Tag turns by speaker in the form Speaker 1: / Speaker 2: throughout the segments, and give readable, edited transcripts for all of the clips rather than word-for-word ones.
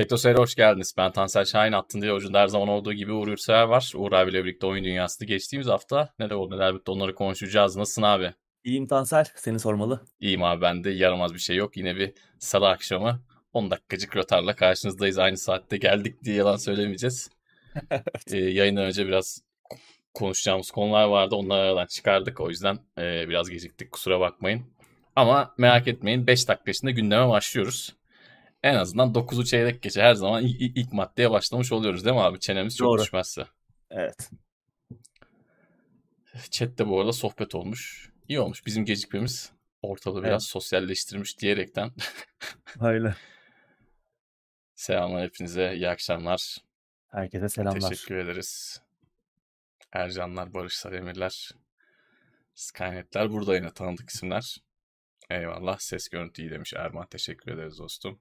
Speaker 1: Teknoseyir'e hoş geldiniz. Ben Tansel Şahin. Attın diye ucunda her zaman olduğu gibi Uğur Yurtsever var. Uğur abiyle birlikte oyun dünyasında geçtiğimiz hafta neler oldu neler bitti onları konuşacağız. Nasılsın abi?
Speaker 2: İyiyim Tansel, seni sormalı.
Speaker 1: İyiyim abi, ben de yaramaz bir şey yok. Yine bir salı akşamı 10 dakikacık rötarla karşınızdayız. Aynı saatte geldik diye yalan söylemeyeceğiz. Yayından önce biraz konuşacağımız konular vardı. Onları aradan çıkardık. O yüzden biraz geciktik, kusura bakmayın. Ama merak etmeyin, 5 dakika içinde gündeme başlıyoruz. En azından 9'u çeyrek geçe her zaman ilk maddeye başlamış oluyoruz değil mi abi? Çenemiz çok
Speaker 2: Doğru.
Speaker 1: düşmezse.
Speaker 2: Evet.
Speaker 1: Chat'te bu arada sohbet olmuş. İyi olmuş. Bizim gecikmemiz ortalığı
Speaker 2: Evet.
Speaker 1: biraz sosyalleştirmiş diyerekten.
Speaker 2: Öyle.
Speaker 1: Selamlar hepinize. İyi akşamlar.
Speaker 2: Herkese selamlar.
Speaker 1: Teşekkür ederiz. Ercanlar, Barışlar, Emirler, Skynet'ler burada yine tanıdık isimler. Eyvallah. Ses görüntü iyi demiş Erman. Teşekkür ederiz dostum.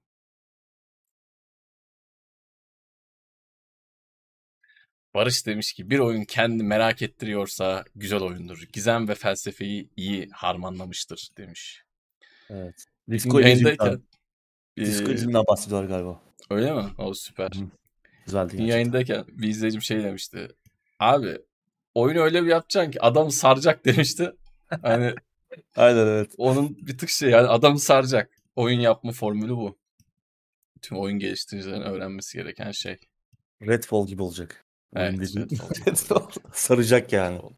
Speaker 1: Barış demiş ki bir oyun kendi merak ettiriyorsa güzel oyundur. Gizem ve felsefeyi iyi harmanlamıştır demiş.
Speaker 2: Evet.
Speaker 1: Bizim
Speaker 2: Disco
Speaker 1: yayındayken
Speaker 2: Elysium'dan bahsediyorlar galiba.
Speaker 1: öyle mi? O süper.
Speaker 2: Hı. Güzeldi
Speaker 1: Bizim
Speaker 2: gerçekten.
Speaker 1: yayındayken bir izleyicim şey demişti. Abi oyunu öyle bir yapacaksın ki adamı saracak demişti. Hani
Speaker 2: Aynen evet.
Speaker 1: onun bir tık şey, yani adamı saracak. Oyun yapma formülü bu. Tüm oyun geliştiricilerin öğrenmesi gereken şey.
Speaker 2: Redfall gibi olacak. Oyun
Speaker 1: Evet,
Speaker 2: dediğin.
Speaker 1: Redfall gibi olacak.
Speaker 2: Redfall. Saracak yani.
Speaker 1: Redfall.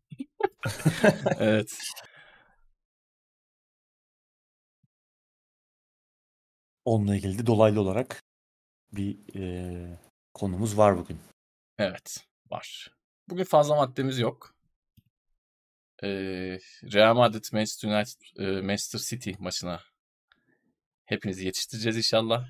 Speaker 1: Evet.
Speaker 2: Onunla ilgili de dolaylı olarak bir konumuz var bugün.
Speaker 1: Evet. Var. Bugün fazla maddemiz yok. Real Madrid Manchester United Manchester City maçına hepinizi yetiştireceğiz inşallah.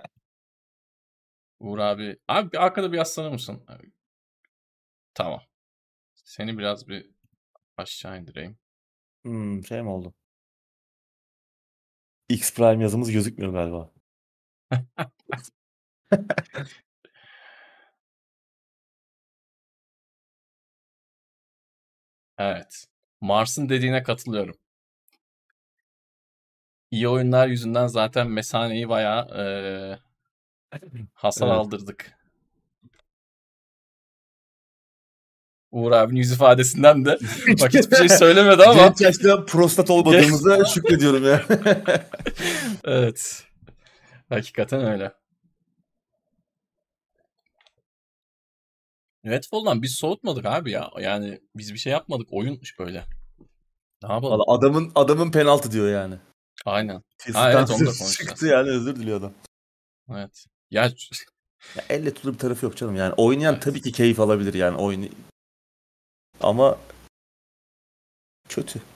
Speaker 1: Uğur abi. Abi bir arkada bir yaslanır mısın? Tamam. Seni biraz bir aşağı indireyim.
Speaker 2: Şey mi oldu? X Prime yazımız gözükmüyor galiba.
Speaker 1: Evet. Mars'ın dediğine katılıyorum. İyi oyunlar yüzünden zaten Mesane'yi bayağı hasar
Speaker 2: Evet.
Speaker 1: aldırdık. Uğur abinin yüz ifadesinden de bak hiçbir şey söylemedi ama
Speaker 2: Genç yaşta prostat olmadığımıza şükrediyorum ya.
Speaker 1: evet. Hakikaten öyle. Redfall'dan biz soğutmadık abi ya. Yani biz bir şey yapmadık. Oyunmuş böyle. Ne
Speaker 2: Valla
Speaker 1: yapalım?
Speaker 2: adamın penaltı diyor yani.
Speaker 1: Aynen.
Speaker 2: Phil
Speaker 1: Ha evet, onu da
Speaker 2: Spencer çıktı
Speaker 1: konuşacağız.
Speaker 2: yani özür diliyor adam.
Speaker 1: Evet. Ya
Speaker 2: Ya elle tutulur bir tarafı yok canım. Yani oynayan tabii
Speaker 1: evet.
Speaker 2: ki keyif alabilir yani oyunu. Ama kötü.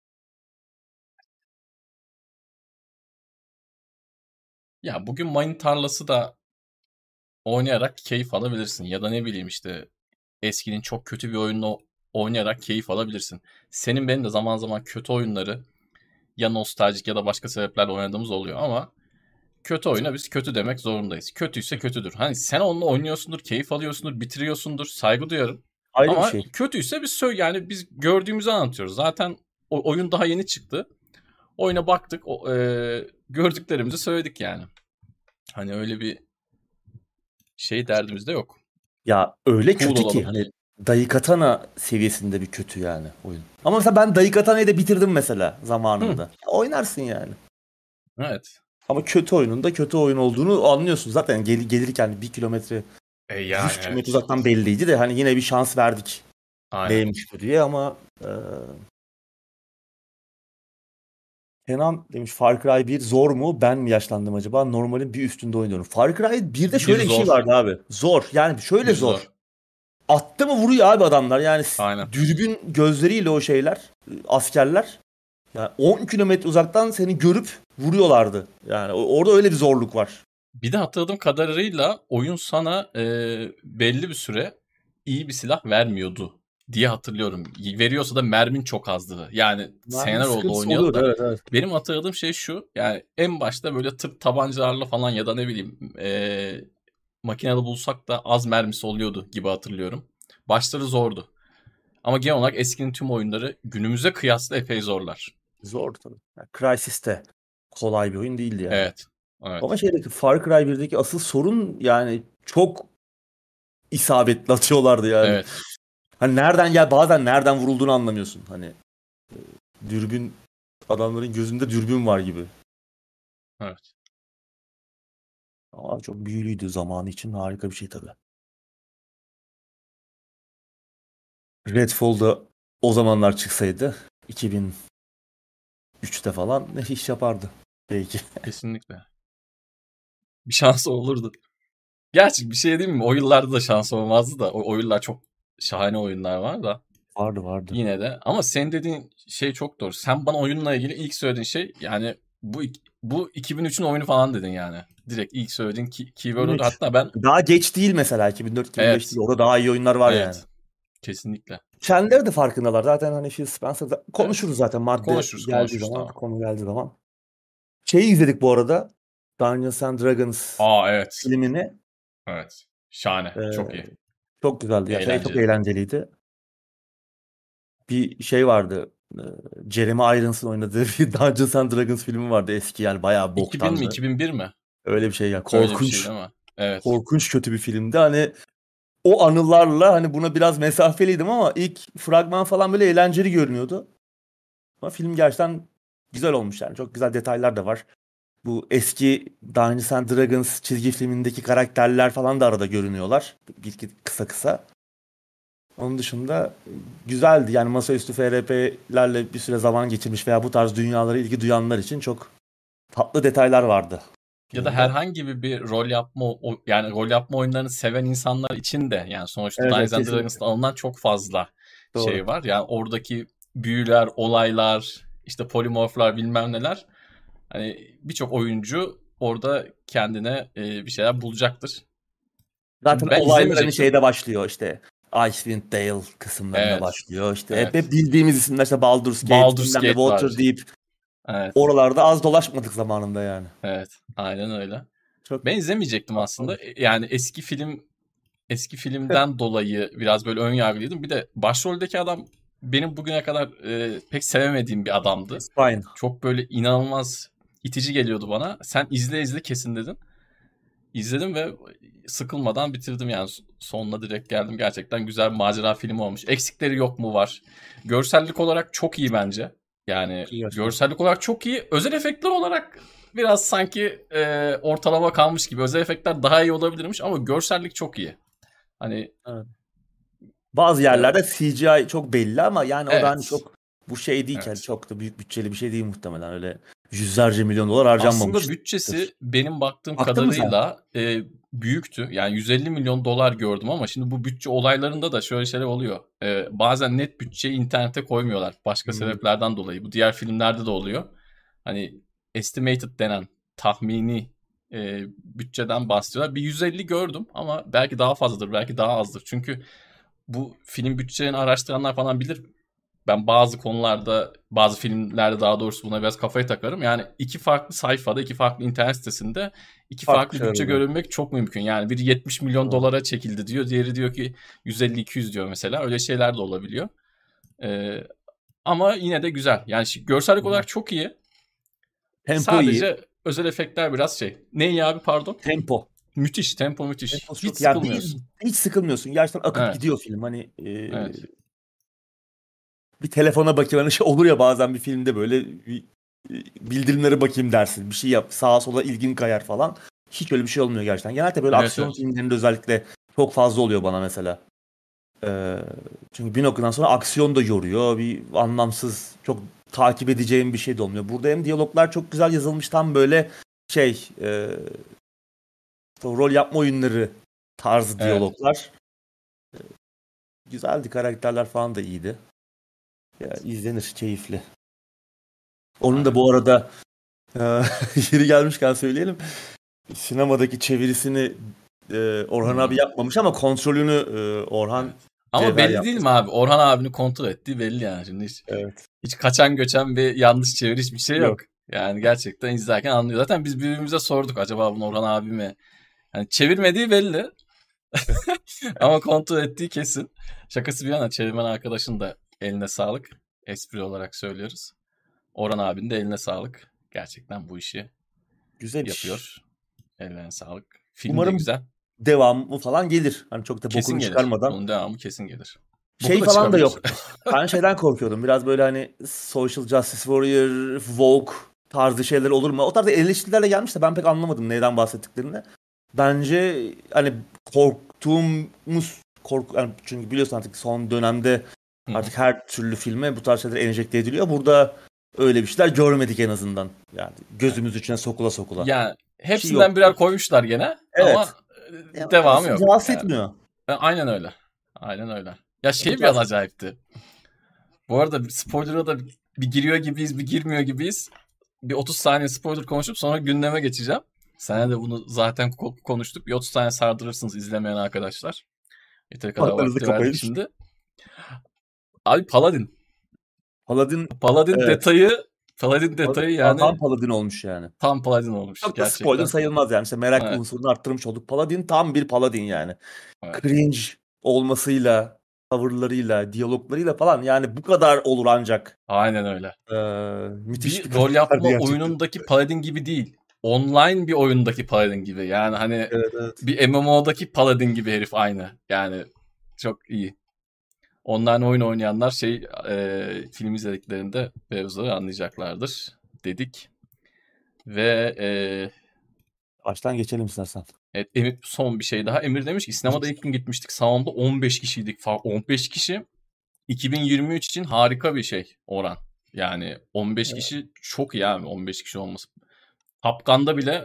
Speaker 1: Ya bugün mayın tarlası da oynayarak keyif alabilirsin. Ya da ne bileyim işte eskinin çok kötü bir oyununu oynayarak keyif alabilirsin. Senin benim de zaman zaman kötü oyunları ya nostaljik ya da başka sebeplerle oynadığımız oluyor ama kötü oyuna biz kötü demek zorundayız. Kötüyse kötüdür. Hani sen onunla oynuyorsundur, keyif alıyorsundur, bitiriyorsundur, saygı duyarım.
Speaker 2: Ayrı bir
Speaker 1: Ama
Speaker 2: şey.
Speaker 1: kötüyse biz yani biz gördüğümüzü anlatıyoruz. Zaten oyun daha yeni çıktı. Oyuna baktık, gördüklerimizi söyledik yani. Hani öyle bir şey derdimiz de yok.
Speaker 2: Ya öyle
Speaker 1: Cool
Speaker 2: kötü ki
Speaker 1: olalım.
Speaker 2: hani Daikatana seviyesinde bir kötü yani oyun. Ama mesela ben Daikatana'yı da bitirdim mesela
Speaker 1: Hı,
Speaker 2: zamanında. Oynarsın yani.
Speaker 1: evet.
Speaker 2: Ama kötü oyunun da kötü oyun olduğunu anlıyorsun. Zaten gelirken 1 kilometre,
Speaker 1: Yani
Speaker 2: 100 kilometre
Speaker 1: evet.
Speaker 2: uzaktan belliydi de hani yine bir şans verdik.
Speaker 1: Aynen.
Speaker 2: Neymiş bu diye ama Kenan demiş Far Cry 1 zor mu? Ben mi yaşlandım acaba? Normalin bir üstünde oynuyorum. Far Cry 1'de
Speaker 1: Bir
Speaker 2: şöyle bir şey
Speaker 1: zor.
Speaker 2: vardı abi. Zor. Yani şöyle
Speaker 1: Bir
Speaker 2: zor.
Speaker 1: zor.
Speaker 2: Attı mı vuruyor abi adamlar. Yani
Speaker 1: Aynen.
Speaker 2: dürbün gözleriyle o şeyler, askerler. Yani 10 kilometre uzaktan seni görüp vuruyorlardı. Yani orada öyle bir zorluk var.
Speaker 1: Bir de hatırladığım kadarıyla oyun sana belli bir süre iyi bir silah vermiyordu diye hatırlıyorum. Veriyorsa da mermin çok azdı. Yani
Speaker 2: Mermi
Speaker 1: seneler oldu
Speaker 2: sıkıntısı
Speaker 1: oynayalı
Speaker 2: oluyordu
Speaker 1: da.
Speaker 2: evet evet.
Speaker 1: Benim hatırladığım şey şu. Yani en başta böyle tıp tabancalarla falan ya da ne bileyim makinede bulsak da az mermisi oluyordu gibi hatırlıyorum. Başları zordu. Ama genel olarak eskinin tüm oyunları günümüze kıyasla epey zorlar.
Speaker 2: Zor tabii. Yani Crysis de kolay bir oyun değildi yani.
Speaker 1: Evet.
Speaker 2: Ama
Speaker 1: Evet.
Speaker 2: şeydeki Far Cry 1'deki asıl sorun yani çok isabetli atıyorlardı yani.
Speaker 1: Evet.
Speaker 2: Hani bazen nereden vurulduğunu anlamıyorsun. Hani dürbün, adamların gözünde dürbün var gibi.
Speaker 1: Evet.
Speaker 2: Ama çok büyülüydü, zamanı için harika bir şey tabii. Redfall'da o zamanlar çıksaydı 2003'te falan ne iş yapardı belki.
Speaker 1: Kesinlikle. Bir şansı olurdu. Gerçi bir şey diyeyim mi? O yıllarda da şans olmazdı da. O yıllar çok şahane oyunlar var da.
Speaker 2: Vardı.
Speaker 1: Yine de. Ama senin dediğin şey çok doğru. Sen bana oyunla ilgili ilk söylediğin şey yani bu 2003'ün oyunu falan dedin yani. Direkt ilk söylediğin keyword oydu.
Speaker 2: 2003.
Speaker 1: Hatta ben
Speaker 2: Daha geç değil mesela, 2004-2005
Speaker 1: evet.
Speaker 2: değil. Orada daha iyi oyunlar var yani.
Speaker 1: Evet. Kesinlikle.
Speaker 2: Kendileri de farkındalar. Zaten hani Phil Spencer'da
Speaker 1: Evet.
Speaker 2: konuşuruz zaten, madde geldiği
Speaker 1: Konuşuruz
Speaker 2: zaman,
Speaker 1: tamam.
Speaker 2: konu geldiği zaman. Şeyi izledik bu arada. Dungeons and Dragons
Speaker 1: Aa evet.
Speaker 2: filmini.
Speaker 1: Evet. Şahane. Çok iyi.
Speaker 2: Ee, Çok güzeldi ya. Çok
Speaker 1: Eğlenceli.
Speaker 2: eğlenceliydi. Bir şey vardı. Jeremy Irons'ın oynadığı bir Dungeons and Dragons filmi vardı eski, yani bayağı
Speaker 1: 2000 mi?
Speaker 2: boktandı.
Speaker 1: 2001 mi?
Speaker 2: Öyle bir şey ya.
Speaker 1: Öyle bir şey
Speaker 2: Korkunç.
Speaker 1: değil mi? Evet.
Speaker 2: Korkunç kötü bir filmdi. Hani o anılarla hani buna biraz mesafeliydim ama ilk fragman falan böyle eğlenceli görünüyordu. Ama film gerçekten güzel olmuş yani. Çok güzel detaylar da var. Bu eski Dungeons and Dragons çizgi filmindeki karakterler falan da arada görünüyorlar. Kısa kısa. Onun dışında güzeldi. Yani masaüstü FRP'lerle bir süre zaman geçirmiş veya bu tarz dünyalara ilgi duyanlar için çok tatlı detaylar vardı
Speaker 1: Ya da
Speaker 2: filmde.
Speaker 1: herhangi bir rol yapma yani rol yapma oyunlarını seven insanlar için de yani sonuçta
Speaker 2: Evet, evet,
Speaker 1: Dungeons and
Speaker 2: kesinlikle.
Speaker 1: Dragons'ta alınan çok fazla
Speaker 2: Doğru.
Speaker 1: şey var. Yani oradaki büyüler, olaylar, işte polimorflar bilmem neler. Hani birçok oyuncu orada kendine bir şeyler bulacaktır.
Speaker 2: Zaten
Speaker 1: Ben
Speaker 2: olaylar hani
Speaker 1: izlemeyecektim.
Speaker 2: şeyde başlıyor işte. Icewind Dale kısımlarında
Speaker 1: Evet.
Speaker 2: başlıyor. İşte hep
Speaker 1: Evet.
Speaker 2: bildiğimiz isimler, işte Baldur's Gate,
Speaker 1: Baldur's
Speaker 2: bilmem ne,
Speaker 1: Gate var.
Speaker 2: Waterdeep.
Speaker 1: Evet.
Speaker 2: Oralarda az dolaşmadık zamanında yani.
Speaker 1: Evet. Aynen öyle.
Speaker 2: Çok
Speaker 1: Ben izlemeyecektim
Speaker 2: tatlı
Speaker 1: aslında.
Speaker 2: olmuş.
Speaker 1: Yani eski filmden dolayı biraz böyle ön yargılıydım. Bir de başroldeki adam benim bugüne kadar pek sevemediğim bir adamdı.
Speaker 2: Chris Pine.
Speaker 1: Çok böyle inanılmaz itici geliyordu bana. Sen izle izle kesin dedin. İzledim ve sıkılmadan bitirdim yani. Sonuna direkt geldim. Gerçekten güzel bir macera filmi olmuş. Eksikleri yok mu var. Görsellik olarak çok iyi bence. Yani
Speaker 2: İyi gerçekten.
Speaker 1: görsellik olarak çok iyi. Özel efektler olarak biraz sanki ortalama kalmış gibi. Özel efektler daha iyi olabilirmiş ama görsellik çok iyi. Hani
Speaker 2: Evet. Bazı
Speaker 1: e,
Speaker 2: yerlerde CGI çok belli ama yani o da hani
Speaker 1: evet.
Speaker 2: çok bu şey değil ki, hani
Speaker 1: Evet.
Speaker 2: çok da büyük bütçeli bir şey değil muhtemelen, öyle yüzlerce milyon dolar
Speaker 1: Aslında
Speaker 2: harcanmamıştır.
Speaker 1: bütçesi benim baktığım
Speaker 2: Baktın mı sen?
Speaker 1: kadarıyla büyüktü. Yani 150 milyon dolar gördüm ama şimdi bu bütçe olaylarında da şöyle şeyler oluyor. Bazen net bütçeyi internete koymuyorlar. Başka
Speaker 2: Hmm.
Speaker 1: sebeplerden dolayı. Bu diğer filmlerde de oluyor. Hani estimated denen tahmini bütçeden bahsediyorlar. Bir 150 gördüm ama belki daha fazladır, belki daha azdır. Çünkü bu film bütçelerini araştıranlar falan bilir. Ben bazı konularda, bazı filmlerde daha doğrusu buna biraz kafayı takarım. Yani iki farklı sayfada, iki farklı internet sitesinde iki
Speaker 2: Farklı
Speaker 1: farklı
Speaker 2: şeyler
Speaker 1: bütçe
Speaker 2: oluyor.
Speaker 1: görülmek çok mümkün. Yani biri 70 milyon
Speaker 2: Doğru.
Speaker 1: dolara çekildi diyor, diğeri diyor ki 150-200 diyor mesela. Öyle şeyler de olabiliyor. Ee, Ama yine de güzel. Yani görsellik
Speaker 2: Güzel.
Speaker 1: olarak çok iyi.
Speaker 2: Tempo iyi.
Speaker 1: Sadece özel efektler biraz şey. Ne iyi abi pardon?
Speaker 2: Tempo.
Speaker 1: Müthiş, tempo müthiş.
Speaker 2: Temposu
Speaker 1: Hiç
Speaker 2: çok. Ya
Speaker 1: sıkılmıyorsun.
Speaker 2: hiç sıkılmıyorsun. Gerçekten akıp
Speaker 1: Evet,
Speaker 2: gidiyor film. Hani
Speaker 1: evet,
Speaker 2: bir telefona bakayım. Hani şey olur ya bazen bir filmde böyle bildirimlere bakayım dersin. Bir şey yap. Sağa sola ilgin kayar falan. Hiç öyle bir şey olmuyor gerçekten. Genelde böyle
Speaker 1: evet,
Speaker 2: aksiyon
Speaker 1: evet.
Speaker 2: filmlerinde özellikle çok fazla oluyor bana mesela. Ee, Çünkü bir noktadan sonra aksiyon da yoruyor. Bir anlamsız, çok takip edeceğim bir şey de olmuyor. Burada hem diyaloglar çok güzel yazılmış. Tam böyle şey, rol yapma oyunları tarzı
Speaker 1: Evet.
Speaker 2: diyaloglar. Güzeldi. Karakterler falan da iyiydi. Ya, izlenir. Keyifli. Onun da
Speaker 1: Aynen.
Speaker 2: bu arada e, yeri gelmişken söyleyelim. Sinemadaki çevirisini Orhan abi
Speaker 1: Hmm.
Speaker 2: yapmamış ama kontrolünü Orhan
Speaker 1: Evet. Ama
Speaker 2: Cevher
Speaker 1: belli değil
Speaker 2: yapmış.
Speaker 1: mi abi? Orhan abini kontrol ettiği belli yani. Şimdi
Speaker 2: Evet.
Speaker 1: hiç kaçan göçen bir yanlış çeviri hiçbir şey yok.
Speaker 2: Yok.
Speaker 1: Yani gerçekten izlerken anlıyor. Zaten biz birbirimize sorduk acaba bunu Orhan abi mi? Yani çevirmediği belli ama kontrol ettiği kesin. Şakası bir yana çevirmen arkadaşın da eline sağlık. Espri olarak söylüyoruz. Orhan abinin de eline sağlık. Gerçekten bu işi
Speaker 2: Güzel iş.
Speaker 1: yapıyor. Ellerine sağlık. Film de
Speaker 2: Umarım
Speaker 1: güzel.
Speaker 2: devamı falan gelir. Hani çok da
Speaker 1: Kesin
Speaker 2: bokunu
Speaker 1: gelir.
Speaker 2: çıkarmadan.
Speaker 1: Bunun devamı kesin gelir. Boku
Speaker 2: Şey
Speaker 1: da
Speaker 2: falan da
Speaker 1: çıkabilir.
Speaker 2: yok. Ben şeyden korkuyordum. Biraz böyle hani Social Justice Warrior, Vogue tarzı şeyler olur mu? O tarzda eleştirilerle gelmiş de ben pek anlamadım neyden bahsettiklerini. Bence hani korktuğumuz yani çünkü biliyorsun artık son dönemde artık her türlü filme bu tarz şeyler enjekte ediliyor. Burada öyle bir şeyler görmedik en azından. Yani gözümüz içine sokula sokula.
Speaker 1: Yani
Speaker 2: Bir şey
Speaker 1: hepsinden
Speaker 2: yok.
Speaker 1: birer koymuşlar gene
Speaker 2: Evet.
Speaker 1: ama devamı yok.
Speaker 2: Rahatsız
Speaker 1: Yani,
Speaker 2: etmiyor.
Speaker 1: aynen öyle. Aynen öyle. Ya
Speaker 2: Bu
Speaker 1: bir an
Speaker 2: tarz...
Speaker 1: acayipti. Bu arada spoiler'a da bir giriyor gibiyiz, bir girmiyor gibiyiz. Bir 30 saniye spoiler konuşup sonra gündeme geçeceğim. Sen de bunu zaten konuştuk. Bir 30 saniye sardırırsınız izlemeyen arkadaşlar. Yeteri kadar
Speaker 2: Kulaklarınızı
Speaker 1: vakti verdik
Speaker 2: kapayın.
Speaker 1: şimdi. Abi Paladin.
Speaker 2: Paladin
Speaker 1: Paladin
Speaker 2: evet.
Speaker 1: detayı
Speaker 2: Tam
Speaker 1: yani
Speaker 2: Paladin olmuş yani.
Speaker 1: tam Paladin olmuş
Speaker 2: Çok da spoiler
Speaker 1: gerçekten.
Speaker 2: sayılmaz yani. İşte merak
Speaker 1: Evet,
Speaker 2: unsurunu arttırmış olduk. Paladin tam bir Paladin yani.
Speaker 1: evet.
Speaker 2: Cringe olmasıyla, tavırlarıyla, diyaloglarıyla falan yani bu kadar olur ancak.
Speaker 1: Aynen öyle.
Speaker 2: Müthiş bir
Speaker 1: Bir rol
Speaker 2: karakterdi
Speaker 1: yapma
Speaker 2: gerçekten.
Speaker 1: oyunundaki Paladin gibi değil. Online bir oyundaki Paladin gibi. Yani hani
Speaker 2: Evet, evet.
Speaker 1: bir MMO'daki Paladin gibi herif aynı. Yani çok iyi. Online oyun oynayanlar film izlediklerinde mevzuları anlayacaklardır dedik. Ve
Speaker 2: Baştan geçelim istersen.
Speaker 1: evet, Emir, son bir şey daha. Emir demiş ki sinemada ilk gün gitmiştik. Salonda 15 kişiydik. 15 kişi 2023 için harika bir oran. Yani 15 kişi çok iyi abi 15 kişi olması. Top Gun'da bile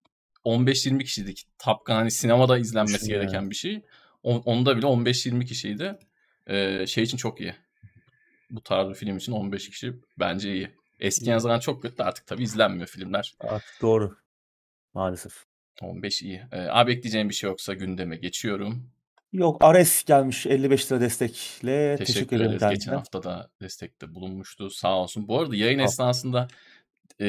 Speaker 1: 15-20 kişiydik. Top Gun hani sinemada izlenmesi
Speaker 2: Düşün yani.
Speaker 1: gereken bir şey. Onda bile 15-20 kişiydi. Için çok iyi. Bu tarz bir film için 15 kişi bence iyi. Eskiden zaman çok kötü artık tabii izlenmiyor filmler.
Speaker 2: Artık doğru. Maalesef.
Speaker 1: 15 iyi. Abi ekleyeceğim bir şey yoksa gündeme geçiyorum.
Speaker 2: Yok Ares gelmiş 55 lira destekle. Teşekkür
Speaker 1: Teşekkür
Speaker 2: ederim
Speaker 1: ederiz. Geçen
Speaker 2: kendine.
Speaker 1: hafta da destekte bulunmuştu. Sağ olsun. Bu arada yayın esnasında e,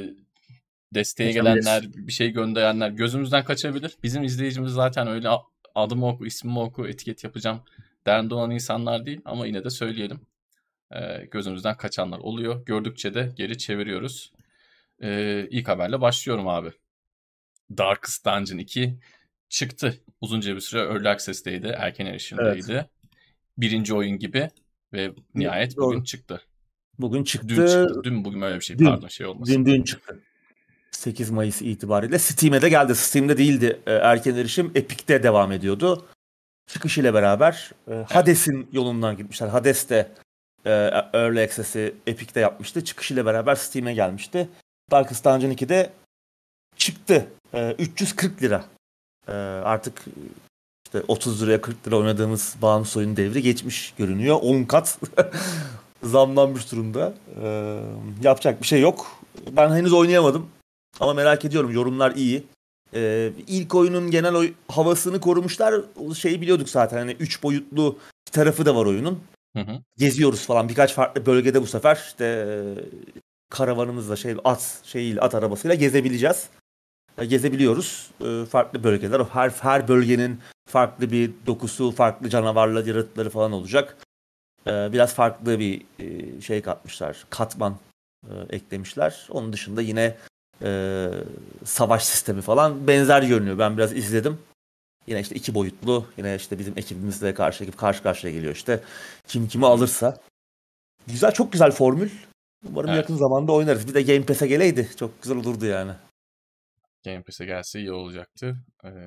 Speaker 1: desteğe
Speaker 2: Kaçabilir.
Speaker 1: gelenler, bir şey gönderenler gözümüzden kaçabilir. Bizim izleyicimiz zaten öyle adımı oku, ismimi oku, etiket yapacağım derdi olan insanlar değil. Ama yine de söyleyelim. Gözümüzden kaçanlar oluyor. Gördükçe de geri çeviriyoruz. İlk haberle başlıyorum abi. Darkest Dungeon 2 çıktı. Uzunca bir süre Early Access'teydi. Erken
Speaker 2: Evet.
Speaker 1: erişimdeydi. Birinci oyun gibi ve nihayet bugün
Speaker 2: Doğru.
Speaker 1: çıktı.
Speaker 2: Bugün
Speaker 1: Dün
Speaker 2: çıktı.
Speaker 1: çıktı. Dün bugün öyle bir şey
Speaker 2: Dün.
Speaker 1: pardon olmasın.
Speaker 2: Dün çıktı. 8 Mayıs itibariyle Steam'e de geldi. Steam'de değildi erken erişim. Epic'te devam ediyordu. Çıkış ile beraber
Speaker 1: Evet.
Speaker 2: Hades'in yolundan gitmişler. Hades de Early Access'i Epic'te yapmıştı. Çıkış ile beraber Steam'e gelmişti. Darkest Dungeon 2'de çıktı. 340 lira. Artık işte 30 liraya 40 lira oynadığımız bağımsız oyun devri geçmiş görünüyor. 10 kat zamlanmış durumda. Yapacak bir şey yok. Ben henüz oynayamadım. Ama merak ediyorum. Yorumlar iyi. İlk oyunun genel havasını korumuşlar. O şeyi biliyorduk zaten. Hani 3 boyutlu bir tarafı da var oyunun.
Speaker 1: Hı hı.
Speaker 2: Geziyoruz falan. Birkaç farklı bölgede bu sefer işte karavanımızla at arabasıyla gezebileceğiz. Gezebiliyoruz. Farklı bölgeler. Her bölgenin farklı bir dokusu, farklı canavarlar, yaratıkları falan olacak. Biraz farklı bir şey katmışlar. Katman eklemişler. Onun dışında yine savaş sistemi falan benzer görünüyor. Ben biraz izledim. Yine işte 2 boyutlu. Yine işte bizim ekibimizle karşı karşıya geliyor işte. Kim kimi alırsa. Güzel, çok güzel formül. Umarım
Speaker 1: Evet.
Speaker 2: yakın zamanda oynarız. Bir de Game Pass'e geleydi. Çok güzel olurdu yani.
Speaker 1: Game Pass'e gelse iyi olacaktı.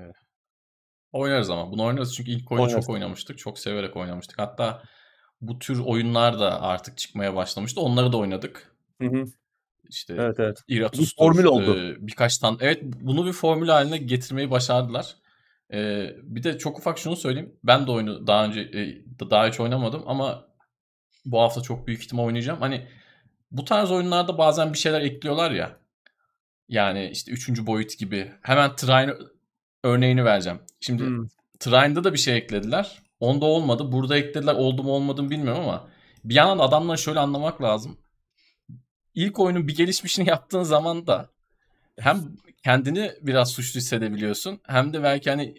Speaker 1: Oynarız ama. Bunu oynarız çünkü ilk oyunu
Speaker 2: Oynarız.
Speaker 1: çok oynamıştık. Çok severek oynamıştık. Hatta bu tür oyunlar da artık çıkmaya başlamıştı. Onları da oynadık.
Speaker 2: Hı hı.
Speaker 1: İşte
Speaker 2: Evet, evet. Bir formül
Speaker 1: Iratus'tur.
Speaker 2: oldu.
Speaker 1: Birkaç tane. Evet bunu bir formül haline getirmeyi başardılar. Bir de çok ufak şunu söyleyeyim. Ben de oyunu daha önce daha hiç oynamadım ama bu hafta çok büyük ihtimal oynayacağım. Hani bu tarz oyunlarda bazen bir şeyler ekliyorlar ya. Yani işte 3. boyut gibi. Hemen Trine örneğini vereceğim. Şimdi
Speaker 2: Hmm.
Speaker 1: Trine'da da bir şey eklediler. Onda olmadı. Burada eklediler. Oldu mu olmadı mı bilmiyorum ama bir yandan adamları şöyle anlamak lazım. İlk oyunun bir gelişmişini yaptığın zaman da hem kendini biraz suçlu hissedebiliyorsun hem de belki hani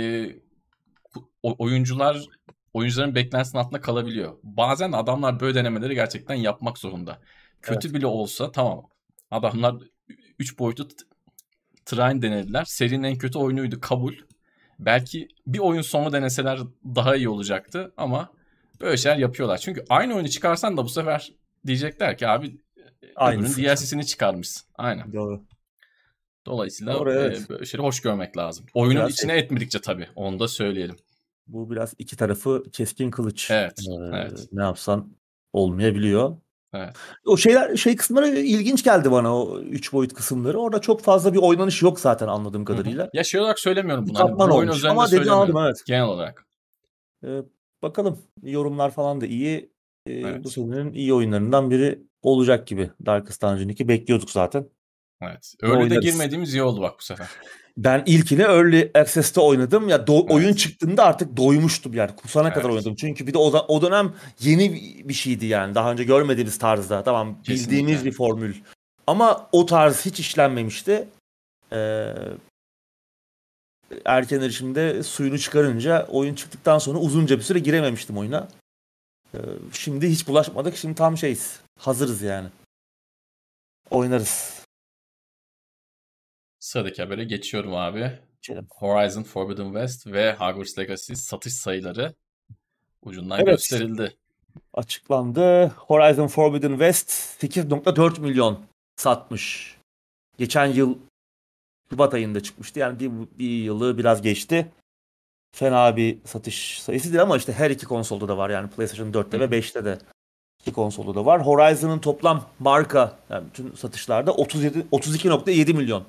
Speaker 1: oyuncuların beklentisinin altında kalabiliyor. Bazen adamlar böyle denemeleri gerçekten yapmak zorunda. Kötü
Speaker 2: Evet.
Speaker 1: bile olsa tamam. Adamlar 3 boyutu Trine denediler. Serinin en kötü oyunuydu, kabul. Belki bir oyun sonra deneseler daha iyi olacaktı ama böyle şeyler yapıyorlar. Çünkü aynı oyunu çıkarsan da bu sefer diyecekler ki abi öbürünün
Speaker 2: Aynısı.
Speaker 1: DLC'sini çıkarmışsın. Aynen.
Speaker 2: Doğru.
Speaker 1: Dolayısıyla
Speaker 2: Doğru, evet.
Speaker 1: böyle şeyleri hoş görmek lazım.
Speaker 2: Bu
Speaker 1: Oyunun
Speaker 2: biraz
Speaker 1: içine etmedikçe tabii. Onu da söyleyelim.
Speaker 2: bu biraz iki tarafı keskin kılıç.
Speaker 1: Evet. Evet.
Speaker 2: Ne yapsan olmayabiliyor.
Speaker 1: Evet.
Speaker 2: O şey kısımları ilginç geldi bana, o 3 boyut kısımları. Orada çok fazla bir oynanış yok zaten anladığım
Speaker 1: Hı hı.
Speaker 2: kadarıyla.
Speaker 1: Ya şey olarak söylemiyorum
Speaker 2: Bir
Speaker 1: bunu. Hani
Speaker 2: katman
Speaker 1: bu oyun
Speaker 2: olmuş.
Speaker 1: özelinde
Speaker 2: Ama dediğini anladım,
Speaker 1: söylemiyorum.
Speaker 2: evet.
Speaker 1: Genel olarak.
Speaker 2: Bakalım, yorumlar falan da iyi. Bu
Speaker 1: Evet.
Speaker 2: senenin iyi oyunlarından biri olacak gibi. Darkest Dungeon 2 bekliyorduk zaten.
Speaker 1: Evet.
Speaker 2: Bunu
Speaker 1: Early'de
Speaker 2: oynarız.
Speaker 1: girmediğimiz iyi oldu bak bu sefer.
Speaker 2: Ben ilkini Early Access'te oynadım. Ya oyun
Speaker 1: Evet.
Speaker 2: çıktığında artık doymuştum yani. Kusana kadar
Speaker 1: Evet.
Speaker 2: oynadım. Çünkü bir de o dönem yeni bir şeydi yani. Daha önce görmediğimiz tarzda. Tamam, bildiğimiz
Speaker 1: Kesinlikle.
Speaker 2: bir formül. Ama o tarz hiç işlenmemişti. Ee, Erken erişimde suyunu çıkarınca, oyun çıktıktan sonra uzunca bir süre girememiştim oyuna. Ee, Şimdi hiç bulaşmadık. Şimdi tam şeyiz. Hazırız yani. Oynarız.
Speaker 1: Sıradaki habere geçiyorum abi.
Speaker 2: Geçelim.
Speaker 1: Horizon Forbidden West ve Hogwarts Legacy satış sayıları ucundan
Speaker 2: Evet.
Speaker 1: gösterildi.
Speaker 2: Açıklandı. Horizon Forbidden West 8.4 milyon satmış. Geçen yıl Şubat ayında çıkmıştı. Yani bir yılı biraz geçti. Fena bir satış sayısı değil ama işte her iki konsolda da var. Yani PlayStation 4'te ve 5'te de iki konsolda da var. Horizon'ın toplam marka, yani bütün satışlarda 32.7 milyon.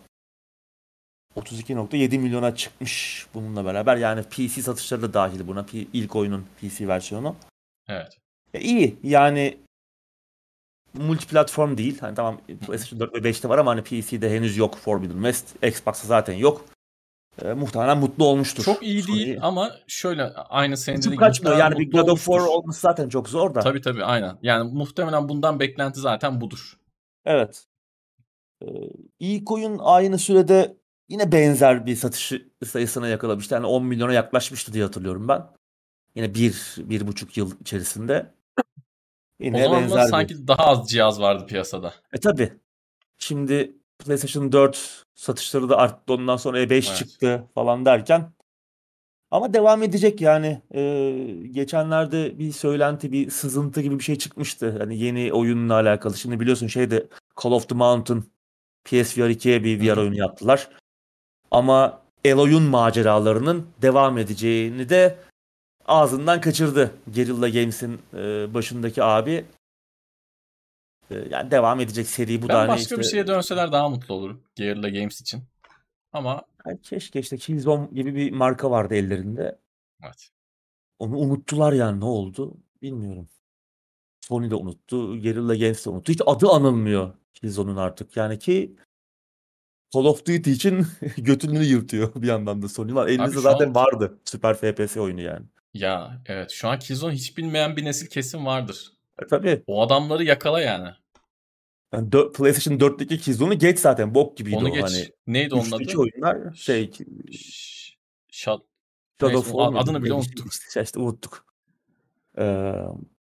Speaker 2: 32.7 milyona çıkmış bununla beraber. Yani PC satışları da dahil buna. İlk oyunun PC versiyonu.
Speaker 1: Evet.
Speaker 2: İyi yani, multiplatform değil. Hani tamam, PlayStation 4 ve 5'te var ama hani PC'de henüz yok Forbidden West. Xbox'ta zaten yok. Muhtemelen mutlu olmuştur.
Speaker 1: Çok iyi değil
Speaker 2: Sony.
Speaker 1: ama şöyle aynı senin dediğin
Speaker 2: Uçup
Speaker 1: gibi
Speaker 2: kaçmıyor.
Speaker 1: muhtemelen
Speaker 2: Yani bir
Speaker 1: mutlu
Speaker 2: God of War
Speaker 1: olmuştur.
Speaker 2: olması zaten çok zor da.
Speaker 1: Tabii aynen. Yani muhtemelen bundan beklenti zaten budur.
Speaker 2: Evet. Ee, İlk oyun aynı sürede yine benzer bir satış sayısına yakalamıştı. Yani 10 milyona yaklaşmıştı diye hatırlıyorum ben. Yine 1,5 yıl içerisinde.
Speaker 1: O
Speaker 2: Yine
Speaker 1: zaman da
Speaker 2: benzer bir.
Speaker 1: sanki daha az cihaz vardı piyasada.
Speaker 2: Tabii. Şimdi PlayStation 4 satışları da arttı. Ondan sonra E5
Speaker 1: Evet.
Speaker 2: çıktı falan derken. Ama devam edecek yani. Geçenlerde bir söylenti, bir sızıntı gibi bir şey çıkmıştı. Hani yeni oyunla alakalı. Şimdi biliyorsun şeyde, Call of the Mountain PSVR 2'ye bir
Speaker 1: Hı
Speaker 2: VR
Speaker 1: hı.
Speaker 2: oyunu yaptılar. Ama Eloy'un maceralarının devam edeceğini de ağzından kaçırdı. Guerrilla Games'in başındaki abi. Yani devam edecek seri bu da,
Speaker 1: Ben
Speaker 2: hani
Speaker 1: başka bir
Speaker 2: işte.
Speaker 1: şeye dönseler daha mutlu olurum. Guerrilla Games için. Ama
Speaker 2: Yani keşke, işte Killzone gibi bir marka vardı ellerinde.
Speaker 1: evet.
Speaker 2: Onu unuttular yani, ne oldu bilmiyorum. Sony de unuttu, Guerrilla Games de unuttu. Hiç adı anılmıyor Killzone'un artık. Yani ki Call of Duty için götünü yırtıyor bir yandan da Sony var.
Speaker 1: Abi
Speaker 2: Elinizde
Speaker 1: şu
Speaker 2: zaten
Speaker 1: an
Speaker 2: vardı süper FPS oyunu yani.
Speaker 1: ya evet şu an Killzone hiç bilmeyen bir nesil kesin vardır.
Speaker 2: Tabii.
Speaker 1: O adamları yakala yani.
Speaker 2: Yani PlayStation 4'teki Killzone'u geç zaten. Bok gibiydi
Speaker 1: Onu
Speaker 2: o hani.
Speaker 1: geç. Neydi onun
Speaker 2: 3'teki
Speaker 1: adı?
Speaker 2: oyunlar
Speaker 1: Ş-
Speaker 2: şey,
Speaker 1: ş- Shot.
Speaker 2: God of
Speaker 1: Neyse
Speaker 2: War muydu?
Speaker 1: adını bile
Speaker 2: Ne bir şey
Speaker 1: unuttuk.
Speaker 2: işte unuttuk. Ee,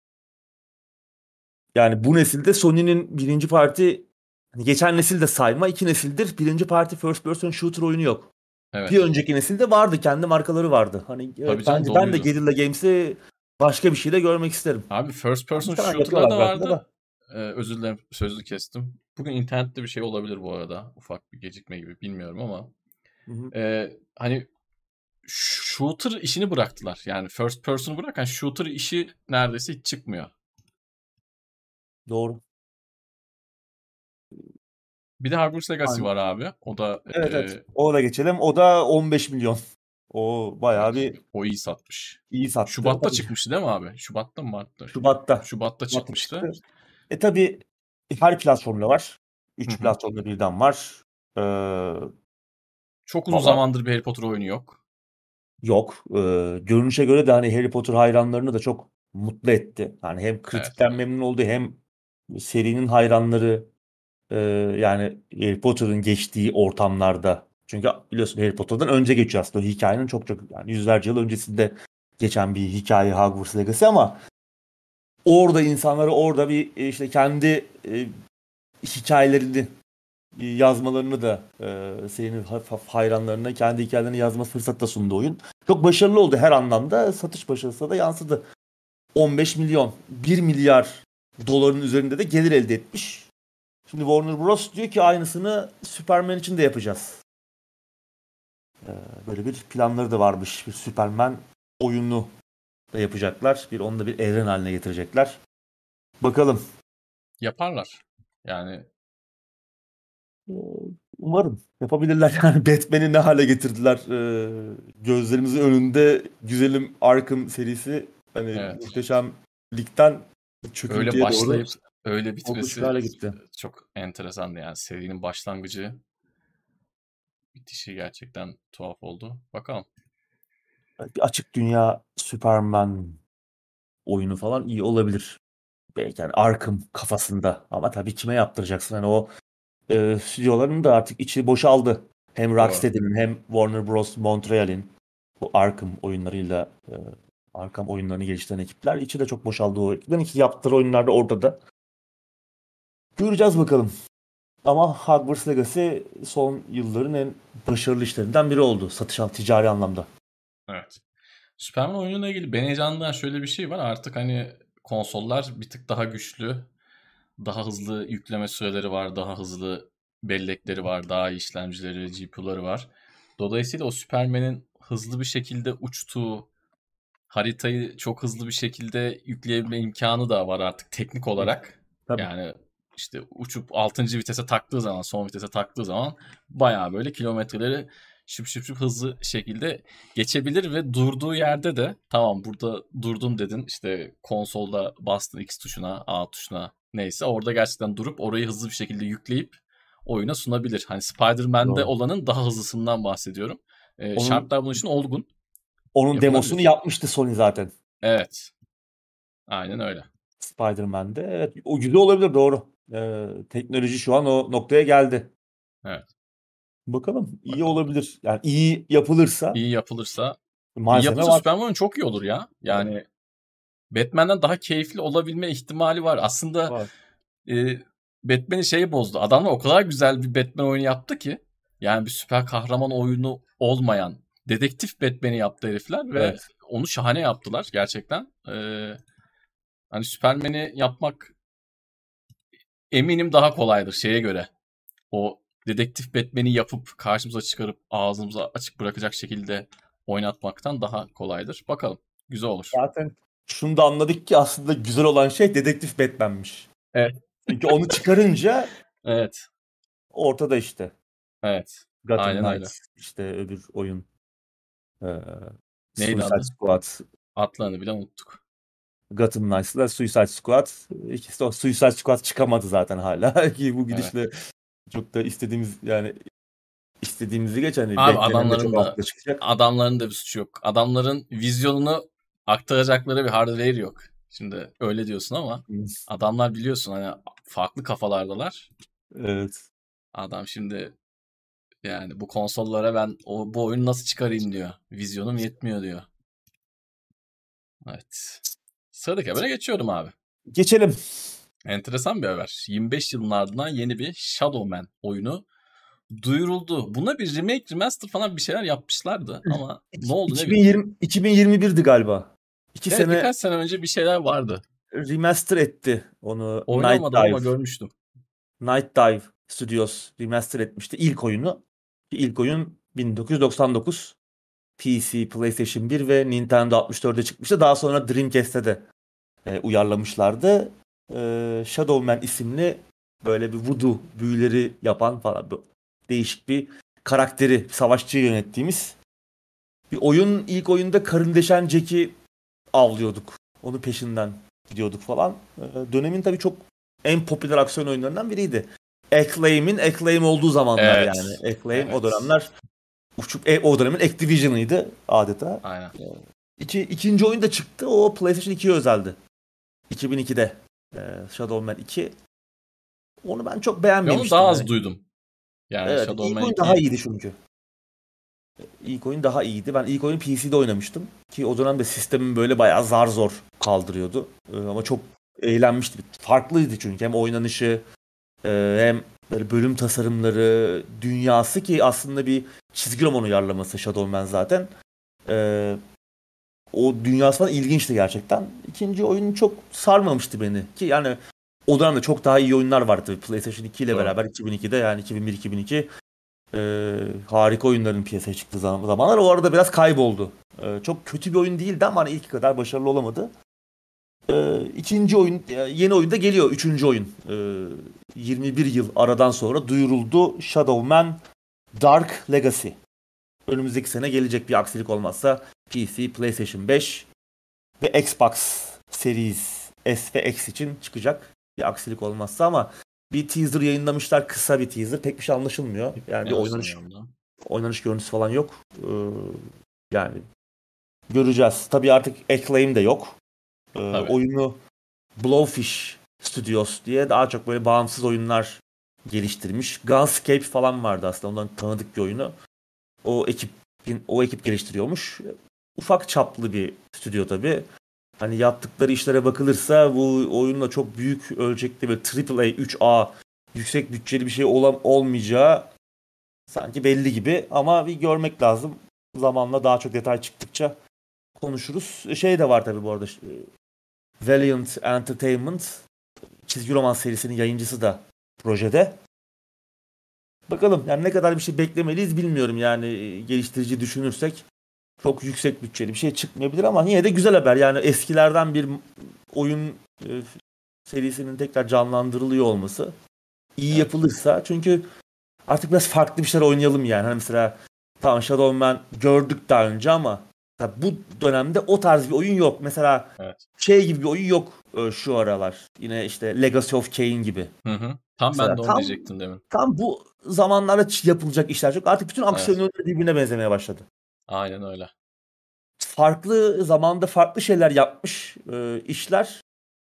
Speaker 2: Yani bu nesilde Sony'nin birinci parti, hani geçen nesil de sayma, iki nesildir birinci parti first person shooter oyunu yok. Bir
Speaker 1: Evet.
Speaker 2: önceki nesilde vardı, kendi markaları vardı. Hani
Speaker 1: Tabii
Speaker 2: evet,
Speaker 1: canım
Speaker 2: bence ben de
Speaker 1: doluydu.
Speaker 2: Guerrilla Games'i başka bir şeyde görmek isterim.
Speaker 1: Abi first person
Speaker 2: Muhtemelen
Speaker 1: shooter'ları
Speaker 2: yapıyorlar
Speaker 1: da
Speaker 2: belki de da.
Speaker 1: vardı. Özür dilerim sözlü kestim. Bugün internette bir şey olabilir bu arada. Ufak bir gecikme gibi bilmiyorum ama.
Speaker 2: Hı hı.
Speaker 1: Hani shooter işini bıraktılar. Yani first person'ı bırakan shooter işi neredeyse hiç çıkmıyor.
Speaker 2: Doğru.
Speaker 1: Bir de Hogwarts Legacy
Speaker 2: Aynen.
Speaker 1: var abi. O da
Speaker 2: Evet, evet. O da geçelim. O da 15 milyon. O bayağı
Speaker 1: evet,
Speaker 2: bir
Speaker 1: o iyi satmış.
Speaker 2: iyi sattı.
Speaker 1: Şubat'ta
Speaker 2: Tabii ki.
Speaker 1: çıkmıştı değil mi abi? Şubat'ta mı Mart'ta?
Speaker 2: Şubat'ta.
Speaker 1: Şubat'ta
Speaker 2: Şubat'ta
Speaker 1: çıkmıştı.
Speaker 2: çıktı. Tabii her platformda var.
Speaker 1: Hı
Speaker 2: 3
Speaker 1: hı.
Speaker 2: platformda birden var. Ee,
Speaker 1: Çok uzun
Speaker 2: Valla
Speaker 1: zamandır bir Harry Potter oyunu yok.
Speaker 2: yok. Görünüşe göre de hani Harry Potter hayranlarını da çok mutlu etti. Yani hem
Speaker 1: Evet.
Speaker 2: kritikten memnun oldu, hem serinin hayranları, e, yani Harry Potter'ın geçtiği ortamlarda. Çünkü biliyorsun Harry Potter'dan önce geçiyor aslında. O hikayenin çok çok, yani yüzlerce yıl öncesinde geçen bir hikaye Hogwarts Legacy, ama orada insanları, orada bir işte kendi hikayelerini yazmalarını da senin hayranlarına kendi hikayelerini yazma fırsatı da sundu oyun. Çok başarılı oldu her anlamda. Satış başarısına da yansıdı. 15 milyon, 1 milyar doların üzerinde de gelir elde etmiş. Şimdi Warner Bros. Diyor ki aynısını Superman için de yapacağız. Böyle bir planları da varmış. Bir Superman oyunu da yapacaklar. Onu da bir evren haline getirecekler. Bakalım.
Speaker 1: Yaparlar. Yani
Speaker 2: umarım yapabilirler. Yani Batman'i ne hale getirdiler. Gözlerimizin önünde güzelim Arkham serisi hani muhteşem ligden
Speaker 1: öyle
Speaker 2: çöküntüye doğru
Speaker 1: başlayıp öyle bitmesi
Speaker 2: hale gitti.
Speaker 1: çok enteresandı yani. Serinin başlangıcı bitişi gerçekten tuhaf oldu. Bakalım.
Speaker 2: Bir açık dünya Superman oyunu falan iyi olabilir. Belki yani Arkham kafasında. Ama tabii kime yaptıracaksın? Hani o stüdyoların da artık içi boşaldı. Hem Rocksteady'nin hem Warner Bros. Montreal'in bu Arkham oyunlarıyla Arkham oyunlarını geliştiren ekipler. İçi de çok boşaldı o ekiplerin. İki yaptığı oyunlar da ortada. Göreceğiz bakalım. Ama Hogwarts Legacy son yılların en başarılı işlerinden biri oldu. Ticari anlamda.
Speaker 1: Evet. Superman oyunuyla ilgili beni heyecanlandıran şöyle bir şey var. Artık hani konsollar bir tık daha güçlü. Daha hızlı yükleme süreleri var. Daha hızlı bellekleri var. Daha iyi işlemcileri, GPU'ları var. Dolayısıyla o Superman'in hızlı bir şekilde uçtuğu, haritayı çok hızlı bir şekilde yükleyebilme imkanı da var artık teknik olarak.
Speaker 2: Tabii.
Speaker 1: Yani işte uçup 6. vitese taktığı zaman, son vitese taktığı zaman bayağı böyle kilometreleri şıp şıp şıp hızlı şekilde geçebilir ve durduğu yerde de tamam burada durdum dedin işte konsolda bastın X tuşuna, A tuşuna neyse orada gerçekten durup orayı hızlı bir şekilde yükleyip oyuna sunabilir. Hani Spider-Man'de olanın daha hızlısından bahsediyorum. Şartlar bunun için olgun.
Speaker 2: Onun demosunu yapmıştı Sony zaten.
Speaker 1: Evet. Aynen öyle.
Speaker 2: Spider-Man'de. Evet, o güzel olabilir doğru. Teknoloji şu an o noktaya geldi.
Speaker 1: Evet.
Speaker 2: Bakalım iyi olabilir. Yani iyi yapılırsa.
Speaker 1: İyi yapılırsa.
Speaker 2: Malzeme
Speaker 1: İyi yapılırsa
Speaker 2: var.
Speaker 1: Superman çok iyi olur ya. Yani Batman'den daha keyifli olabilme ihtimali var. Aslında Batman'i şeyi bozdu. Adamlar o kadar güzel bir Batman oyunu yaptı ki. Yani bir süper kahraman oyunu olmayan dedektif Batman'i yaptı herifler ve onu şahane yaptılar gerçekten. Hani Superman'i yapmak eminim daha kolaydır şeye göre. O dedektif Batman'i yapıp karşımıza çıkarıp ağzımıza açık bırakacak şekilde oynatmaktan daha kolaydır. Bakalım. Güzel olur.
Speaker 2: Zaten şunu da anladık ki aslında güzel olan şey dedektif Batman'miş.
Speaker 1: Evet.
Speaker 2: Çünkü onu çıkarınca
Speaker 1: evet.
Speaker 2: Ortada işte.
Speaker 1: Evet.
Speaker 2: Gotham
Speaker 1: Aynen
Speaker 2: Knights,
Speaker 1: öyle.
Speaker 2: işte öbür oyun.
Speaker 1: Neydi
Speaker 2: Suicide
Speaker 1: adı?
Speaker 2: Squad.
Speaker 1: Adlarını bile unuttuk.
Speaker 2: Gotham Knights'la Suicide Squad. İkisi de o Suicide Squad çıkamadı zaten hala. Ki bu gidişle çok da istediğimizi geç hani
Speaker 1: Abi
Speaker 2: beklenen de çok altta çıkacak.
Speaker 1: Adamların da bir suçu yok. Adamların vizyonunu aktaracakları bir hardware yok. Şimdi öyle diyorsun ama adamlar biliyorsun hani farklı kafalardalar.
Speaker 2: Evet.
Speaker 1: Adam şimdi yani bu konsollara ben bu oyunu nasıl çıkarayım diyor. Vizyonum yetmiyor diyor. Evet. Sıradaki habere geçiyorum abi.
Speaker 2: Geçelim.
Speaker 1: Enteresan bir haber. 25 yılın ardından yeni bir Shadow Man oyunu duyuruldu. Buna bir remake, remaster falan bir şeyler yapmışlardı ama ne oldu ne bitti?
Speaker 2: 2021'di galiba.
Speaker 1: Birkaç sene önce bir şeyler vardı.
Speaker 2: Remaster etti onu.
Speaker 1: Oynamadım ama görmüştüm.
Speaker 2: Night Dive Studios remaster etmişti ilk oyunu. İlk oyun 1999. PC, PlayStation 1 ve Nintendo 64'e çıkmıştı. Daha sonra Dreamcast'te de uyarlamışlardı. Shadow Man isimli böyle bir voodoo büyüleri yapan falan değişik bir karakteri, savaşçıyı yönettiğimiz bir oyun. İlk oyunda karın deşen Jack'i avlıyorduk. Onun peşinden gidiyorduk falan. Dönemin tabii çok en popüler aksiyon oyunlarından biriydi. Acclaim olduğu zamanlar yani. Acclaim o dönemler o dönemin Activision'ıydı adeta.
Speaker 1: Aynen.
Speaker 2: İkinci oyun da çıktı. O PlayStation 2'ye özeldi. 2002'de Shadow Man 2. Onu ben çok beğenmemiştim.
Speaker 1: Onu daha az duydum. Yani
Speaker 2: evet,
Speaker 1: Shadow
Speaker 2: ilk
Speaker 1: Man
Speaker 2: oyun
Speaker 1: 2...
Speaker 2: daha iyiydi çünkü. İlk oyun daha iyiydi. Ben ilk oyunu PC'de oynamıştım. Ki o dönemde sistemin böyle bayağı zar zor kaldırıyordu. Ama çok eğlenmişti. Farklıydı çünkü. Hem oynanışı hem böyle bölüm tasarımları, dünyası ki aslında bir çizgi roman uyarlaması Shadowman zaten. Ee, O dünyası falan ilginçti gerçekten. İkinci oyun çok sarmamıştı beni. Ki yani o dönemde çok daha iyi oyunlar vardı tabii. PlayStation 2 ile
Speaker 1: Doğru.
Speaker 2: beraber 2002'de yani 2001-2002 harika oyunların piyasaya çıktığı zamanlar. O arada biraz kayboldu. Çok kötü bir oyun değildi ama hani ilk kadar başarılı olamadı. İkinci oyun, yeni oyunda geliyor. Üçüncü oyun. 21 yıl aradan sonra duyuruldu. Shadowman Dark Legacy. Önümüzdeki sene gelecek bir aksilik olmazsa PC, PlayStation 5 ve Xbox Series S ve X için çıkacak. Bir aksilik olmazsa ama bir teaser yayınlamışlar. Kısa bir teaser. Pek bir şey anlaşılmıyor. Yani
Speaker 1: Ne
Speaker 2: bir
Speaker 1: anlaşılmıyor?
Speaker 2: oynanış görüntüsü falan yok. Yani göreceğiz. Tabii artık Acclaim de yok.
Speaker 1: Tabii.
Speaker 2: Oyunu Blowfish Studios diye daha çok böyle bağımsız oyunlar geliştirmiş. Gunscape falan vardı aslında. Ondan tanıdık bir oyunu. O ekip geliştiriyormuş. Ufak çaplı bir stüdyo tabii. Hani yaptıkları işlere bakılırsa bu oyunla çok büyük ölçekli ve AAA 3A yüksek bütçeli bir şey olmayacağı sanki belli gibi ama bir görmek lazım. Zamanla daha çok detay çıktıkça konuşuruz. Şey de var tabii bu arada. Valiant Entertainment çizgi roman serisinin yayıncısı da projede. Bakalım yani ne kadar bir şey beklemeliyiz bilmiyorum yani geliştirici düşünürsek çok yüksek bütçeli bir şey çıkmayabilir ama yine de güzel haber. Yani eskilerden bir oyun serisinin tekrar canlandırılıyor olması iyi
Speaker 1: Evet.
Speaker 2: yapılırsa çünkü artık biraz farklı bir şeyler oynayalım yani. Hani mesela tamam Shadowman gördük daha önce ama bu dönemde o tarz bir oyun yok. Mesela
Speaker 1: Evet.
Speaker 2: şey gibi bir oyun yok şu aralar. Yine işte Legacy of Kain gibi.
Speaker 1: Hı hı. Tam ben
Speaker 2: Mesela
Speaker 1: de onu
Speaker 2: tam
Speaker 1: diyecektim demin.
Speaker 2: tam bu zamanlarda yapılacak işler çok. Artık bütün aksiyon
Speaker 1: Evet.
Speaker 2: oyunları birbirine benzemeye başladı.
Speaker 1: Aynen öyle.
Speaker 2: Farklı zamanda farklı şeyler yapmış işler.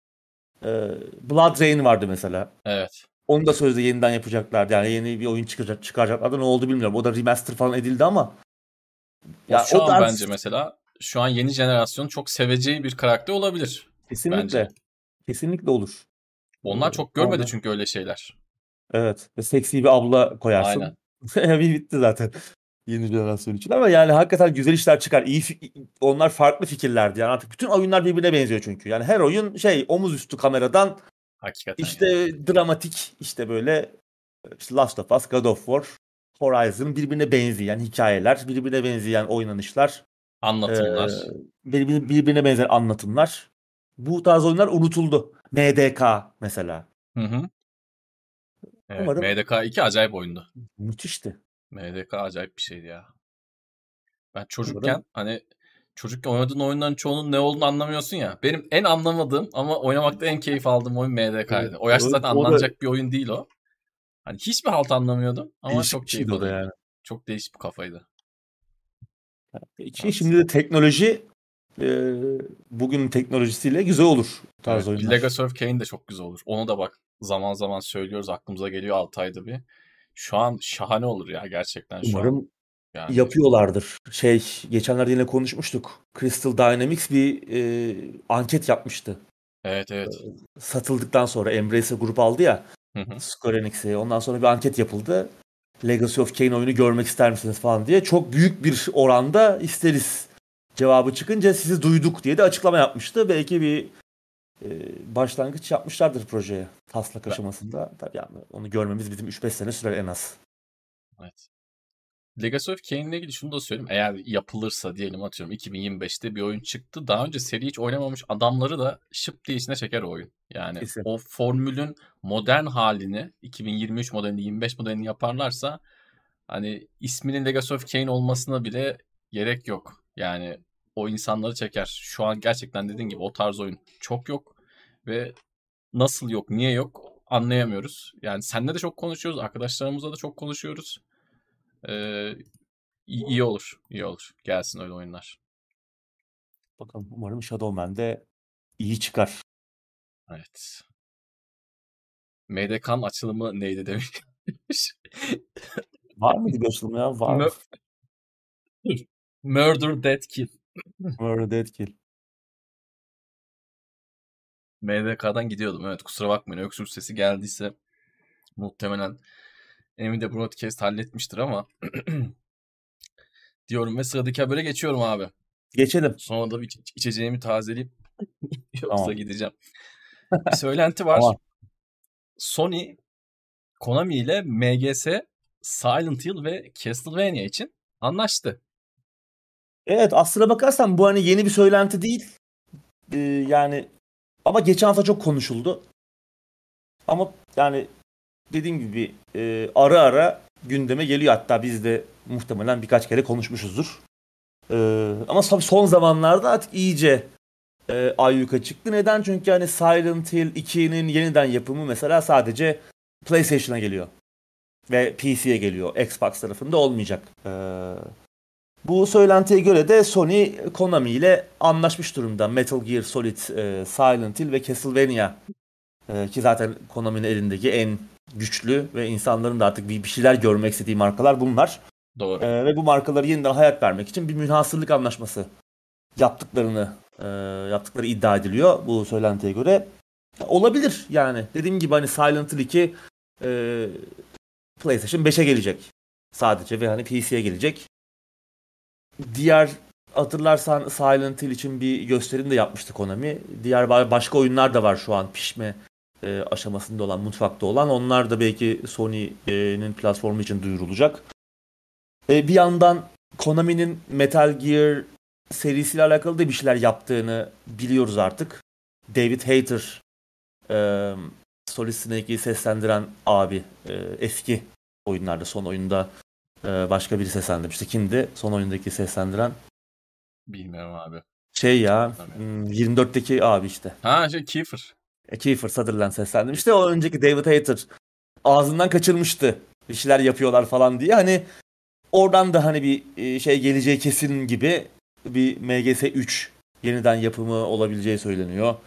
Speaker 2: Blood Rain vardı mesela.
Speaker 1: Evet.
Speaker 2: Onu da sözde yeniden yapacaklardı. Yani yeni bir oyun çıkaracaklardı. Ne oldu bilmiyorum. O da remaster falan edildi ama
Speaker 1: O
Speaker 2: ya
Speaker 1: şu
Speaker 2: o
Speaker 1: an bence
Speaker 2: tarz
Speaker 1: mesela şu an yeni jenerasyon çok seveceği bir karakter olabilir. Bence.
Speaker 2: kesinlikle kesinlikle olur.
Speaker 1: Onlar çok görmedi
Speaker 2: Orada.
Speaker 1: çünkü öyle şeyler.
Speaker 2: Evet. Ve seksi bir abla
Speaker 1: Aynen.
Speaker 2: koyarsın. Bir bitti zaten. Yeni jenerasyon için ama yani hakikaten güzel işler çıkar. Onlar farklı fikirlerdi. Yani artık bütün oyunlar birbirine benziyor çünkü. Yani her oyun şey omuz üstü kameradan
Speaker 1: Hakikaten
Speaker 2: işte
Speaker 1: ya.
Speaker 2: dramatik işte böyle işte Last of Us, God of War, Horizon birbirine benzeyen hikayeler, birbirine benzeyen oynanışlar, e,
Speaker 1: Anlatımlar.
Speaker 2: birbirine benzer anlatımlar. Bu tarz oyunlar unutuldu. MDK mesela.
Speaker 1: Hı hı. Evet.
Speaker 2: Umarım
Speaker 1: MDK 2 acayip oyundu.
Speaker 2: müthişti.
Speaker 1: MDK acayip bir şeydi ya. Ben
Speaker 2: Umarım
Speaker 1: çocukken hani çocukken oynadığın oyunların çoğunun ne olduğunu anlamıyorsun ya. Benim en anlamadığım ama oynamakta en keyif aldığım oyun
Speaker 2: evet,
Speaker 1: MDK'ydı. O yaşta zaten
Speaker 2: o da
Speaker 1: anlanacak bir oyun değil o. Hani hiçbir halt anlamıyordum ama
Speaker 2: değişik
Speaker 1: çok
Speaker 2: bir şeydi
Speaker 1: keyif
Speaker 2: o da
Speaker 1: alıyordum.
Speaker 2: yani.
Speaker 1: Çok değişik bir kafaydı. Evet.
Speaker 2: Şimdi de teknoloji e, bugünün teknolojisiyle güzel olur bu tarz
Speaker 1: Evet. Bir
Speaker 2: oyunlar.
Speaker 1: Legacy of Kain de çok güzel olur. Onu da bak zaman zaman söylüyoruz. Aklımıza geliyor 6 ayda bir. Şu an şahane olur ya gerçekten şu an.
Speaker 2: Umarım
Speaker 1: Yani
Speaker 2: yapıyorlardır. Geçenlerde yine konuşmuştuk. Crystal Dynamics bir anket yapmıştı.
Speaker 1: evet evet.
Speaker 2: Satıldıktan sonra Embracer Group aldı ya
Speaker 1: Hı hı.
Speaker 2: Square Enix'i. Ondan sonra bir anket yapıldı. Legacy of Kain oyunu görmek ister misiniz falan diye. Çok büyük bir oranda isteriz cevabı çıkınca sizi duyduk diye de açıklama yapmıştı. Belki bir başlangıç yapmışlardır projeye taslak
Speaker 1: Ve-
Speaker 2: aşamasında. Tabii yani onu görmemiz bizim 3-5 sene sürer en az.
Speaker 1: Evet. Legacy of Kain'le ilgili şunu da söyleyeyim. Eğer yapılırsa diyelim atıyorum 2025'te bir oyun çıktı. Daha önce seri hiç oynamamış adamları da şıp diye içine çeker o oyun. Yani
Speaker 2: Kesin.
Speaker 1: o formülün modern halini 2023 modelini 25 modelini yaparlarsa hani isminin Legacy of Kain olmasına bile gerek yok. Yani o insanları çeker. Şu an gerçekten dediğin gibi o tarz oyun çok yok ve nasıl yok, niye yok anlayamıyoruz. Yani seninle de çok konuşuyoruz, arkadaşlarımızla da çok konuşuyoruz. Ee, iyi olur, iyi olur. Gelsin öyle oyunlar.
Speaker 2: Bakalım umarım Shadow de iyi çıkar.
Speaker 1: Evet. MDK'nın açılımı neydi demiş.
Speaker 2: Var mıydı bir açılım ya? Var.
Speaker 1: Mö- Murder Dead Kill.
Speaker 2: Murder Dead Kill.
Speaker 1: MDK'dan gidiyordum. Evet kusura bakmayın. Öksürük sesi geldiyse Muhtemelen Nvidia Broadcast halletmiştir ama diyorum ve sıradaki habere geçiyorum abi.
Speaker 2: Geçelim.
Speaker 1: Sonra da bir içeceğimi tazeleyip yoksa
Speaker 2: Tamam.
Speaker 1: gideceğim. Bir söylenti var.
Speaker 2: Tamam.
Speaker 1: Sony, Konami ile MGS, Silent Hill ve Castlevania için anlaştı.
Speaker 2: Evet, aslına bakarsan bu hani yeni bir söylenti değil. Yani ama geçen hafta çok konuşuldu. Ama yani dediğim gibi ara ara gündeme geliyor. Hatta biz de muhtemelen birkaç kere konuşmuşuzdur. Ama tabii son zamanlarda artık iyice ayyuka çıktı. Neden? Çünkü hani Silent Hill 2'nin yeniden yapımı mesela sadece PlayStation'a geliyor. Ve PC'ye geliyor. Xbox tarafında olmayacak. Bu söylentiye göre de Sony Konami ile anlaşmış durumda. Metal Gear Solid, Silent Hill ve Castlevania. Ki zaten Konami'nin elindeki en güçlü ve insanların da artık bir şeyler görmek istediği markalar bunlar.
Speaker 1: Doğru.
Speaker 2: Ve bu markaları yeniden hayat vermek için bir münhasırlık anlaşması yaptıkları iddia ediliyor bu söylentiye göre. Olabilir yani. Dediğim gibi hani Silent Hill 2 PlayStation 5'e gelecek sadece ve hani PC'ye gelecek. Diğer hatırlarsan Silent Hill için bir gösterim de yapmıştı Konami. Diğer başka oyunlar da var şu an pişme aşamasında olan, mutfakta olan. Onlar da belki Sony'nin platformu için duyurulacak. Bir yandan Konami'nin Metal Gear serisiyle alakalı da bir şeyler yaptığını biliyoruz artık. David Hayter, Solid Snake'i seslendiren abi, eski oyunlarda, son oyunda başka biri seslendirmişti. Kimdi son oyundaki seslendiren?
Speaker 1: Bilmiyorum abi.
Speaker 2: 24'teki abi işte.
Speaker 1: Kiefer.
Speaker 2: Kiefer Sutherland seslendirmişti. O önceki David Hayter ağzından kaçırmıştı. Bir şeyler yapıyorlar falan diye. Hani oradan da hani bir şey geleceği kesin gibi bir MGS 3 yeniden yapımı olabileceği söyleniyor.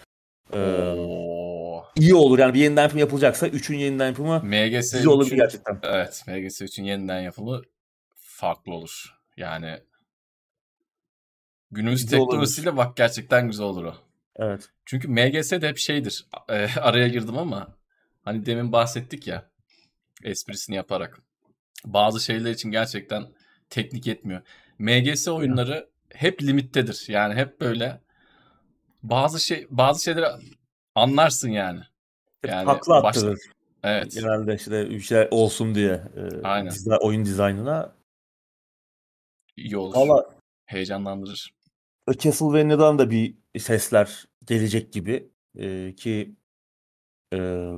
Speaker 2: İyi olur yani bir yeniden yapım yapılacaksa 3'ün yeniden yapımı
Speaker 1: MGS
Speaker 2: iyi olabilir
Speaker 1: 3'ün
Speaker 2: gerçekten.
Speaker 1: evet, MGS 3'ün yeniden yapımı farklı olur. Yani günümüz
Speaker 2: Güzel olabilir.
Speaker 1: teknolojisiyle bak gerçekten güzel olur o.
Speaker 2: Evet.
Speaker 1: Çünkü MGS de hep şeydir. Araya girdim ama hani demin bahsettik ya esprisini yaparak. Bazı şeyler için gerçekten teknik yetmiyor. MGS oyunları hep limittedir. Yani hep böyle bazı şeyleri anlarsın yani. Yani
Speaker 2: Takla attırır.
Speaker 1: Evet.
Speaker 2: Genelde işte bir şeyler olsun diye
Speaker 1: Aynen.
Speaker 2: oyun dizaynına.
Speaker 1: İyi olur.
Speaker 2: Valla
Speaker 1: Heyecanlandırır.
Speaker 2: Castlevania'dan da bir sesler gelecek gibi ki e,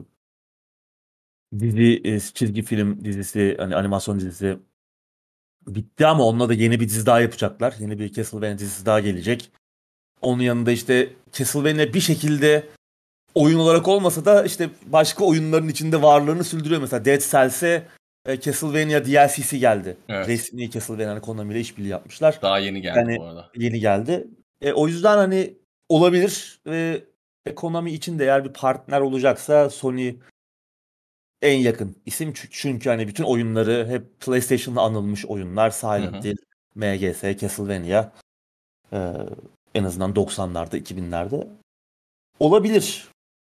Speaker 2: çizgi film dizisi, hani animasyon dizisi bitti ama onunla da yeni bir dizi daha yapacaklar. Yeni bir Castlevania dizisi daha gelecek. Onun yanında işte Castlevania bir şekilde oyun olarak olmasa da işte başka oyunların içinde varlığını sürdürüyor. Mesela Dead Cells'e Castlevania DLC'si geldi.
Speaker 1: Evet.
Speaker 2: Resmi Castlevania Konami ile işbirliği yapmışlar.
Speaker 1: Daha yeni geldi
Speaker 2: Yani
Speaker 1: bu arada.
Speaker 2: yeni geldi. O yüzden hani olabilir. Konami için de eğer bir partner olacaksa Sony en yakın isim. Çünkü hani bütün oyunları hep PlayStation'da anılmış oyunlar. Silent Hill, MGS, Castlevania. En azından 90'larda, 2000'lerde. Olabilir.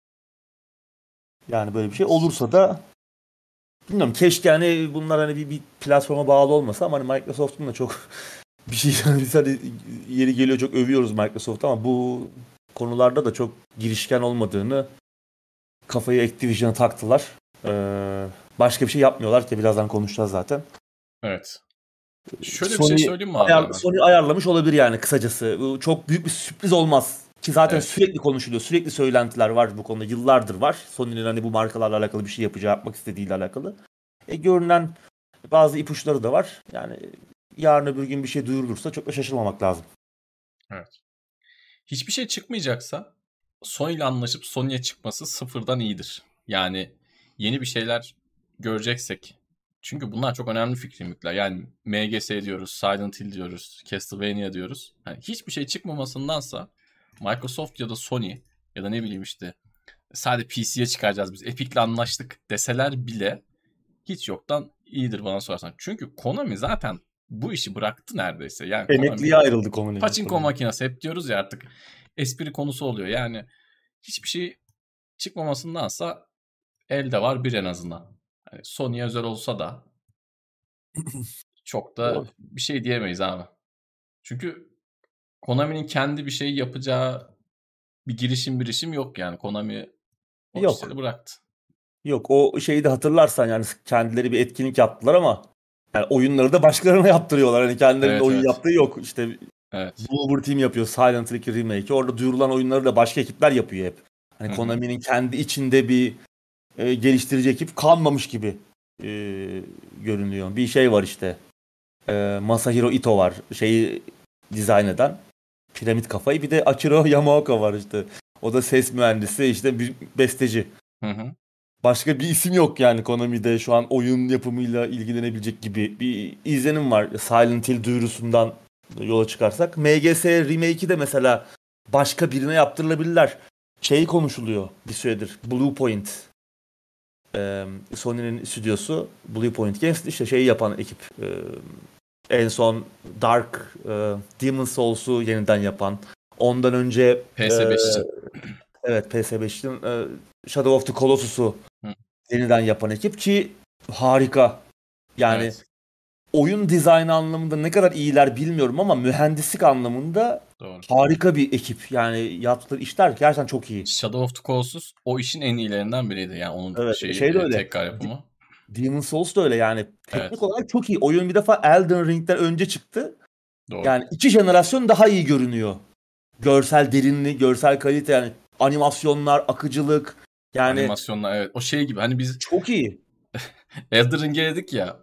Speaker 2: Yani böyle bir şey olursa da bilmiyorum, keşke hani bunlar hani bir platforma bağlı olmasa ama hani Microsoft'un da çok bir şey yani biz hani yeri geliyor çok övüyoruz Microsoft ama bu konularda da çok girişken olmadığını, kafayı Activision'a taktılar. Başka bir şey yapmıyorlar ki birazdan konuşacağız zaten.
Speaker 1: Evet. Şöyle bir şey söyleyeyim mi abi hemen?
Speaker 2: Sony ayarlamış olabilir yani kısacası. Bu çok büyük bir sürpriz olmaz. Ki zaten
Speaker 1: Evet.
Speaker 2: sürekli konuşuluyor. Sürekli söylentiler var bu konuda. Yıllardır var. Sony'nin hani bu markalarla alakalı bir şey yapmak istediğiyle alakalı. Görünen bazı ipuçları da var. Yani yarın öbür gün bir şey duyurulursa çok da şaşırmamak lazım.
Speaker 1: Evet. Hiçbir şey çıkmayacaksa Sony ile anlaşıp Sony'ye çıkması sıfırdan iyidir. Yani yeni bir şeyler göreceksek. Çünkü bunlar çok önemli fikrimlikler. Yani MGS diyoruz, Silent Hill diyoruz, Castlevania diyoruz. Yani hiçbir şey çıkmamasındansa Microsoft ya da Sony ya da ne bileyim işte sadece PC'ye çıkaracağız biz. Epic'le anlaştık deseler bile hiç yoktan iyidir bana sorarsan. Çünkü Konami zaten bu işi bıraktı neredeyse. Yani
Speaker 2: Emekliye
Speaker 1: Konami
Speaker 2: ayrıldı Konami.
Speaker 1: paçinko makinesi hep diyoruz ya artık. Espri konusu oluyor. Yani hiçbir şey çıkmamasındansa elde var bir en azından. hani Sony'ye özel olsa da çok da
Speaker 2: Doğru.
Speaker 1: bir şey diyemeyiz abi. Çünkü Konami'nin kendi bir şey yapacağı bir girişim yok yani. Konami o işleri
Speaker 2: Yok.
Speaker 1: bıraktı.
Speaker 2: Yok, o şeyi de hatırlarsan yani kendileri bir etkinlik yaptılar ama yani oyunları da başkalarına yaptırıyorlar. Hani kendilerinin
Speaker 1: Evet,
Speaker 2: oyun
Speaker 1: evet.
Speaker 2: yaptığı yok. İşte
Speaker 1: Evet.
Speaker 2: Bloober Team yapıyor Silent Hill 2 Remake'i. Orada duyurulan oyunları da başka ekipler yapıyor hep. Hani
Speaker 1: Hı hı.
Speaker 2: Konami'nin kendi içinde bir geliştirici ekip kalmamış gibi e, görünüyor. Bir şey var işte. Masahiro Ito var. Şeyi dizayn eden. Piramit kafayı. Bir de Akiro Yamaoka var işte. O da ses mühendisi, işte bir besteci.
Speaker 1: Hı hı.
Speaker 2: Başka bir isim yok yani Konami'de şu an oyun yapımıyla ilgilenebilecek gibi bir izlenim var. Silent Hill duyurusundan yola çıkarsak. MGS Remake'i de mesela başka birine yaptırılabilirler. Şey konuşuluyor bir süredir. Bluepoint. Sony'nin stüdyosu. Bluepoint Games işte şeyi yapan ekip. En son Dark Demon's Souls'u yeniden yapan. Ondan önce
Speaker 1: PS5 için.
Speaker 2: evet PS5'in Shadow of the Colossus'u
Speaker 1: Hı.
Speaker 2: yeniden yapan ekip ki harika. Yani
Speaker 1: Evet.
Speaker 2: oyun dizaynı anlamında ne kadar iyiler bilmiyorum ama mühendislik anlamında
Speaker 1: Doğru.
Speaker 2: harika bir ekip. Yani yaptıkları işler gerçekten çok iyi.
Speaker 1: Shadow of the Colossus o işin en iyilerinden biriydi. Yani onun
Speaker 2: Evet,
Speaker 1: şeyi
Speaker 2: şey de öyle.
Speaker 1: tekrar yapımı.
Speaker 2: Demon's Souls da öyle yani. Teknik
Speaker 1: Evet.
Speaker 2: olarak çok iyi. Oyun bir defa Elden Ring'den önce çıktı.
Speaker 1: Doğru.
Speaker 2: Yani 2 jenerasyon daha iyi görünüyor. Görsel derinlik, görsel kalite yani animasyonlar, akıcılık yani
Speaker 1: Animasyonlar, evet. O şey gibi hani biz
Speaker 2: çok iyi.
Speaker 1: Elden Ring'e dedik ya,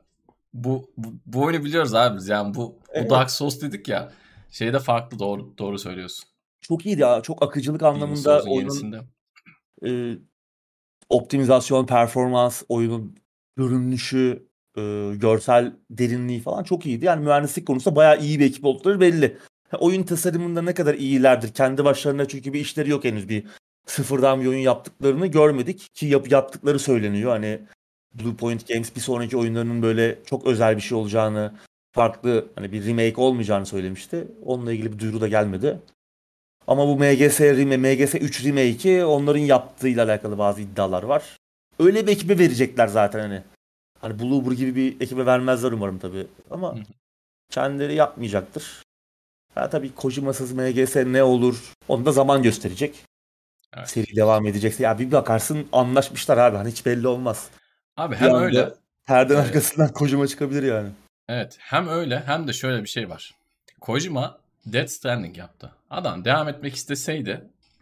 Speaker 1: bu oyunu biliyoruz abi biz. Yani bu Dark
Speaker 2: Evet.
Speaker 1: Souls dedik ya. Şey de farklı, doğru söylüyorsun.
Speaker 2: Çok iyiydi ya. Çok akıcılık
Speaker 1: Demon's
Speaker 2: anlamında
Speaker 1: Souls'un
Speaker 2: oyunun
Speaker 1: yenisinde.
Speaker 2: e, optimizasyon, performans, oyunun görünüşü, görsel derinliği falan çok iyiydi. Yani mühendislik konusunda bayağı iyi bir ekip oldukları belli. Ha, oyun tasarımında ne kadar iyilerdir. Kendi başlarına çünkü bir işleri yok henüz. Bir sıfırdan bir oyun yaptıklarını görmedik ki yaptıkları söyleniyor. Hani Bluepoint Games bir sonraki oyunlarının böyle çok özel bir şey olacağını, farklı hani bir remake olmayacağını söylemişti. Onunla ilgili bir duyuru da gelmedi. Ama bu MGS 3 remake'i onların yaptığıyla alakalı bazı iddialar var. Öyle bir ekibe verecekler zaten hani. Hani Bloober gibi bir ekibe vermezler umarım tabii.
Speaker 1: Hı
Speaker 2: Ama
Speaker 1: hı.
Speaker 2: kendileri yapmayacaktır. Ha tabii Kojima'sız MGS ne olur onu da zaman gösterecek.
Speaker 1: Evet.
Speaker 2: Seri devam edecekse. Ya bir bakarsın anlaşmışlar abi. Hani hiç belli olmaz.
Speaker 1: Abi
Speaker 2: Bir
Speaker 1: hem
Speaker 2: anda
Speaker 1: öyle
Speaker 2: perdenin
Speaker 1: e,
Speaker 2: arkasından Kojima çıkabilir yani.
Speaker 1: evet, hem öyle hem de şöyle bir şey var. Kojima Death Stranding yaptı. Adam devam etmek isteseydi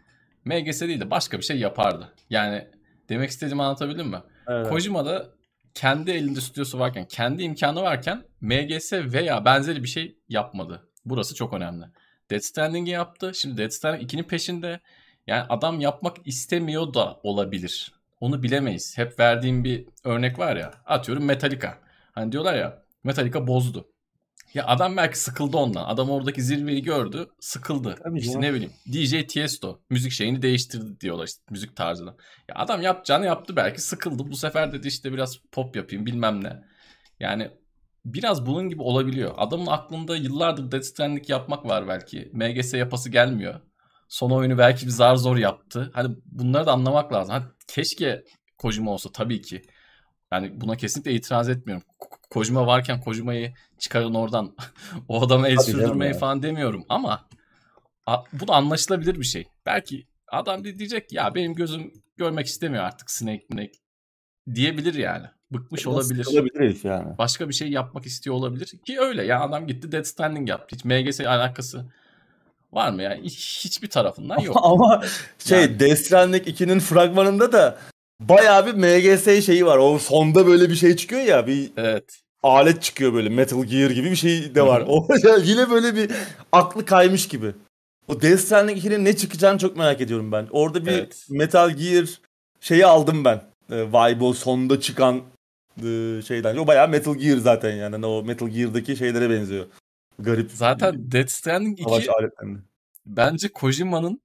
Speaker 1: MGS değil de başka bir şey yapardı. Yani demek istediğimi anlatabildim mi?
Speaker 2: Evet.
Speaker 1: Kojima da kendi elinde stüdyosu varken, kendi imkanı varken MGS veya benzeri bir şey yapmadı. Burası çok önemli. Death Stranding'i yaptı. Şimdi Death Stranding 2'nin peşinde. Yani adam yapmak istemiyor da olabilir. Onu bilemeyiz. Hep verdiğim bir örnek var ya. Atıyorum Metallica. Hani diyorlar ya, Metallica bozdu. Ya adam belki sıkıldı ondan. Adam oradaki zirveyi gördü, sıkıldı.
Speaker 2: Tabii
Speaker 1: İşte
Speaker 2: canım.
Speaker 1: ne bileyim, DJ Tiesto müzik şeyini değiştirdi diyorlar, işte müzik tarzını. Ya adam yapacağını yaptı, belki sıkıldı. Bu sefer dedi işte biraz pop yapayım bilmem ne. Yani biraz bunun gibi olabiliyor. Adamın aklında yıllardır Death Stranding yapmak var belki. MGS yapası gelmiyor. Son oyunu belki bir zar zor yaptı. Hani bunları da anlamak lazım. Hani keşke Kojima olsa, tabii ki. Yani buna kesinlikle itiraz etmiyorum. Kojima varken Kojima'yı çıkarın oradan. O adama el
Speaker 2: Tabii canım
Speaker 1: sürdürmeyi
Speaker 2: ya.
Speaker 1: falan demiyorum ama bu da anlaşılabilir bir şey. Belki adam diyecek ya benim gözüm görmek istemiyor artık Snake diyebilir yani. Bıkmış
Speaker 2: Biraz
Speaker 1: olabilir.
Speaker 2: sıkılabilir herif yani.
Speaker 1: Başka bir şey yapmak istiyor olabilir ki öyle ya, adam gitti Death Stranding yaptı. Hiç MGS alakası var mı ya? Hiçbir tarafından yok.
Speaker 2: Ama
Speaker 1: Yani
Speaker 2: şey Death Stranding 2'nin fragmanında da bayağı bir MGS şeyi var. O sonda böyle bir şey çıkıyor ya, bir
Speaker 1: evet.
Speaker 2: alet çıkıyor böyle Metal Gear gibi bir şey
Speaker 1: Hı
Speaker 2: de var.
Speaker 1: hı.
Speaker 2: O yine böyle bir aklı kaymış gibi. O Death Stranding 2'nin ne çıkacağını çok merak ediyorum ben. Orada bir
Speaker 1: Evet.
Speaker 2: Metal Gear şeyi aldım ben. Vibe o sonda çıkan şeyden. O bayağı Metal Gear zaten yani. Hani o Metal Gear'daki şeylere benziyor. Garip
Speaker 1: Zaten Death Stranding
Speaker 2: savaş
Speaker 1: 2
Speaker 2: aletlerine.
Speaker 1: bence Kojima'nın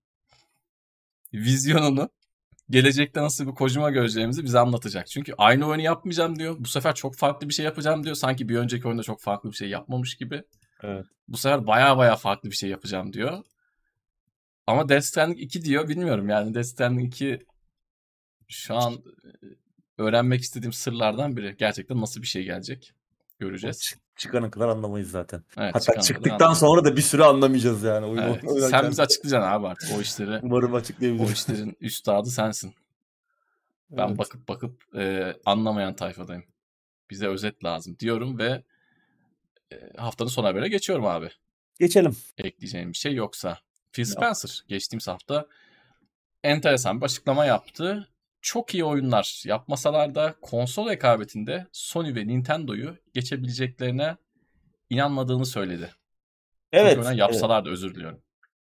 Speaker 1: vizyonunu, gelecekte nasıl bir Kojima göreceğimizi bize anlatacak. Çünkü aynı oyunu yapmayacağım diyor. Bu sefer çok farklı bir şey yapacağım diyor. Sanki bir önceki oyunda çok farklı bir şey yapmamış gibi.
Speaker 2: Evet.
Speaker 1: Bu sefer baya farklı bir şey yapacağım diyor. Ama Death Stranding 2 diyor. Bilmiyorum yani, Death Stranding 2 şu an öğrenmek istediğim sırlardan biri. Gerçekten nasıl bir şey gelecek göreceğiz.
Speaker 2: Çıkana kadar anlamayız zaten.
Speaker 1: Evet,
Speaker 2: Hatta
Speaker 1: çıkana kadar
Speaker 2: çıktıktan
Speaker 1: anlamayız.
Speaker 2: sonra da bir süre anlamayacağız yani. Oyun
Speaker 1: Evet. Sen
Speaker 2: oynarken.
Speaker 1: bize açıklayacaksın abi artık o işleri.
Speaker 2: Umarım
Speaker 1: O
Speaker 2: açıklayabilirim.
Speaker 1: işlerin üstadı sensin. Ben
Speaker 2: Evet.
Speaker 1: bakıp anlamayan tayfadayım. Bize özet lazım diyorum ve haftanın son haberine geçiyorum abi.
Speaker 2: Geçelim.
Speaker 1: Ekleyeceğim bir şey yoksa. Phil Spencer geçtiğimiz hafta enteresan bir açıklama yaptı. Çok iyi oyunlar yapmasalar da konsol rekabetinde Sony ve Nintendo'yu geçebileceklerine inanmadığını söyledi.
Speaker 2: Evet.
Speaker 1: Çok iyi oyunlar yapsalar da özür diliyorum.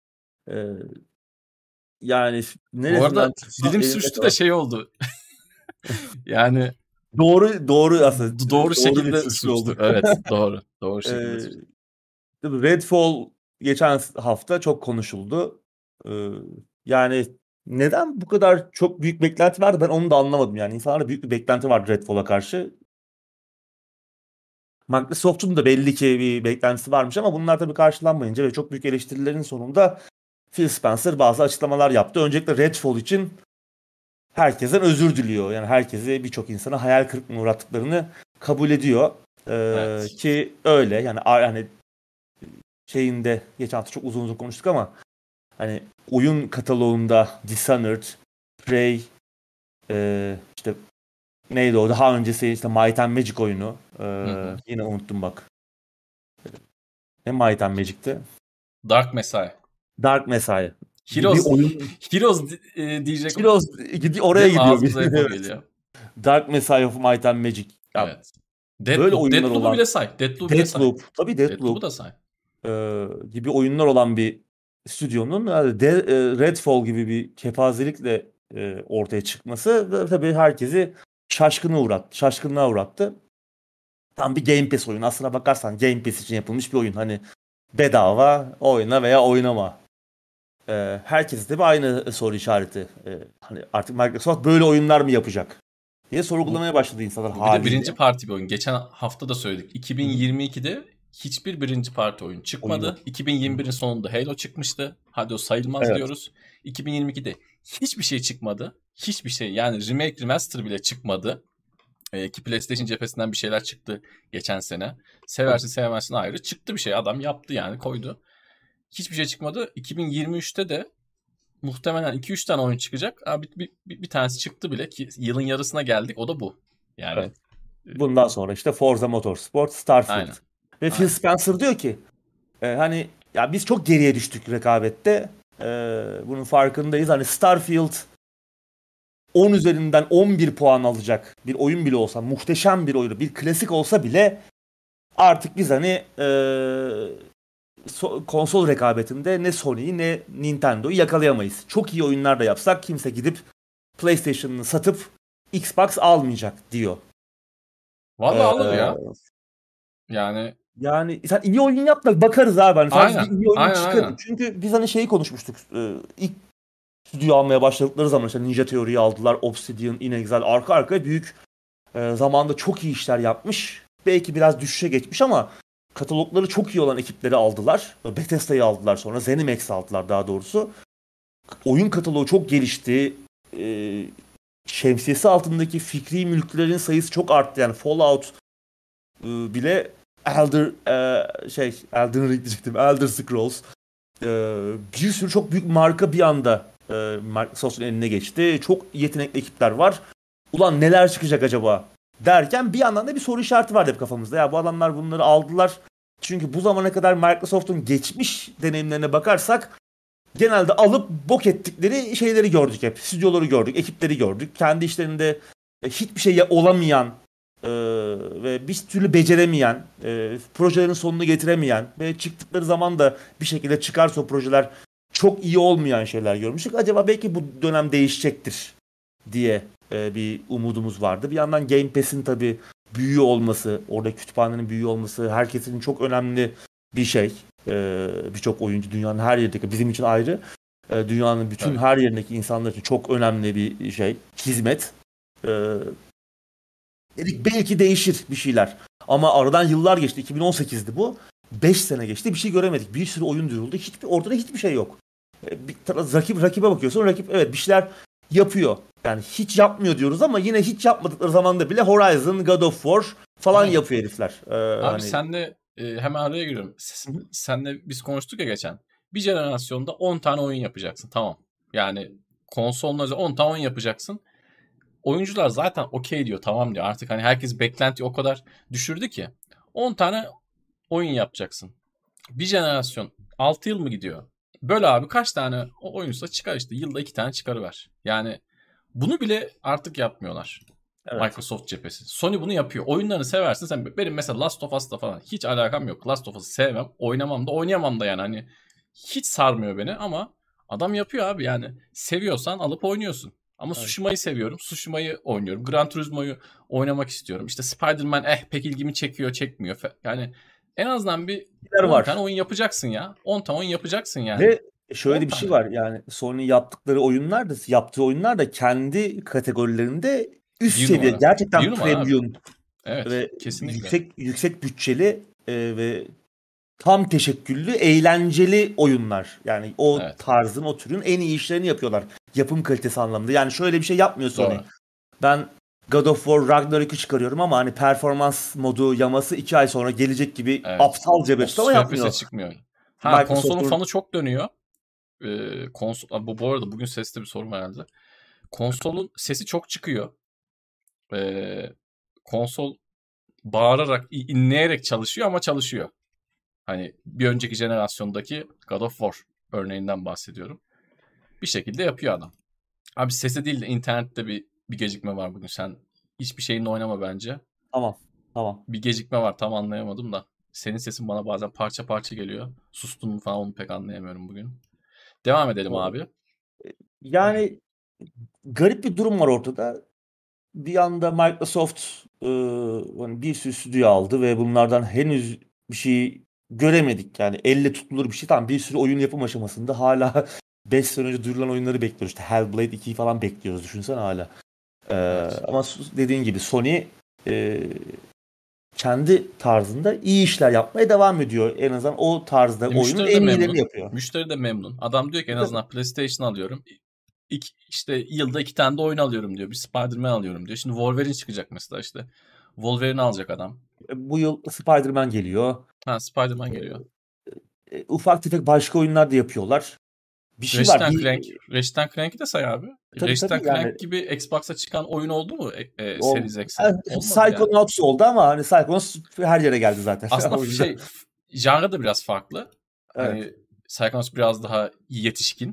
Speaker 2: Yani
Speaker 1: Bu arada
Speaker 2: tutsan
Speaker 1: dilim
Speaker 2: elinde
Speaker 1: sürçtü de
Speaker 2: kalan.
Speaker 1: şey oldu. Yani
Speaker 2: Doğru aslında.
Speaker 1: doğru
Speaker 2: bir
Speaker 1: şekilde
Speaker 2: suçlu
Speaker 1: suçtu.
Speaker 2: oldu.
Speaker 1: Evet, doğru. Doğru
Speaker 2: Ee,
Speaker 1: şekilde suçtu.
Speaker 2: tabii Redfall geçen hafta çok konuşuldu. Yani neden bu kadar çok büyük beklenti vardı ben onu da anlamadım. Yani insanlarda büyük bir beklenti vardı Redfall'a karşı. Microsoft'un da belli ki bir beklentisi varmış ama bunlar tabii karşılanmayınca ve çok büyük eleştirilerin sonunda Phil Spencer bazı açıklamalar yaptı. Öncelikle Redfall için herkesten özür diliyor. Yani herkesi birçok insana hayal kırıklığına uğrattıklarını kabul ediyor.
Speaker 1: Evet.
Speaker 2: Ki öyle yani hani şeyinde geçen hafta çok uzun konuştuk ama hani oyun kataloğunda Dishonored, Prey, işte neydi o daha öncesi işte Might and Magic oyunu. Yine unuttum bak. Ne Might and Magic'ti?
Speaker 1: Dark Messiah.
Speaker 2: Dark Messiah.
Speaker 1: Heroes,
Speaker 2: Bir oyun.
Speaker 1: Heroes diyecek.
Speaker 2: Heroes oraya
Speaker 1: Değil mi?
Speaker 2: gidiyor.
Speaker 1: Ağzımıza hep o
Speaker 2: Evet.
Speaker 1: geliyor.
Speaker 2: Dark Messiah of Might and Magic. Ya,
Speaker 1: Evet.
Speaker 2: böyle oyunlar
Speaker 1: Deathloop'u
Speaker 2: olan.
Speaker 1: bile say. Deathloop'u bile say.
Speaker 2: Deathloop. Tabii
Speaker 1: Deathloop'u
Speaker 2: Deathloop.
Speaker 1: da say.
Speaker 2: Gibi oyunlar olan bir stüdyonun Redfall gibi bir kepazelikle ortaya çıkması da tabii herkesi şaşkınlığa uğrattı. Tam bir Game Pass oyunu. Aslına bakarsan Game Pass için yapılmış bir oyun. Hani bedava oyna veya oynama. Herkes de bir aynı soru işareti. Hani artık Microsoft böyle oyunlar mı yapacak diye sorgulamaya başladı insanlar
Speaker 1: Bu bir de
Speaker 2: haliyle.
Speaker 1: birinci parti bir oyun. Geçen hafta da söyledik. 2022'de hiçbir birinci parti oyun çıkmadı.
Speaker 2: Oyun
Speaker 1: 2021'in sonunda Halo çıkmıştı. Hadi o sayılmaz
Speaker 2: Evet.
Speaker 1: diyoruz. 2022'de hiçbir şey çıkmadı. Hiçbir şey yani remake remaster bile çıkmadı. Ki PlayStation cephesinden bir şeyler çıktı geçen sene. Seversin sevmezsin ayrı. Çıktı bir şey. Adam yaptı yani koydu. Hiçbir şey çıkmadı. 2023'te de muhtemelen 2-3 tane oyun çıkacak. Abi bir tanesi çıktı bile ki yılın yarısına geldik. O da bu. Yani
Speaker 2: Evet. Bundan sonra işte Forza Motorsport, Starfield.
Speaker 1: Aynen.
Speaker 2: Ve Phil
Speaker 1: Aynen.
Speaker 2: Spencer diyor ki hani ya biz çok geriye düştük rekabette. Bunun farkındayız. Hani Starfield 10 üzerinden 11 puan alacak bir oyun bile olsa, muhteşem bir oyun, bir klasik olsa bile artık biz hani konsol rekabetinde ne Sony'yi ne Nintendo'yu yakalayamayız. Çok iyi oyunlar da yapsak kimse gidip PlayStation'ını satıp Xbox almayacak diyor.
Speaker 1: Vallahi alır ya. Yani
Speaker 2: sen iyi oyun yap da bakarız abi. Hani sadece
Speaker 1: aynen.
Speaker 2: bir iyi oyun
Speaker 1: Aynen,
Speaker 2: çıkarın.
Speaker 1: aynen.
Speaker 2: Çünkü biz hani şeyi konuşmuştuk. İlk stüdyo almaya başladıkları zaman işte Ninja Theory'yi aldılar. Obsidian, inXile arka arkaya büyük zamanda çok iyi işler yapmış. Belki biraz düşüşe geçmiş ama katalogları çok iyi olan ekipleri aldılar. Bethesda'yı aldılar sonra. ZeniMax aldılar daha doğrusu. Oyun kataloğu çok gelişti. Şemsiyesi altındaki fikri mülklerin sayısı çok arttı. Yani Fallout bile Elden Ring diyecektim. Elder Scrolls. Bir sürü çok büyük marka bir anda Microsoft'un eline geçti. Çok yetenekli ekipler var. Ulan neler çıkacak acaba derken bir yandan da bir soru işareti vardı hep kafamızda. Ya bu adamlar bunları aldılar. Çünkü bu zamana kadar Microsoft'un geçmiş deneyimlerine bakarsak genelde alıp bok ettikleri şeyleri gördük hep. Stüdyoları gördük, ekipleri gördük. Kendi işlerinde hiçbir şey olamayan ve bir türlü beceremeyen, projelerin sonunu getiremeyen ve çıktıkları zaman da bir şekilde çıkarsa o projeler çok iyi olmayan şeyler görmüştük. Acaba belki bu dönem değişecektir diye bir umudumuz vardı. Bir yandan Game Pass'in tabii büyüğü olması, orada kütüphanenin büyüğü olması herkesin çok önemli bir şey. Birçok oyuncu dünyanın her yerindeki, bizim için ayrı, dünyanın bütün her yerindeki insanlar için çok önemli bir şey, hizmet. Belki değişir bir şeyler. Ama aradan yıllar geçti. 2018'di bu. 5 sene geçti. Bir şey göremedik. Bir sürü oyun duyuruldu. Ortada hiçbir şey yok. Rakibe bakıyorsun. Rakip evet bir şeyler yapıyor. Yani hiç yapmıyor diyoruz ama yine hiç yapmadıkları zamanda bile Horizon, God of War falan
Speaker 1: Aynen.
Speaker 2: yapıyor herifler.
Speaker 1: Abi
Speaker 2: Hani
Speaker 1: senle hemen araya giriyorum. Senle biz konuştuk ya geçen. Bir jenerasyonda 10 tane oyun yapacaksın. Tamam. Yani konsolun özel 10 tane oyun yapacaksın. Oyuncular zaten okey diyor, tamam diyor. Artık hani herkes beklenti o kadar düşürdü ki. 10 tane oyun yapacaksın. Bir jenerasyon 6 yıl mı gidiyor? Böyle abi kaç tane oyunsa çıkar işte. Yılda 2 tane çıkarıver. Yani bunu bile artık yapmıyorlar.
Speaker 2: evet.
Speaker 1: Microsoft cephesi. Sony bunu yapıyor. Oyunlarını seversin sen. Benim mesela Last of Us'ta falan hiç alakam yok. Last of Us'ı sevmem. Oynamam da oynayamam da yani. Hani hiç sarmıyor beni ama adam yapıyor abi yani. Seviyorsan alıp oynuyorsun. Ama
Speaker 2: Evet.
Speaker 1: Tsushima'yı seviyorum. Tsushima'yı oynuyorum. Gran Turismo'yu oynamak istiyorum. İşte Spider-Man pek ilgimi çekiyor çekmiyor. Yani en azından bir
Speaker 2: Neler
Speaker 1: 10 tane
Speaker 2: var.
Speaker 1: oyun yapacaksın ya. 10 tane oyun yapacaksın yani.
Speaker 2: Ve şöyle
Speaker 1: 10
Speaker 2: bir şey
Speaker 1: tane.
Speaker 2: var, yani Sony yaptığı oyunlar da kendi kategorilerinde üst
Speaker 1: Bir
Speaker 2: seviye,
Speaker 1: numara. Bir
Speaker 2: gerçekten
Speaker 1: numara abi.
Speaker 2: premium
Speaker 1: Evet.
Speaker 2: ve
Speaker 1: Kesinlikle.
Speaker 2: yüksek bütçeli ve tam teşekküllü, eğlenceli oyunlar. Yani o
Speaker 1: Evet.
Speaker 2: tarzın, o türün en iyi işlerini yapıyorlar. Yapım kalitesi anlamında. Yani şöyle bir şey yapmıyor Sony.
Speaker 1: Doğru.
Speaker 2: Ben God of War Ragnarok'u çıkarıyorum ama hani performans modu yaması 2 ay sonra gelecek gibi
Speaker 1: Evet.
Speaker 2: aptalca bir
Speaker 1: O
Speaker 2: açıklama
Speaker 1: Surface'e
Speaker 2: yapmıyor.
Speaker 1: çıkmıyor. Ha, konsolun
Speaker 2: Microsoft'un
Speaker 1: fanı çok dönüyor. Bu arada bugün seste bir sorun var herhalde. Konsolun sesi çok çıkıyor. Ee, Konsol bağırarak, inleyerek çalışıyor ama çalışıyor. Hani bir önceki jenerasyondaki God of War örneğinden bahsediyorum. Bir şekilde yapıyor adam. Abi sese değil de internette bir gecikme var bugün. Sen hiçbir şeyinle oynama bence.
Speaker 2: tamam. Tamam.
Speaker 1: Bir gecikme var, tam anlayamadım da. Senin sesin bana bazen parça parça geliyor. Sustun mu falan onu pek anlayamıyorum bugün. Devam edelim abi.
Speaker 2: Yani garip bir durum var ortada. Bir anda Microsoft hani bir sürü stüdyo aldı ve bunlardan henüz bir şey göremedik. Yani elle tutulur bir şey. Tamam, bir sürü oyun yapım aşamasında hala 5 sene önce duyurulan oyunları bekliyoruz. İşte Hellblade 2'yi falan bekliyoruz. Düşünsene hala.
Speaker 1: Evet.
Speaker 2: Ama dediğin gibi Sony e, kendi tarzında iyi işler yapmaya devam ediyor. En azından o tarzda oyunun
Speaker 1: Müşteri de
Speaker 2: en iyilerini
Speaker 1: memnun.
Speaker 2: yapıyor.
Speaker 1: Müşteri de memnun. Adam diyor ki en
Speaker 2: Tabii.
Speaker 1: azından PlayStation alıyorum. İşte yılda 2 tane de oyun alıyorum diyor. Bir Spider-Man alıyorum diyor. Şimdi Wolverine çıkacak mesela işte. Wolverine alacak adam.
Speaker 2: Bu yıl Spider-Man geliyor.
Speaker 1: Ha, Spider-Man geliyor.
Speaker 2: Ufak tefek başka oyunlar da yapıyorlar. Bir şey var.
Speaker 1: Ratchet Clank. Ratchet Clank'i de say abi.
Speaker 2: Tabii
Speaker 1: Ratchet
Speaker 2: yani
Speaker 1: Clank gibi Xbox'a çıkan oyun oldu mu
Speaker 2: o
Speaker 1: Series X'e? Olmadı yani.
Speaker 2: Psychonauts oldu ama hani Psychonauts her yere geldi zaten.
Speaker 1: Aslında
Speaker 2: O yüzden.
Speaker 1: janrı da biraz farklı.
Speaker 2: Evet.
Speaker 1: Hani Psychonauts biraz daha yetişkin.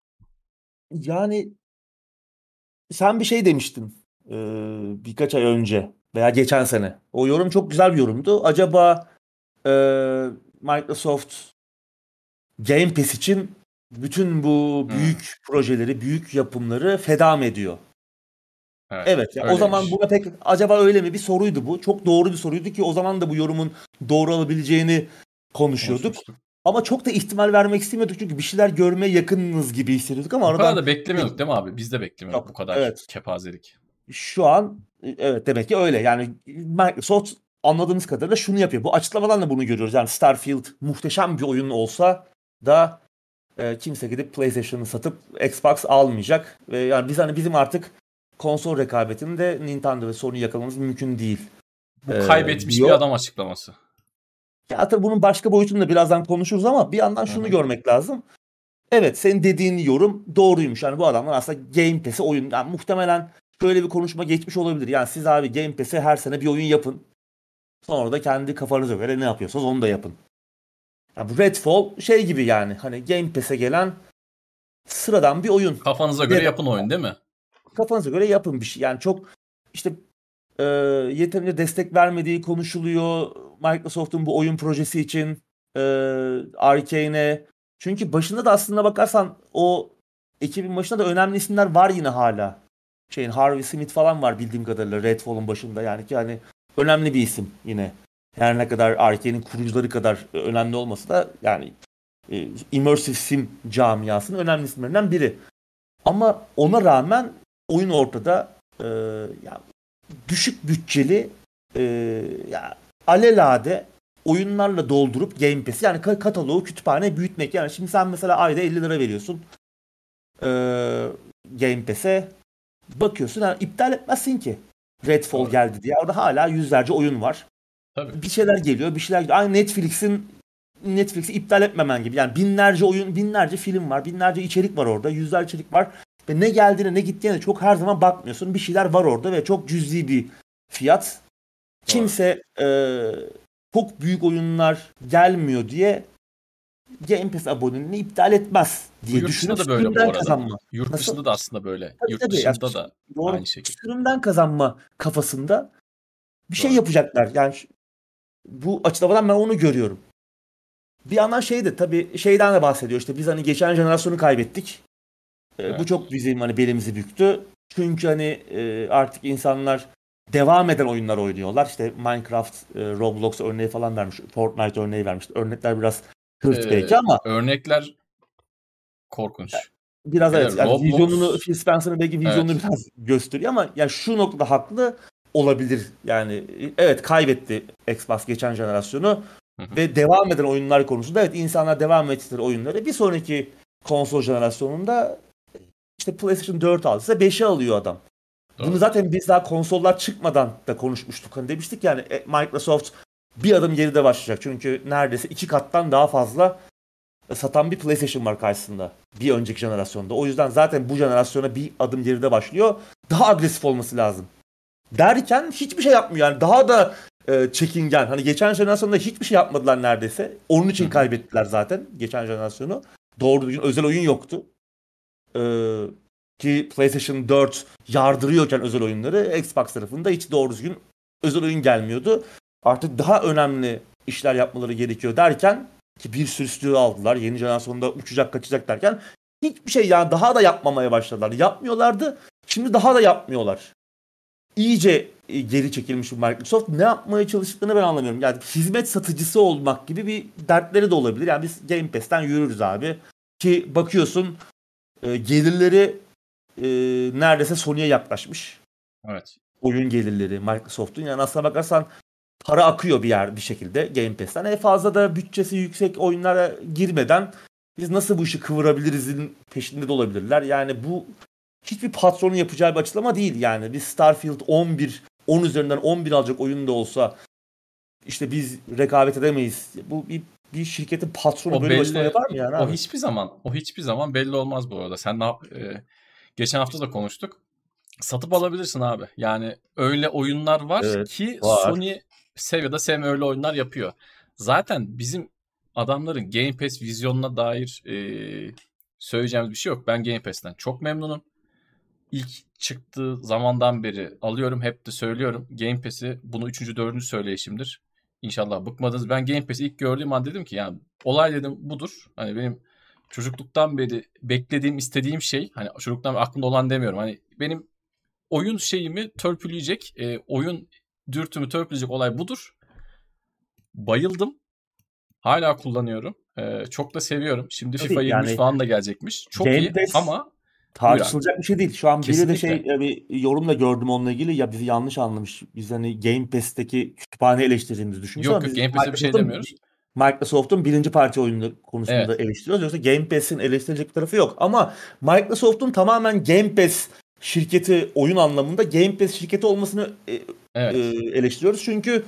Speaker 2: Yani sen bir şey demiştin birkaç ay önce veya geçen sene. O yorum çok güzel bir yorumdu. Acaba e, Microsoft Game Pass için bütün bu
Speaker 1: Hmm,
Speaker 2: büyük projeleri, büyük yapımları feda mı ediyor?
Speaker 1: evet,
Speaker 2: Evet ya, o zaman
Speaker 1: öyleymiş.
Speaker 2: buna pek acaba öyle mi bir soruydu bu. Çok doğru bir soruydu ki o zaman da bu yorumun doğru olabileceğini konuşuyorduk.
Speaker 1: Konuşmuştuk.
Speaker 2: Ama çok da ihtimal vermek istemiyorduk çünkü bir şeyler görmeye yakınız gibi hissediyorduk ama
Speaker 1: Bu kadar
Speaker 2: aradan
Speaker 1: da beklemiyorduk değil mi abi? Biz de beklemiyorduk bu
Speaker 2: yok.
Speaker 1: kadar
Speaker 2: Evet.
Speaker 1: kepazelik.
Speaker 2: Şu an evet, demek ki öyle. Yani Microsoft anladığımız kadarıyla şunu yapıyor. Bu açıklamadan da bunu görüyoruz. Yani Starfield muhteşem bir oyun olsa da kimse gidip PlayStation'ı satıp Xbox almayacak. Ve yani bizim artık konsol rekabetinde Nintendo ve Sony yakalamamız mümkün değil
Speaker 1: Bu kaybetmiş bir
Speaker 2: diyor.
Speaker 1: adam açıklaması.
Speaker 2: Ya tabii bunun başka boyutunu da birazdan konuşuruz ama bir yandan
Speaker 1: Hı
Speaker 2: şunu
Speaker 1: hı.
Speaker 2: görmek lazım. Evet, senin dediğin yorum doğruymuş. Yani bu adamlar aslında Game Pass'e oyun. Yani muhtemelen böyle bir konuşma geçmiş olabilir. Yani siz abi Game Pass'e her sene bir oyun yapın. Sonra da kendi kafanıza göre ne yapıyorsanız onu da yapın. Ya bu Redfall şey gibi yani. Hani Game Pass'e gelen sıradan bir oyun.
Speaker 1: Kafanıza göre
Speaker 2: Bedava.
Speaker 1: yapın oyun değil mi?
Speaker 2: Kafanıza göre yapın bir şey. Yani çok işte e, yeterince destek vermediği konuşuluyor Microsoft'un bu oyun projesi için e, Arkane'e. Çünkü başında da aslında bakarsan o ekibin başında da önemli isimler var yine hala. Harvey Smith falan var bildiğim kadarıyla Redfall'un başında, yani ki hani önemli bir isim yine. Her ne kadar Arkane'in kurucuları kadar önemli olmasa da yani immersive sim camiasının önemli isimlerinden biri. Ama ona rağmen oyun ortada. Ya düşük bütçeli e, ya alelade oyunlarla doldurup Game Pass'i, yani kataloğu, kütüphane büyütmek. Yani şimdi sen mesela ayda 50 lira veriyorsun e, Game Pass'e. bakıyorsun yani iptal etmezsin ki. Redfall
Speaker 1: Doğru.
Speaker 2: geldi diye. Orada hala yüzlerce oyun var.
Speaker 1: Tabii.
Speaker 2: Bir şeyler geliyor, bir şeyler geliyor. Aynı Netflix'i iptal etmemen gibi. Yani binlerce oyun, binlerce film var, binlerce içerik var orada, yüzlerce içerik var. Ve ne geldiğine ne gittiğine çok her zaman bakmıyorsun. Bir şeyler var orada ve çok cüzi bir fiyat.
Speaker 1: Doğru.
Speaker 2: Kimse çok büyük oyunlar gelmiyor diye Game Pass aboneliğini iptal etmez
Speaker 1: Bu
Speaker 2: diye
Speaker 1: yurt dışında
Speaker 2: düşünüp
Speaker 1: da böyle bu
Speaker 2: sürümden
Speaker 1: arada.
Speaker 2: kazanma.
Speaker 1: Yurt
Speaker 2: Nasıl?
Speaker 1: dışında da aslında böyle.
Speaker 2: Tabii
Speaker 1: Yurt
Speaker 2: tabii. Yani,
Speaker 1: dışında da
Speaker 2: doğru.
Speaker 1: aynı şekilde.
Speaker 2: Sürümden kazanma kafasında bir şey
Speaker 1: Doğru.
Speaker 2: yapacaklar. Yani bu açıklamadan ben onu görüyorum. Bir yandan tabii şeyden de bahsediyor. İşte biz hani geçen jenerasyonu kaybettik. Bu
Speaker 1: Evet.
Speaker 2: çok bizim hani belimizi büktü. Çünkü hani artık insanlar devam eden oyunlar oynuyorlar. İşte Minecraft, Roblox örneği falan vermiş. Fortnite örneği vermiş. Örnekler biraz hırt belki ama
Speaker 1: Örnekler korkunç.
Speaker 2: biraz
Speaker 1: Hele
Speaker 2: evet. Yani vizyonunu,
Speaker 1: Roblox,
Speaker 2: Phil Spencer'ın belki vizyonunu
Speaker 1: evet.
Speaker 2: biraz gösteriyor ama yani şu noktada haklı olabilir. Yani evet, kaybetti Xbox geçen jenerasyonu
Speaker 1: Hı hı.
Speaker 2: ve devam eden oyunlar konusunda evet, insanlar devam ettiler oyunları. Bir sonraki konsol jenerasyonunda işte PlayStation 4 aldıysa 5'i alıyor adam. Bunu
Speaker 1: Doğru.
Speaker 2: zaten biz daha konsollar çıkmadan da konuşmuştuk. Hani demiştik yani Microsoft bir adım geride başlayacak. Çünkü neredeyse 2 kattan daha fazla satan bir PlayStation var karşısında. Bir önceki jenerasyonda. O yüzden zaten bu jenerasyona bir adım geride başlıyor. Daha agresif olması lazım. Derken hiçbir şey yapmıyor. Yani daha da çekingen. Hani geçen jenerasyonda hiçbir şey yapmadılar neredeyse. Onun
Speaker 1: Hı
Speaker 2: için
Speaker 1: hı.
Speaker 2: kaybettiler zaten geçen jenerasyonu. Doğru düzgün özel oyun yoktu. Ee, Ki PlayStation 4 yardırıyorken özel oyunları, Xbox tarafında hiç doğru düzgün özel oyun gelmiyordu. Artık daha önemli işler yapmaları gerekiyor derken, ki bir sürü stüdyo aldılar. Yeni jenerasyonda uçacak kaçacak derken hiçbir şey, yani daha da yapmamaya başladılar. Yapmıyorlardı. Şimdi daha da yapmıyorlar. İyice geri çekilmiş bir Microsoft. Ne yapmaya çalıştıklarını ben anlamıyorum. Yani hizmet satıcısı olmak gibi bir dertleri de olabilir. Yani biz Game Pass'ten yürürüz abi. Ki bakıyorsun gelirleri e, neredeyse Sony'ye yaklaşmış.
Speaker 1: Evet.
Speaker 2: Oyun gelirleri Microsoft'un. Yani aslına bakarsan para akıyor bir şekilde Game Pass'ten. Fazla da bütçesi yüksek oyunlara girmeden biz nasıl bu işi kıvırabiliriz'in peşinde de olabilirler. Yani bu hiçbir patronun yapacağı bir açıklama değil yani. Bir Starfield 10 üzerinden 11 alacak oyun da olsa işte biz rekabet edemeyiz. Bu bir şirketin patronu
Speaker 1: O
Speaker 2: böyle bir açıklama
Speaker 1: belli,
Speaker 2: yapar mı yani
Speaker 1: o
Speaker 2: abi?
Speaker 1: hiçbir zaman belli olmaz bu arada. Geçen hafta da konuştuk. Satıp alabilirsin abi. Yani öyle oyunlar var
Speaker 2: Evet,
Speaker 1: ki
Speaker 2: var.
Speaker 1: Sony sev ya da sevme öyle oyunlar yapıyor. Zaten bizim adamların Game Pass vizyonuna dair söyleyeceğimiz bir şey yok. Ben Game Pass'ten çok memnunum. İlk çıktığı zamandan beri alıyorum. Hep de söylüyorum. Game Pass'i bunu 3. 4. söyleyişimdir. İnşallah bıkmadınız. Ben Game Pass'i ilk gördüğüm an dedim ki yani olay dedim budur. Hani benim çocukluktan beri beklediğim, istediğim şey. Hani çocukluktan beri aklımda olan demiyorum. Hani benim oyun şeyimi törpüleyecek, oyun dürtümü törpüleyecek olay budur. Bayıldım. Hala kullanıyorum. Çok da seviyorum. Şimdi FIFA
Speaker 2: Tabii
Speaker 1: 23
Speaker 2: yani
Speaker 1: falan da gelecekmiş. Çok
Speaker 2: Game
Speaker 1: iyi
Speaker 2: Pass
Speaker 1: ama buyur abi.
Speaker 2: tartışılacak bir şey değil. Şu an biri de
Speaker 1: Kesinlikle.
Speaker 2: bir yorum da gördüm onunla ilgili. Ya bizi yanlış anlamış. Biz hani Game Pass'teki kütüphane eleştirdiğimizi düşünmüş
Speaker 1: Yok
Speaker 2: ama
Speaker 1: yok,
Speaker 2: biz
Speaker 1: Game Pass'e bir şey demiyoruz.
Speaker 2: Microsoft'un birinci parti oyunları konusunda
Speaker 1: Evet.
Speaker 2: eleştiriyoruz. Yoksa Game Pass'in eleştirilecek bir tarafı yok. Ama Microsoft'un tamamen Game Pass şirketi oyun anlamında Game Pass şirketi olmasını
Speaker 1: Evet.
Speaker 2: eleştiriyoruz. Çünkü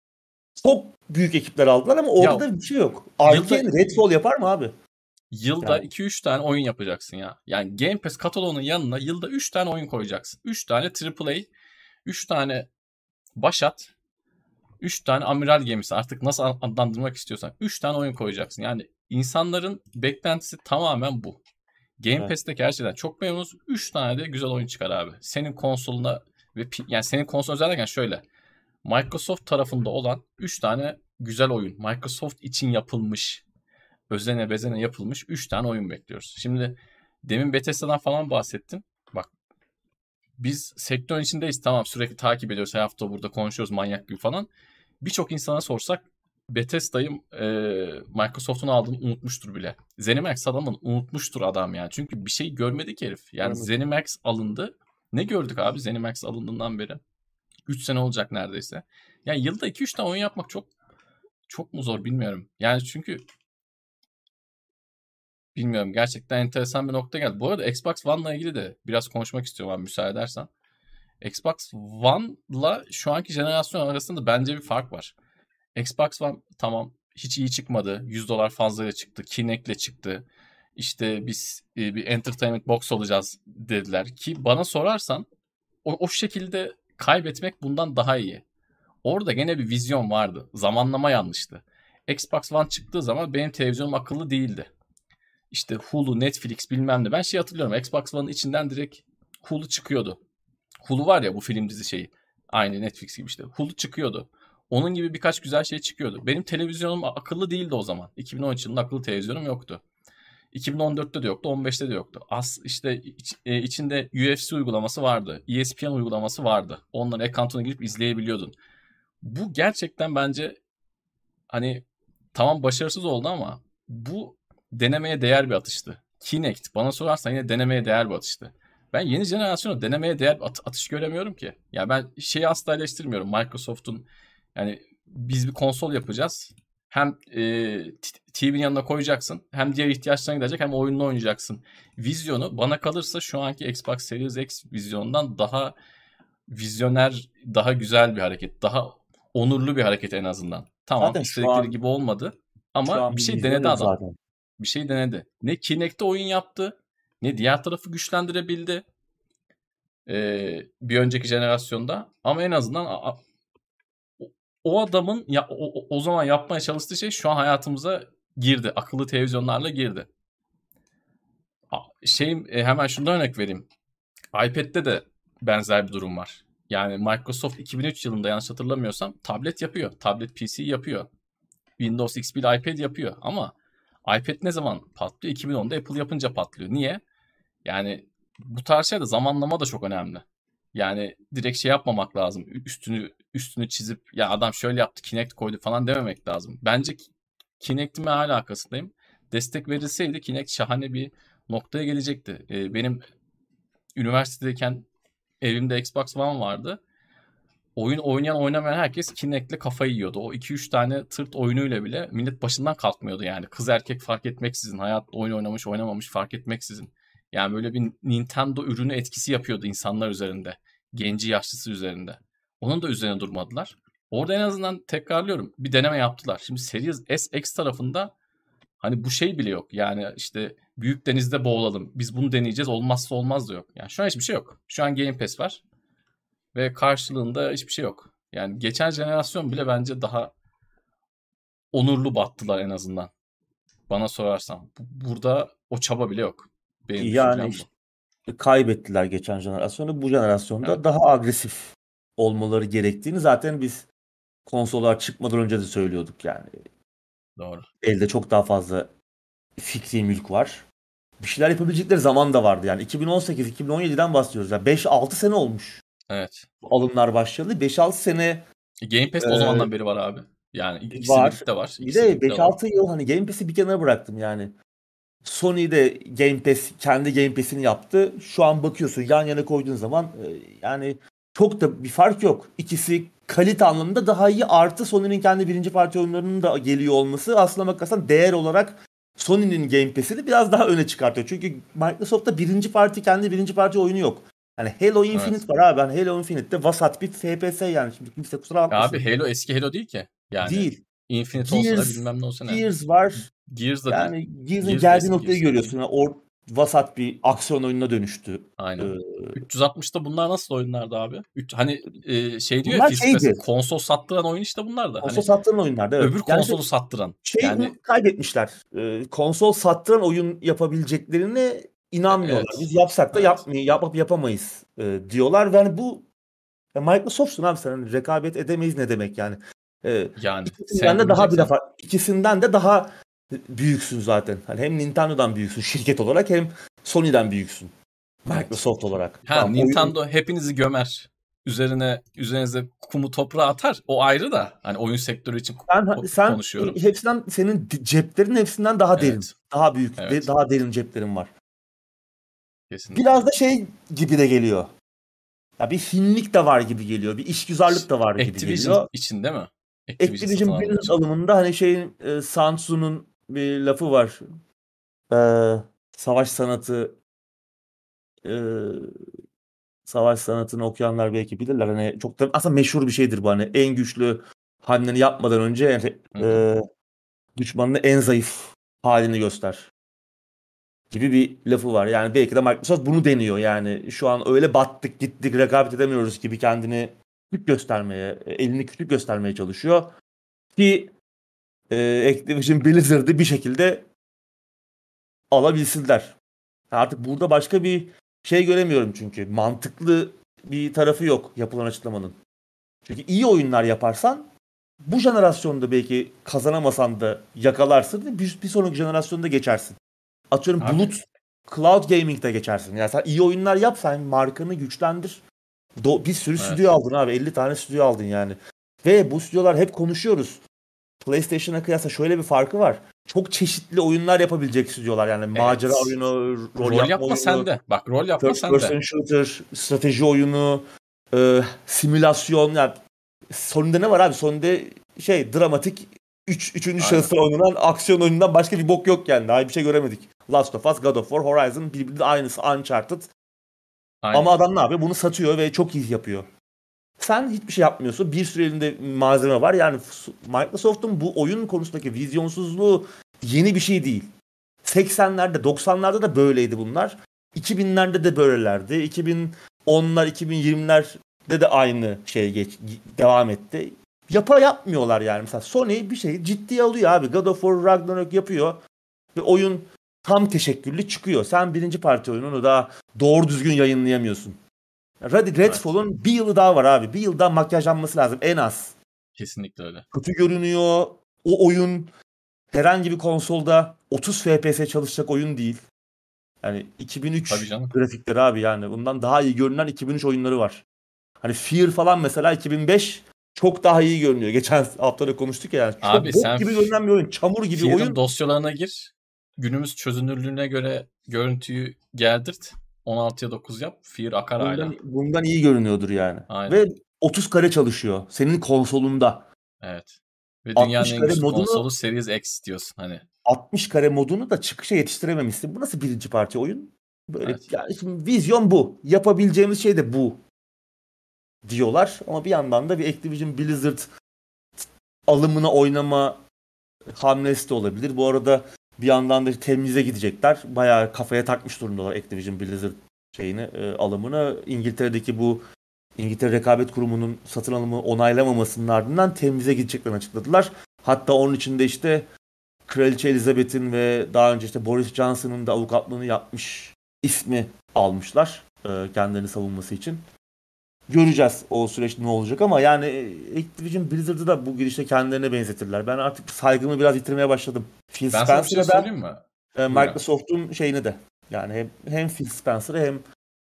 Speaker 2: çok büyük ekipler aldılar ama orada
Speaker 1: Ya
Speaker 2: da bir şey yok.
Speaker 1: yılda
Speaker 2: Arkane Redfall yapar mı abi?
Speaker 1: yılda
Speaker 2: Yani
Speaker 1: 2-3 tane oyun yapacaksın ya. Yani Game Pass kataloğunun yanına yılda 3 tane oyun koyacaksın. 3 tane AAA, 3 tane başat, 3 tane amiral gemisi, artık nasıl adlandırmak istiyorsan 3 tane oyun koyacaksın. Yani insanların beklentisi tamamen bu. Game
Speaker 2: evet.
Speaker 1: Pass'teki her şeyden çok memnunuz. 3 tane de güzel oyun çıkar abi. Senin konsoluna yani senin konsol özel derken şöyle. Microsoft tarafında olan 3 tane güzel oyun. Microsoft için yapılmış, özene bezene yapılmış 3 tane oyun bekliyoruz. Şimdi demin Bethesda'dan falan bahsettin. Bak, biz sektörün içindeyiz, tamam, sürekli takip ediyoruz. Her hafta burada konuşuyoruz manyak gibi falan. Birçok insana sorsak Bethesda'yı Microsoft'un aldığını unutmuştur bile. ZeniMax adamın unutmuştur adam yani. Çünkü bir şey görmedi ki herif. Yani
Speaker 2: Görmedim.
Speaker 1: ZeniMax alındı. Ne gördük abi ZeniMax alındığından beri? 3 sene olacak neredeyse. Yani yılda 2-3 tane oyun yapmak çok çok mu zor bilmiyorum. Yani çünkü Bilmiyorum. Gerçekten enteresan bir nokta geldi. Bu arada Xbox One'la ilgili de biraz konuşmak istiyorum abi müsaade edersen. Xbox One'la şu anki jenerasyon arasında bence bir fark var. Xbox One tamam hiç iyi çıkmadı. $100 fazlayla çıktı. Kinect'le çıktı. İşte biz bir entertainment box olacağız dediler ki bana sorarsan o şekilde kaybetmek bundan daha iyi. Orada gene bir vizyon vardı. Zamanlama yanlıştı. Xbox One çıktığı zaman benim televizyonum akıllı değildi. İşte Hulu, Netflix bilmem ne. Ben şey hatırlıyorum. Xbox One'ın içinden direkt Hulu çıkıyordu. Hulu var ya bu film dizi şeyi. Aynı Netflix gibi işte. Hulu çıkıyordu. Onun gibi birkaç güzel şey çıkıyordu. Benim televizyonum akıllı değildi o zaman. 2013 yılında akıllı televizyonum yoktu. 2014'te de yoktu, 15'te de yoktu. İşte içinde UFC uygulaması vardı. ESPN uygulaması vardı. Onların account'una girip izleyebiliyordun. Bu gerçekten bence hani tamam başarısız oldu ama bu denemeye değer bir atıştı. Kinect bana sorarsan yine denemeye değer bir atıştı. Ben yeni jenerasyona denemeye değer bir atış göremiyorum ki. Ya ben şeyi asla eleştirmiyorum. Microsoft'un yani biz bir konsol yapacağız. Hem TV'nin yanına koyacaksın. Hem diğer ihtiyaçlarına gidecek hem oyununu oynayacaksın. Vizyonu bana kalırsa şu anki Xbox Series X vizyonundan daha vizyoner, daha güzel bir hareket. Daha onurlu bir hareket en azından. Tamam
Speaker 2: Zaten
Speaker 1: istedikleri gibi olmadı.
Speaker 2: şu
Speaker 1: Ama
Speaker 2: an
Speaker 1: bir
Speaker 2: bir
Speaker 1: şey
Speaker 2: vizyon
Speaker 1: denedi
Speaker 2: yok
Speaker 1: adam.
Speaker 2: zaten.
Speaker 1: Bir şey denedi. Ne Kinect'te oyun yaptı. Ne diğer tarafı güçlendirebildi. Bir önceki jenerasyonda. Ama en azından o adamın o zaman yapmaya çalıştığı şey şu an hayatımıza girdi. Akıllı televizyonlarla girdi. Hemen şundan örnek vereyim. iPad'de de benzer bir durum var. Yani Microsoft 2003 yılında yanlış hatırlamıyorsam tablet yapıyor. Tablet PC yapıyor. Windows XP ile iPad yapıyor. Ama iPad ne zaman patlıyor? 2010'da Apple yapınca patlıyor. Niye? Yani bu tarz şeyde zamanlama da çok önemli. Yani direkt şey yapmamak lazım. Üstünü çizip ya adam şöyle yaptı Kinect koydu falan dememek lazım. Bence Kinect'in ben hala arkasındayım. Destek verilseydi Kinect şahane bir noktaya gelecekti. Benim üniversitedeyken evimde Xbox One vardı. Oyun oynayan oynamayan herkes Kinect'le kafayı yiyordu. O 2-3 tane tırt oyunuyla bile millet başından kalkmıyordu yani. Kız erkek fark etmeksizin, hayat oyun oynamış oynamamış fark etmeksizin. Yani böyle bir Nintendo ürünü etkisi yapıyordu insanlar üzerinde. Genci yaşlısı üzerinde. Onun da üzerine durmadılar. Orada en azından tekrarlıyorum bir deneme yaptılar. Şimdi Series S X tarafında hani bu şey bile yok. Yani işte büyük denizde boğulalım. Biz bunu deneyeceğiz. Olmazsa olmaz da yok. Yani şu an hiçbir şey yok. Şu an Game Pass var. Ve karşılığında hiçbir şey yok. Yani geçen jenerasyon bile bence daha onurlu battılar en azından. Bana sorarsan. Burada o çaba bile yok. Benim
Speaker 2: Yani
Speaker 1: düşüncem bu.
Speaker 2: işte kaybettiler geçen jenerasyonu. Bu jenerasyonda
Speaker 1: Evet.
Speaker 2: daha agresif olmaları gerektiğini zaten biz konsollar çıkmadan önce de söylüyorduk yani.
Speaker 1: Doğru.
Speaker 2: Elde çok daha fazla fikri mülk var. Bir şeyler yapabilecekleri zaman da vardı yani. 2018-2017'den bahsediyoruz. Yani 5-6 sene olmuş.
Speaker 1: Evet.
Speaker 2: Alımlar başladı. 5-6 sene
Speaker 1: Game Pass de o zamandan beri var abi. Yani ikisi
Speaker 2: var.
Speaker 1: birlikte var.
Speaker 2: Bir
Speaker 1: İkisi
Speaker 2: de
Speaker 1: birlikte var.
Speaker 2: 5-6 yıl hani Game Pass'i bir kenara bıraktım yani. Sony de Game Pass kendi Game Pass'ini yaptı. Şu an bakıyorsun yan yana koyduğun zaman yani çok da bir fark yok. İkisi kalite anlamında daha iyi artı Sony'nin kendi birinci parti oyunlarının da geliyor olması aslına bakarsan değer olarak Sony'nin Game Pass'ini biraz daha öne çıkartıyor. Çünkü Microsoft'ta kendi birinci parti oyunu yok. Hani Halo
Speaker 1: Evet.
Speaker 2: Infinite var abi. Hani Halo Infinite'de vasat bir FPS yani. Şimdi kimse kusura
Speaker 1: Ya abi
Speaker 2: bakmasın.
Speaker 1: Halo eski Halo değil ki. Yani
Speaker 2: Değil.
Speaker 1: Infinite olsa ne
Speaker 2: Gears,
Speaker 1: bilmem ne olsa ne.
Speaker 2: Gears var.
Speaker 1: Gears da değil.
Speaker 2: Yani Gears'ın
Speaker 1: Gears da
Speaker 2: geldiği
Speaker 1: eski
Speaker 2: noktayı
Speaker 1: Gears.
Speaker 2: görüyorsun. Yani vasat bir aksiyon oyununa dönüştü.
Speaker 1: Aynen.
Speaker 2: Ee,
Speaker 1: 360'ta bunlar nasıl oyunlardı abi? Hani şey diyor ya
Speaker 2: bunlar
Speaker 1: Phil Spencer,
Speaker 2: şeydi.
Speaker 1: konsol sattıran oyun işte bunlar da.
Speaker 2: Konsol
Speaker 1: Hani
Speaker 2: sattıran oyunlardı evet.
Speaker 1: öbür
Speaker 2: Yani işte
Speaker 1: konsolu sattıran.
Speaker 2: şeyi
Speaker 1: Yani
Speaker 2: kaybetmişler. Konsol sattıran oyun yapabileceklerine inanmıyorlar.
Speaker 1: evet.
Speaker 2: Biz yapsak da
Speaker 1: Evet.
Speaker 2: yapamayız diyorlar. Ve hani bu Microsoft'sun abi sen hani rekabet edemeyiz ne demek yani.
Speaker 1: Yani
Speaker 2: İkisinden de daha bir
Speaker 1: sevdirmeyeceksen.
Speaker 2: defa ikisinden de daha büyüksün zaten. Hani hem Nintendo'dan büyüksün şirket olarak hem Sony'den büyüksün.
Speaker 1: Evet.
Speaker 2: Microsoft olarak.
Speaker 1: Ha
Speaker 2: Tamam oyun
Speaker 1: Nintendo hepinizi gömer. Üzerinize kumu toprağı atar. O ayrı da. Hani oyun sektörü için
Speaker 2: sen
Speaker 1: konuşuyorum.
Speaker 2: hepsinden senin ceplerin hepsinden daha derin.
Speaker 1: Evet.
Speaker 2: Daha büyük ve
Speaker 1: Evet.
Speaker 2: daha derin ceplerin var.
Speaker 1: Kesinlikle.
Speaker 2: Biraz da şey gibi de geliyor. Ya bir hinlik de var gibi geliyor. Bir işgüzarlık da var gibi
Speaker 1: Activision
Speaker 2: geliyor.
Speaker 1: için değil mi? Activision satın
Speaker 2: Activision
Speaker 1: almak
Speaker 2: Blizzard
Speaker 1: için.
Speaker 2: alımında hani Sun Tzu'nun bir lafı var. savaş sanatı savaş sanatını okuyanlar belki bilirler. Hani çok da aslında meşhur bir şeydir bu. Hani en güçlü hamleni yapmadan önce düşmanının en zayıf halini göster gibi bir lafı var. Yani belki de Microsoft bunu deniyor. Yani şu an öyle battık gittik rekabet edemiyoruz gibi kendini küçük göstermeye, elini küçük göstermeye çalışıyor. Ki Activision Blizzard'ı bir şekilde alabilsinler. Artık burada başka bir şey göremiyorum çünkü. Mantıklı bir tarafı yok yapılan açıklamanın. Çünkü iyi oyunlar yaparsan bu jenerasyonda belki kazanamasan da yakalarsın. Bir sonraki jenerasyonda geçersin. Atıyorum
Speaker 1: Abi,
Speaker 2: Bulut Cloud Gaming'de geçersin. Yani sen iyi oyunlar yap, sen markanı güçlendir. Bir sürü
Speaker 1: evet.
Speaker 2: stüdyo aldın abi. 50 tane stüdyo aldın yani. Ve bu stüdyolar hep konuşuyoruz. PlayStation'a kıyasla şöyle bir farkı var. Çok çeşitli oyunlar yapabilecek stüdyolar. Yani macera
Speaker 1: Evet.
Speaker 2: oyunu, rol
Speaker 1: Rol
Speaker 2: yapma
Speaker 1: yapma
Speaker 2: oyunu,
Speaker 1: sende. Bak, rol yapma
Speaker 2: first
Speaker 1: sende.
Speaker 2: person shooter, strateji oyunu, simülasyon. Yani Sony'de ne var abi? Sony'de dramatik üçüncü
Speaker 1: Aynen.
Speaker 2: şahısla oynanan aksiyon oyunundan başka bir bok yok yani. Daha bir şey göremedik. Last of Us, God of War, Horizon birbirinin aynısı, Uncharted.
Speaker 1: Aynen.
Speaker 2: Ama adam ne yapıyor? Bunu satıyor ve çok iyi yapıyor. Sen hiçbir şey yapmıyorsun. Bir sürü elinde malzeme var. Yani Microsoft'un bu oyun konusundaki vizyonsuzluğu yeni bir şey değil. 80'lerde, 90'larda da böyleydi bunlar. 2000'lerde de böylelerdi. 2010'lar, 2020'lerde de aynı devam etti. Yapmıyorlar yani. Mesela Sony bir şeyi ciddiye alıyor abi. God of War Ragnarok yapıyor ve oyun tam teşekküllü çıkıyor. Sen birinci parti oyununu daha doğru düzgün yayınlayamıyorsun.
Speaker 1: Evet.
Speaker 2: Redfall'un bir yılı daha var abi. Bir yıl daha makyajlanması lazım en az.
Speaker 1: Kesinlikle öyle.
Speaker 2: Kötü görünüyor. O oyun herhangi bir konsolda 30 FPS çalışacak oyun değil. Yani
Speaker 1: Tabii
Speaker 2: 2003
Speaker 1: canım.
Speaker 2: grafikleri abi yani. Bundan daha iyi görünen 2003 oyunları var. Hani Fear falan mesela 2005 çok daha iyi görünüyor. Geçen hafta da konuştuk ya. Yani çok
Speaker 1: Abi,
Speaker 2: bok
Speaker 1: sen
Speaker 2: gibi görünen bir oyun. Çamur gibi
Speaker 1: Fear'ın
Speaker 2: oyun.
Speaker 1: dosyalarına gir. Günümüz çözünürlüğüne göre görüntüyü geldirt. 16'ya 9 yap. Fear akar hala.
Speaker 2: Bundan iyi görünüyordur yani.
Speaker 1: Aynen.
Speaker 2: Ve 30 kare çalışıyor. Senin konsolunda.
Speaker 1: Evet. Ve dünyanın
Speaker 2: 60
Speaker 1: en
Speaker 2: kare
Speaker 1: güçlü
Speaker 2: modunu
Speaker 1: konsolu Series X diyorsun hani.
Speaker 2: 60 kare modunu da çıkışa yetiştirememişsin. Bu nasıl birinci parti oyun? Böyle
Speaker 1: Evet.
Speaker 2: yani şimdi vizyon bu. Yapabileceğimiz şey de bu diyorlar. Ama bir yandan da bir Activision Blizzard alımına oynama hamlesi de olabilir. Bu arada bir yandan da temize gidecekler. Bayağı kafaya takmış durumdalar Activision Blizzard alımını. İngiltere'deki bu İngiltere Rekabet Kurumu'nun satın alımı onaylamamasının ardından temize gideceklerini açıkladılar. Hatta onun içinde işte Kraliçe Elizabeth'in ve daha önce işte Boris Johnson'ın da avukatlığını yapmış ismi almışlar kendilerini savunması için. Göreceğiz o süreçte ne olacak ama yani Activision Blizzard'ı da bu girişte kendilerine benzetirler. Ben artık saygımı biraz yitirmeye başladım. Phil
Speaker 1: Ben sana bir şey
Speaker 2: Spencer'a da
Speaker 1: söyleyeyim mi? Buyur abi.
Speaker 2: Microsoft'un şeyini de yani hem Phil Spencer'a hem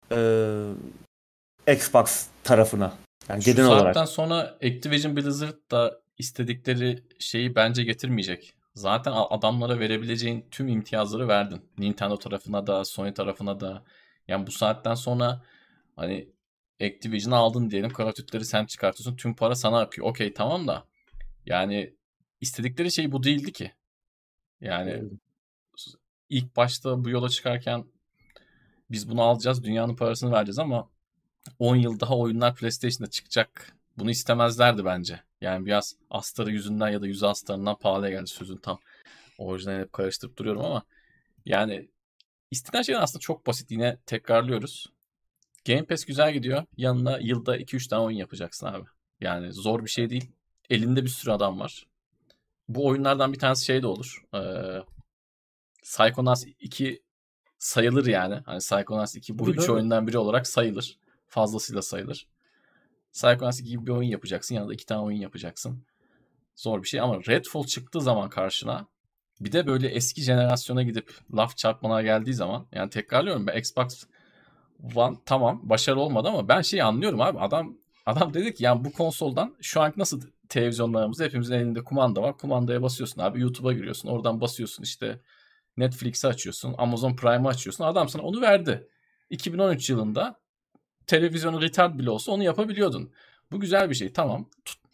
Speaker 2: Xbox tarafına yani
Speaker 1: Şu
Speaker 2: genel
Speaker 1: saatten
Speaker 2: olarak.
Speaker 1: sonra Activision Blizzard da istedikleri şeyi bence getirmeyecek. Zaten adamlara verebileceğin tüm imtiyazları verdin. Nintendo tarafına da, Sony tarafına da. Yani bu saatten sonra hani Activision'ı aldın diyelim. Call of Duty'leri sen çıkartıyorsun. Tüm para sana akıyor. Okey, tamam da. Yani istedikleri şey bu değildi ki. Yani ilk başta bu yola çıkarken biz bunu alacağız, dünyanın parasını vereceğiz ama 10 yıl daha oyunlar PlayStation'da çıkacak. Bunu istemezlerdi bence. Yani biraz astarı yüzünden ya da yüzü astarından pahalıya geldi, sözün tam. Orijinali hep karıştırıp duruyorum ama yani istenen şeyler aslında çok basit. Yine tekrarlıyoruz. Game Pass güzel gidiyor. Yanına yılda 2-3 tane oyun yapacaksın abi. Yani zor bir şey değil. Elinde bir sürü adam var. Bu oyunlardan bir tanesi şey de olur. Psychonauts 2 sayılır yani. Hani Psychonauts 2 bu
Speaker 2: Tabii
Speaker 1: 3
Speaker 2: tabii.
Speaker 1: oyundan biri olarak sayılır. Fazlasıyla sayılır. Psychonauts gibi bir oyun yapacaksın. Yanında 2 tane oyun yapacaksın. Zor bir şey ama Redfall çıktığı zaman karşına, bir de böyle eski jenerasyona gidip laf çarpmalar geldiği zaman, yani tekrarlıyorum, ben Xbox One tamam başarılı olmadı ama ben şeyi anlıyorum abi. Adam dedi ki yani bu konsoldan şu anki nasıl televizyonlarımızda hepimizin elinde kumanda var. Kumandaya basıyorsun abi, YouTube'a giriyorsun. Oradan basıyorsun işte, Netflix'i açıyorsun. Amazon Prime'ı açıyorsun. Adam sana onu verdi. 2013 yılında televizyonu retard bile olsa onu yapabiliyordun. Bu güzel bir şey. Tamam.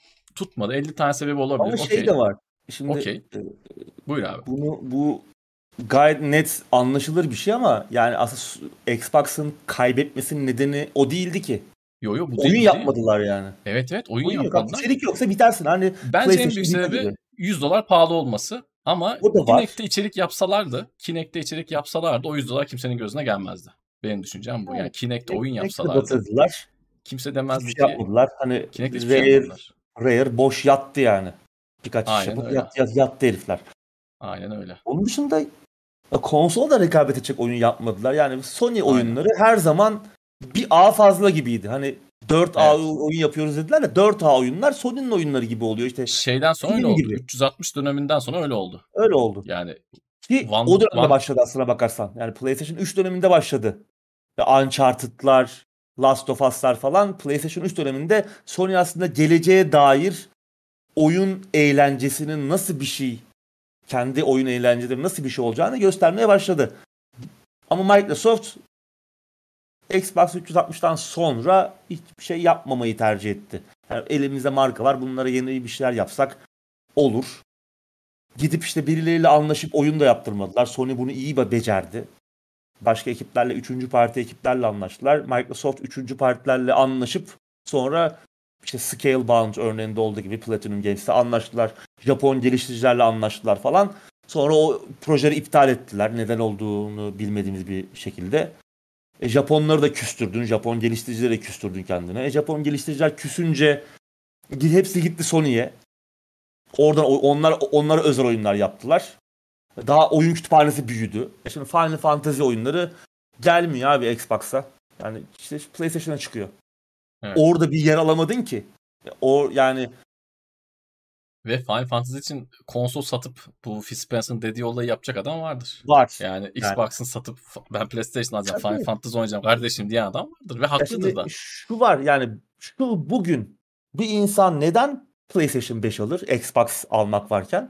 Speaker 1: Tutmadı. 50 tane sebebi olabilir.
Speaker 2: Ama şey de
Speaker 1: Okey.
Speaker 2: var. Şimdi
Speaker 1: Okey. Buyur abi.
Speaker 2: bu gayet net anlaşılır bir şey ama yani aslında Xbox'ın kaybetmesinin nedeni o değildi ki.
Speaker 1: Yo yo, bu
Speaker 2: Oyun
Speaker 1: değil, bu değil.
Speaker 2: yapmadılar yani.
Speaker 1: Evet evet, oyun
Speaker 2: Oyun yok abi.
Speaker 1: yapmadılar.
Speaker 2: İçerik yoksa bitersin. Hani
Speaker 1: Bence en büyük
Speaker 2: PlayStation Vita
Speaker 1: sebebi
Speaker 2: gibi.
Speaker 1: $100 pahalı olması. Ama
Speaker 2: O da var.
Speaker 1: Kinect'te içerik yapsalardı o $100 kimsenin gözüne gelmezdi. Benim düşüncem bu. Yani
Speaker 2: Yani
Speaker 1: Kinect'te oyun
Speaker 2: Kinect'te
Speaker 1: yapsalardı
Speaker 2: batırdılar.
Speaker 1: kimse
Speaker 2: Hiçbir
Speaker 1: demezdi
Speaker 2: şey
Speaker 1: ki
Speaker 2: yapmadılar. Hani
Speaker 1: Kinect'te hiçbir şey
Speaker 2: Rare,
Speaker 1: yapmadılar.
Speaker 2: Rare boş yattı yani. Birkaç iş
Speaker 1: Aynen
Speaker 2: yapıp
Speaker 1: öyle.
Speaker 2: yattı herifler.
Speaker 1: Aynen öyle.
Speaker 2: Onun dışında konsolda rekabet edecek oyun yapmadılar. Yani Sony
Speaker 1: Aynen.
Speaker 2: oyunları her zaman bir A fazla gibiydi. Hani 4A
Speaker 1: Evet.
Speaker 2: oyun yapıyoruz dediler de 4A oyunlar Sony'nin oyunları gibi oluyor. İşte
Speaker 1: Şeyden sonra öyle
Speaker 2: film
Speaker 1: oldu.
Speaker 2: gibi.
Speaker 1: 360 döneminden sonra öyle oldu.
Speaker 2: Öyle oldu.
Speaker 1: Yani
Speaker 2: Ki o dönemde başladı aslına bakarsan. Yani PlayStation 3 döneminde başladı. Ve Uncharted'lar, Last of Us'lar falan PlayStation 3 döneminde Sony aslında geleceğe dair oyun eğlencesinin nasıl bir şey, kendi oyun eğlenceleri nasıl bir şey olacağını göstermeye başladı. Ama Microsoft Xbox 360'tan sonra hiçbir şey yapmamayı tercih etti. Yani elimizde marka var, bunlara yeni bir şeyler yapsak olur. Gidip işte birileriyle anlaşıp oyun da yaptırmadılar. Sony bunu iyi becerdi. Başka ekiplerle, üçüncü parti ekiplerle anlaştılar. Microsoft üçüncü partilerle anlaşıp sonra işte Scalebound örneğinde olduğu gibi Platinum Games'le anlaştılar. Japon geliştiricilerle anlaştılar falan. Sonra o projeleri iptal ettiler. Neden olduğunu bilmediğimiz bir şekilde. Japonları da küstürdün. Japon geliştiricileri de küstürdün kendine. Japon geliştiriciler küsünce hepsi gitti Sony'ye. Oradan onlara özel oyunlar yaptılar. Daha oyun kütüphanesi büyüdü. Şimdi Final Fantasy oyunları gelmiyor abi Xbox'a. Yani işte PlayStation'a çıkıyor.
Speaker 1: evet.
Speaker 2: Orada bir yer alamadın ki. O yani
Speaker 1: Ve Final Fantasy için konsol satıp bu Phil Spencer'ın dediği olayı yapacak adam vardır.
Speaker 2: var.
Speaker 1: Yani
Speaker 2: Yani
Speaker 1: Xbox'ın satıp ben PlayStation alacağım, Final
Speaker 2: tabii.
Speaker 1: Fantasy oynayacağım kardeşim diyen adam vardır ve
Speaker 2: Ya
Speaker 1: haklıdır
Speaker 2: şimdi
Speaker 1: da.
Speaker 2: şu var yani şu bugün bir insan neden PlayStation 5 alır Xbox almak varken?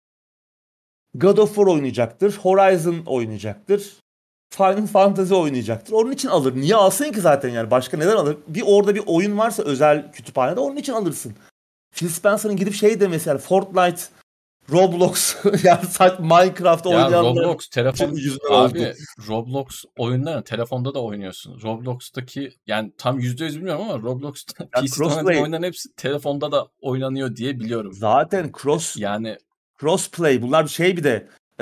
Speaker 2: God of War oynayacaktır. Horizon oynayacaktır. Final Fantasy oynayacaktır. Onun için alır. Niye alsın ki zaten yani? Başka neden alır? Bir orada bir oyun varsa özel kütüphanede onun için alırsın. Phil Spencer'ın gidip şey demesi yani Fortnite, Roblox yani Minecraft
Speaker 1: Ya
Speaker 2: oynayanlar
Speaker 1: Roblox telefon
Speaker 2: yüzünden oldu.
Speaker 1: abi, Roblox oyunlarını telefonda da oynuyorsun. Roblox'taki yani tam %100 bilmiyorum ama Roblox'ta
Speaker 2: Ya
Speaker 1: PC'de oynadığım
Speaker 2: crossplay
Speaker 1: oyunların hepsi telefonda da oynanıyor diye biliyorum.
Speaker 2: zaten
Speaker 1: Yani
Speaker 2: crossplay bunlar bir şey bir de e,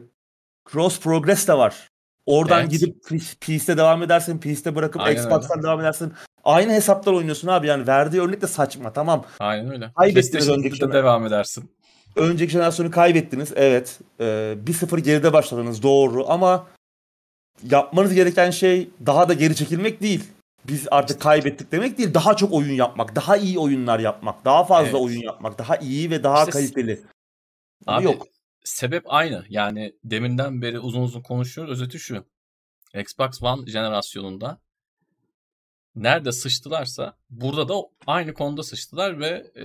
Speaker 2: cross progress de var. Oradan
Speaker 1: evet,
Speaker 2: gidip PC'de devam edersin, PC'de bırakıp
Speaker 1: aynen öyle.
Speaker 2: Xbox'tan devam edersin. Aynı hesaplar oynuyorsun abi yani verdiği örnek de saçma. Tamam.
Speaker 1: Aynen öyle.
Speaker 2: Kaybettiniz
Speaker 1: PlayStation'da da devam edersin.
Speaker 2: önceki jenerasyonu kaybettiniz. Evet. 1-0 geride başladınız doğru ama yapmanız gereken şey daha da geri çekilmek değil. Biz artık
Speaker 1: İşte,
Speaker 2: kaybettik demek değil. Daha çok oyun yapmak, daha iyi oyunlar yapmak, daha fazla oyun
Speaker 1: evet.
Speaker 2: yapmak, daha iyi ve daha
Speaker 1: İşte
Speaker 2: kaliteli. Ama
Speaker 1: abi,
Speaker 2: yok.
Speaker 1: sebep aynı. Yani deminden beri uzun uzun konuşuyoruz. Özeti şu. Xbox One jenerasyonunda nerede sıçtılarsa burada da aynı konuda sıçtılar ve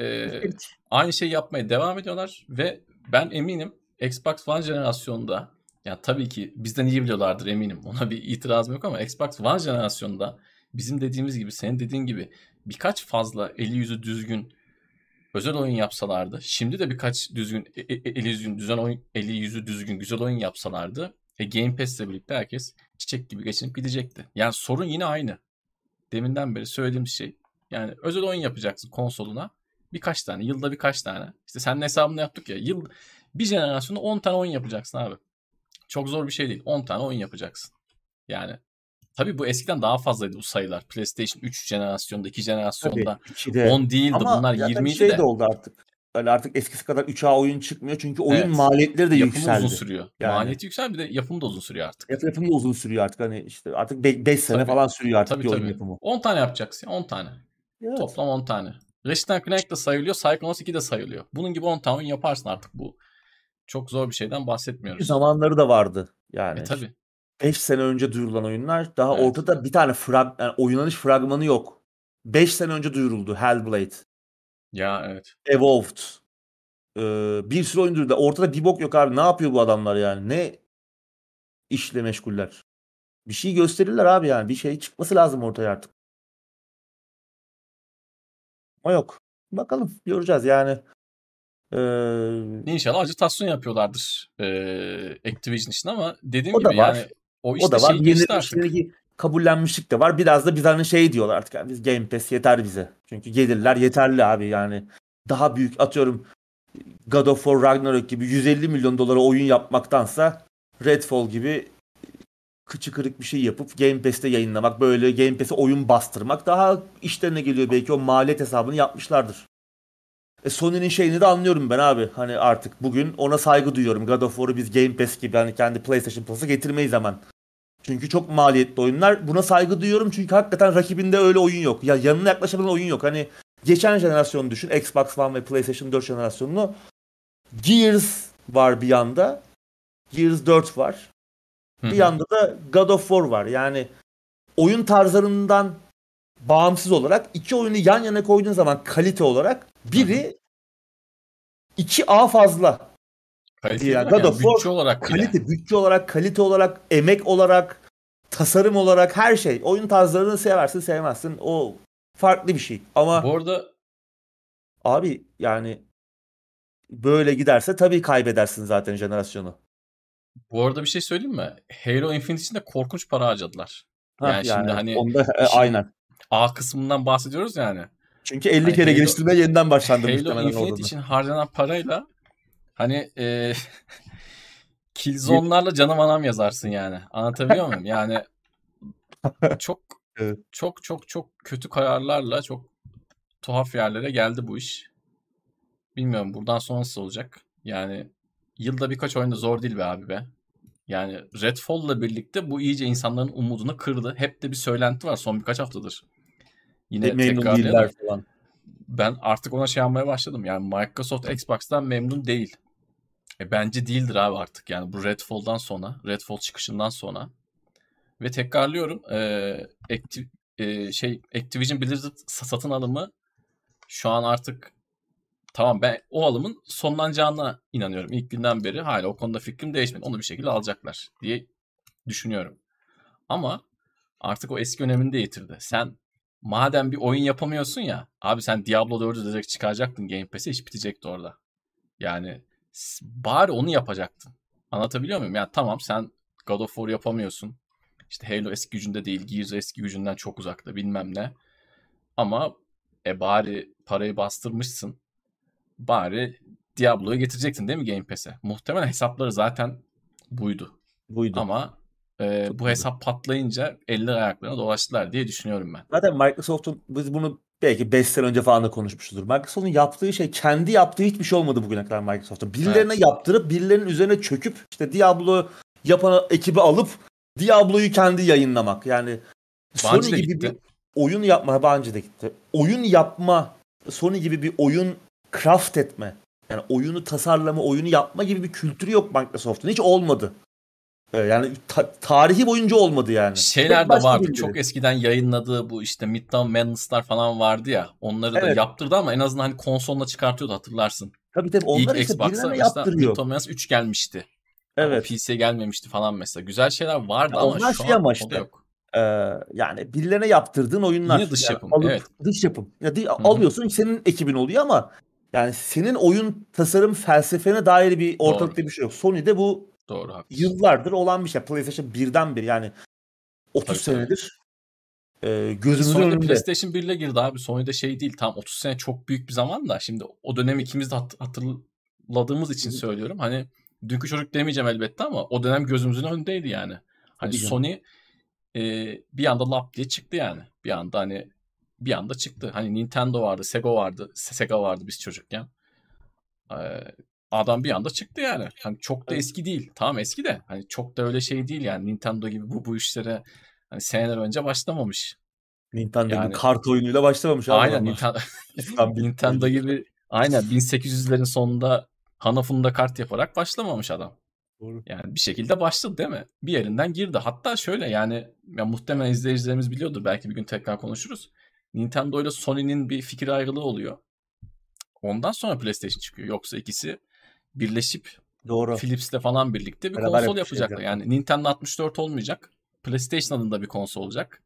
Speaker 1: aynı şeyi yapmaya devam ediyorlar ve ben eminim Xbox One jenerasyonunda, ya tabii ki bizden iyi biliyorlardır eminim, ona bir itirazım yok, ama Xbox One jenerasyonunda bizim dediğimiz gibi, senin dediğin gibi birkaç fazla eli yüzü düzgün özel oyun yapsalardı, şimdi de birkaç düzgün eli yüzü düzen oyun, eli yüzü düzgün güzel oyun yapsalardı, Game Pass'le birlikte herkes çiçek gibi geçinip gidecekti. Yani sorun yine aynı. Deminden beri söylediğim şey. Yani özel oyun yapacaksın konsoluna. Birkaç tane. Yılda birkaç tane. İşte senin hesabını yaptık ya. Bir jenerasyonda 10 tane oyun yapacaksın abi. Çok zor bir şey değil. 10 tane oyun yapacaksın. Yani tabii bu eskiden daha fazlaydı bu sayılar. PlayStation 3 jenerasyonda, 2
Speaker 2: Tabii
Speaker 1: jenerasyonda
Speaker 2: 2'de.
Speaker 1: 10 değildi.
Speaker 2: Ama
Speaker 1: Bunlar
Speaker 2: ya tabii
Speaker 1: 20'ydi
Speaker 2: şey de
Speaker 1: de.
Speaker 2: oldu artık. Öyle artık eskisi kadar 3A oyun çıkmıyor çünkü oyun
Speaker 1: Evet.
Speaker 2: maliyetleri de
Speaker 1: Yapımı uzun
Speaker 2: yükseldi.
Speaker 1: sürüyor.
Speaker 2: Yani
Speaker 1: Maliyeti yüksel, bir de yapımı da uzun sürüyor artık.
Speaker 2: yapımı da uzun sürüyor artık hani işte artık 5 sene
Speaker 1: Tabii.
Speaker 2: falan sürüyor artık
Speaker 1: Tabii
Speaker 2: bir oyun
Speaker 1: tabii.
Speaker 2: yapımı.
Speaker 1: 10 tane yapacaksın. 10 tane.
Speaker 2: Evet.
Speaker 1: Toplam 10 tane. Ratchet Clank de sayılıyor. Psychonauts 2 de sayılıyor. Bunun gibi 10 tane oyun yaparsın artık. Bu çok zor bir şeyden
Speaker 2: Bir
Speaker 1: bahsetmiyoruz.
Speaker 2: zamanları da vardı. Yani
Speaker 1: Tabii.
Speaker 2: 5 sene önce duyurulan oyunlar daha
Speaker 1: Evet.
Speaker 2: ortada bir tane yani oynanış fragmanı yok. 5 sene önce duyuruldu Hellblade,
Speaker 1: Ya evet.
Speaker 2: Evolved. Bir sürü oyun duyurdu. Ortada bir bok yok abi. Ne yapıyor bu adamlar yani? Ne işle meşguller? Bir şey gösterirler abi yani. Bir şey çıkması lazım ortaya artık. Ama yok. Bakalım göreceğiz yani.
Speaker 1: İnşallah ajitasyon yapıyorlardır Activision için ama dediğim
Speaker 2: O da
Speaker 1: gibi yani
Speaker 2: var.
Speaker 1: o
Speaker 2: O
Speaker 1: işte
Speaker 2: da var.
Speaker 1: şey geçti
Speaker 2: Yeni
Speaker 1: artık.
Speaker 2: işte kabullenmişlik de var. Biraz da biz hani şey diyorlar artık. Yani biz Game Pass yeter bize. Çünkü gelirler yeterli abi yani. Daha büyük atıyorum God of War Ragnarok gibi 150 milyon dolara oyun yapmaktansa Redfall gibi kıçı kırık bir şey yapıp Game Pass'te yayınlamak, böyle Game Pass'e oyun bastırmak daha işlerine geliyor, belki o maliyet hesabını yapmışlardır. Sony'nin şeyini de anlıyorum ben abi. Hani artık bugün ona saygı duyuyorum. God of War'u biz Game Pass gibi hani kendi PlayStation Plus'a getirmeyiz hemen. Çünkü çok maliyetli oyunlar. Buna saygı duyuyorum çünkü hakikaten rakibinde öyle oyun yok. Ya yanına yaklaşabilen oyun yok. Hani geçen jenerasyonu düşün. Xbox One ve PlayStation 4 jenerasyonunu. Gears var bir yanda. Gears 4 var. Bir yanda da God of War var. Yani oyun tarzlarından bağımsız olarak iki oyunu yan yana koyduğun zaman kalite olarak biri 2A fazla.
Speaker 1: Kaliteli
Speaker 2: Yani
Speaker 1: bırak
Speaker 2: God
Speaker 1: yani
Speaker 2: of War
Speaker 1: bütçe olarak bile.
Speaker 2: kalite, bütçe olarak, kalite olarak, emek olarak, tasarım olarak her şey. Oyun tarzlarını seversin, sevmezsin. O farklı bir şey. Ama
Speaker 1: Bu arada
Speaker 2: abi yani böyle giderse tabii kaybedersin zaten jenerasyonu.
Speaker 1: bir şey söyleyeyim mi? Halo Infinite için de korkunç para harcadılar.
Speaker 2: Ha
Speaker 1: Yani şimdi
Speaker 2: yani
Speaker 1: hani
Speaker 2: onda
Speaker 1: işin
Speaker 2: aynen.
Speaker 1: A kısmından bahsediyoruz yani.
Speaker 2: Çünkü 50
Speaker 1: Hani
Speaker 2: kere geliştirme yeniden başlandı
Speaker 1: Halo
Speaker 2: muhtemelen
Speaker 1: Infinite
Speaker 2: orada da.
Speaker 1: için harcanan parayla hani Killzone'larla canım anam yazarsın yani. Anlatabiliyor muyum? Yani çok
Speaker 2: Evet.
Speaker 1: çok kötü kararlarla çok tuhaf yerlere geldi bu iş. Bilmiyorum buradan sonra nasıl olacak. Yani yılda birkaç oyunda zor değil be abi be. Yani Redfall'la birlikte bu iyice insanların umudunu kırdı. Hep de bir söylenti var son birkaç haftadır. Yine
Speaker 2: Memnun değiller
Speaker 1: tekrarlayalım.
Speaker 2: falan.
Speaker 1: Ben artık ona şey yapmaya başladım. Yani Microsoft Xbox'tan memnun değil. Bence değildir abi artık. Yani bu Redfall'dan sonra, Redfall çıkışından sonra. Ve tekrarlıyorum. Activision Blizzard satın alımı şu an artık tamam, ben o alımın sonlanacağına inanıyorum. İlk günden beri hala o konuda fikrim değişmedi. Onu bir şekilde alacaklar diye düşünüyorum. Ama artık o eski önemini de yitirdi. Sen madem bir oyun yapamıyorsun ya abi, sen Diablo 4'ü direkt çıkaracaktın Game Pass'e, iş bitecekti orada. Yani bari onu yapacaktın. Anlatabiliyor muyum? Yani tamam, sen God of War yapamıyorsun. İşte Halo eski gücünde değil, Gears eski gücünden çok uzakta bilmem ne. Ama bari parayı bastırmışsın. Bari Diablo'yu getirecektin değil mi Game Pass'e? Muhtemelen hesapları zaten buydu.
Speaker 2: Buydu.
Speaker 1: Ama bu
Speaker 2: Tutmadı.
Speaker 1: hesap patlayınca eller ayaklarına dolaştılar diye düşünüyorum ben.
Speaker 2: Zaten Microsoft'un, biz bunu belki 5 sene önce falan da konuşmuşuzdur. Microsoft'un yaptığı şey, kendi yaptığı hiçbir şey olmadı bugüne kadar Microsoft'un. Birilerine
Speaker 1: Evet.
Speaker 2: yaptırıp birilerinin üzerine çöküp işte Diablo yapan ekibi alıp Diablo'yu kendi yayınlamak. Yani Sony
Speaker 1: Bungie de
Speaker 2: gibi bir
Speaker 1: gitti.
Speaker 2: oyun yapma, bence de gitti. Oyun yapma, Sony gibi bir oyun craft etme. Yani oyunu tasarlama, oyunu yapma gibi bir kültürü yok Microsoft'un. Hiç olmadı. Yani tarihi boyunca olmadı yani. Hep
Speaker 1: Şeyler de
Speaker 2: başka
Speaker 1: vardı.
Speaker 2: birileri.
Speaker 1: Çok eskiden yayınladığı bu işte Midtown Madness'lar falan vardı ya. Onları da
Speaker 2: Evet.
Speaker 1: yaptırdı ama en azından hani konsoluna çıkartıyordu, hatırlarsın.
Speaker 2: Tabii tabii, onlar
Speaker 1: İlk
Speaker 2: işte
Speaker 1: Xbox'a
Speaker 2: birilerine
Speaker 1: mesela
Speaker 2: yaptırıyor.
Speaker 1: Midtown Madness 3 gelmişti. O
Speaker 2: Evet.
Speaker 1: PC'ye gelmemişti falan mesela. Güzel şeyler vardı
Speaker 2: Ya
Speaker 1: ama
Speaker 2: onlar
Speaker 1: şu
Speaker 2: şey
Speaker 1: an
Speaker 2: ama
Speaker 1: o da
Speaker 2: işte
Speaker 1: yok.
Speaker 2: e, yani birilerine yaptırdığın
Speaker 1: Yine
Speaker 2: oyunlar.
Speaker 1: dış
Speaker 2: Yani
Speaker 1: yapım.
Speaker 2: alıp
Speaker 1: Evet.
Speaker 2: dış yapım. Ya
Speaker 1: Hı hı.
Speaker 2: alıyorsun, senin ekibin oluyor ama yani senin oyun tasarım felsefene dair bir
Speaker 1: Doğru.
Speaker 2: ortalıkta bir şey yok. Sony'de bu
Speaker 1: Doğru, haklısın.
Speaker 2: yıllardır olan bir şey. PlayStation 1'den beri yani 30
Speaker 1: Tabii tabii.
Speaker 2: senedir gözümüzün
Speaker 1: Sony'de
Speaker 2: önünde.
Speaker 1: PlayStation 1 ile girdi abi. Sony'de şey değil. Tam 30 sene çok büyük bir zaman da. Şimdi o dönem ikimiz de hatırladığımız için söylüyorum. Hani dünkü çocuk demeyeceğim elbette ama o dönem gözümüzün önündeydi yani. Hani
Speaker 2: Tabii canım.
Speaker 1: Sony bir anda lap diye çıktı yani. Bir anda çıktı. Hani Nintendo vardı, Sega vardı biz çocukken. E, Adam bir anda çıktı yani. Hani çok da
Speaker 2: Evet.
Speaker 1: eski değil. Tamam, eski de hani çok da öyle şey değil yani. Nintendo gibi bu işlere hani seneler önce başlamamış.
Speaker 2: Nintendo gibi
Speaker 1: Yani
Speaker 2: kart oyunuyla başlamamış abi
Speaker 1: aynen
Speaker 2: adamlar.
Speaker 1: Nintendo,
Speaker 2: İskambil
Speaker 1: Nintendo
Speaker 2: oyunu.
Speaker 1: gibi aynen 1800'lerin sonunda Hanafuda kart yaparak başlamamış adam.
Speaker 2: Doğru.
Speaker 1: Yani bir şekilde başladı değil mi? Bir yerinden girdi. Hatta şöyle yani ya muhtemelen izleyicilerimiz biliyordur. Belki bir gün tekrar konuşuruz. Nintendo ile Sony'nin bir fikir ayrılığı oluyor. Ondan sonra PlayStation çıkıyor. Yoksa ikisi birleşip
Speaker 2: Doğru.
Speaker 1: Philips'le falan birlikte bir
Speaker 2: Beraber
Speaker 1: konsol
Speaker 2: yapmış
Speaker 1: yapacaklar.
Speaker 2: yapacaklar.
Speaker 1: Yani Nintendo 64 olmayacak. PlayStation adında bir konsol olacak.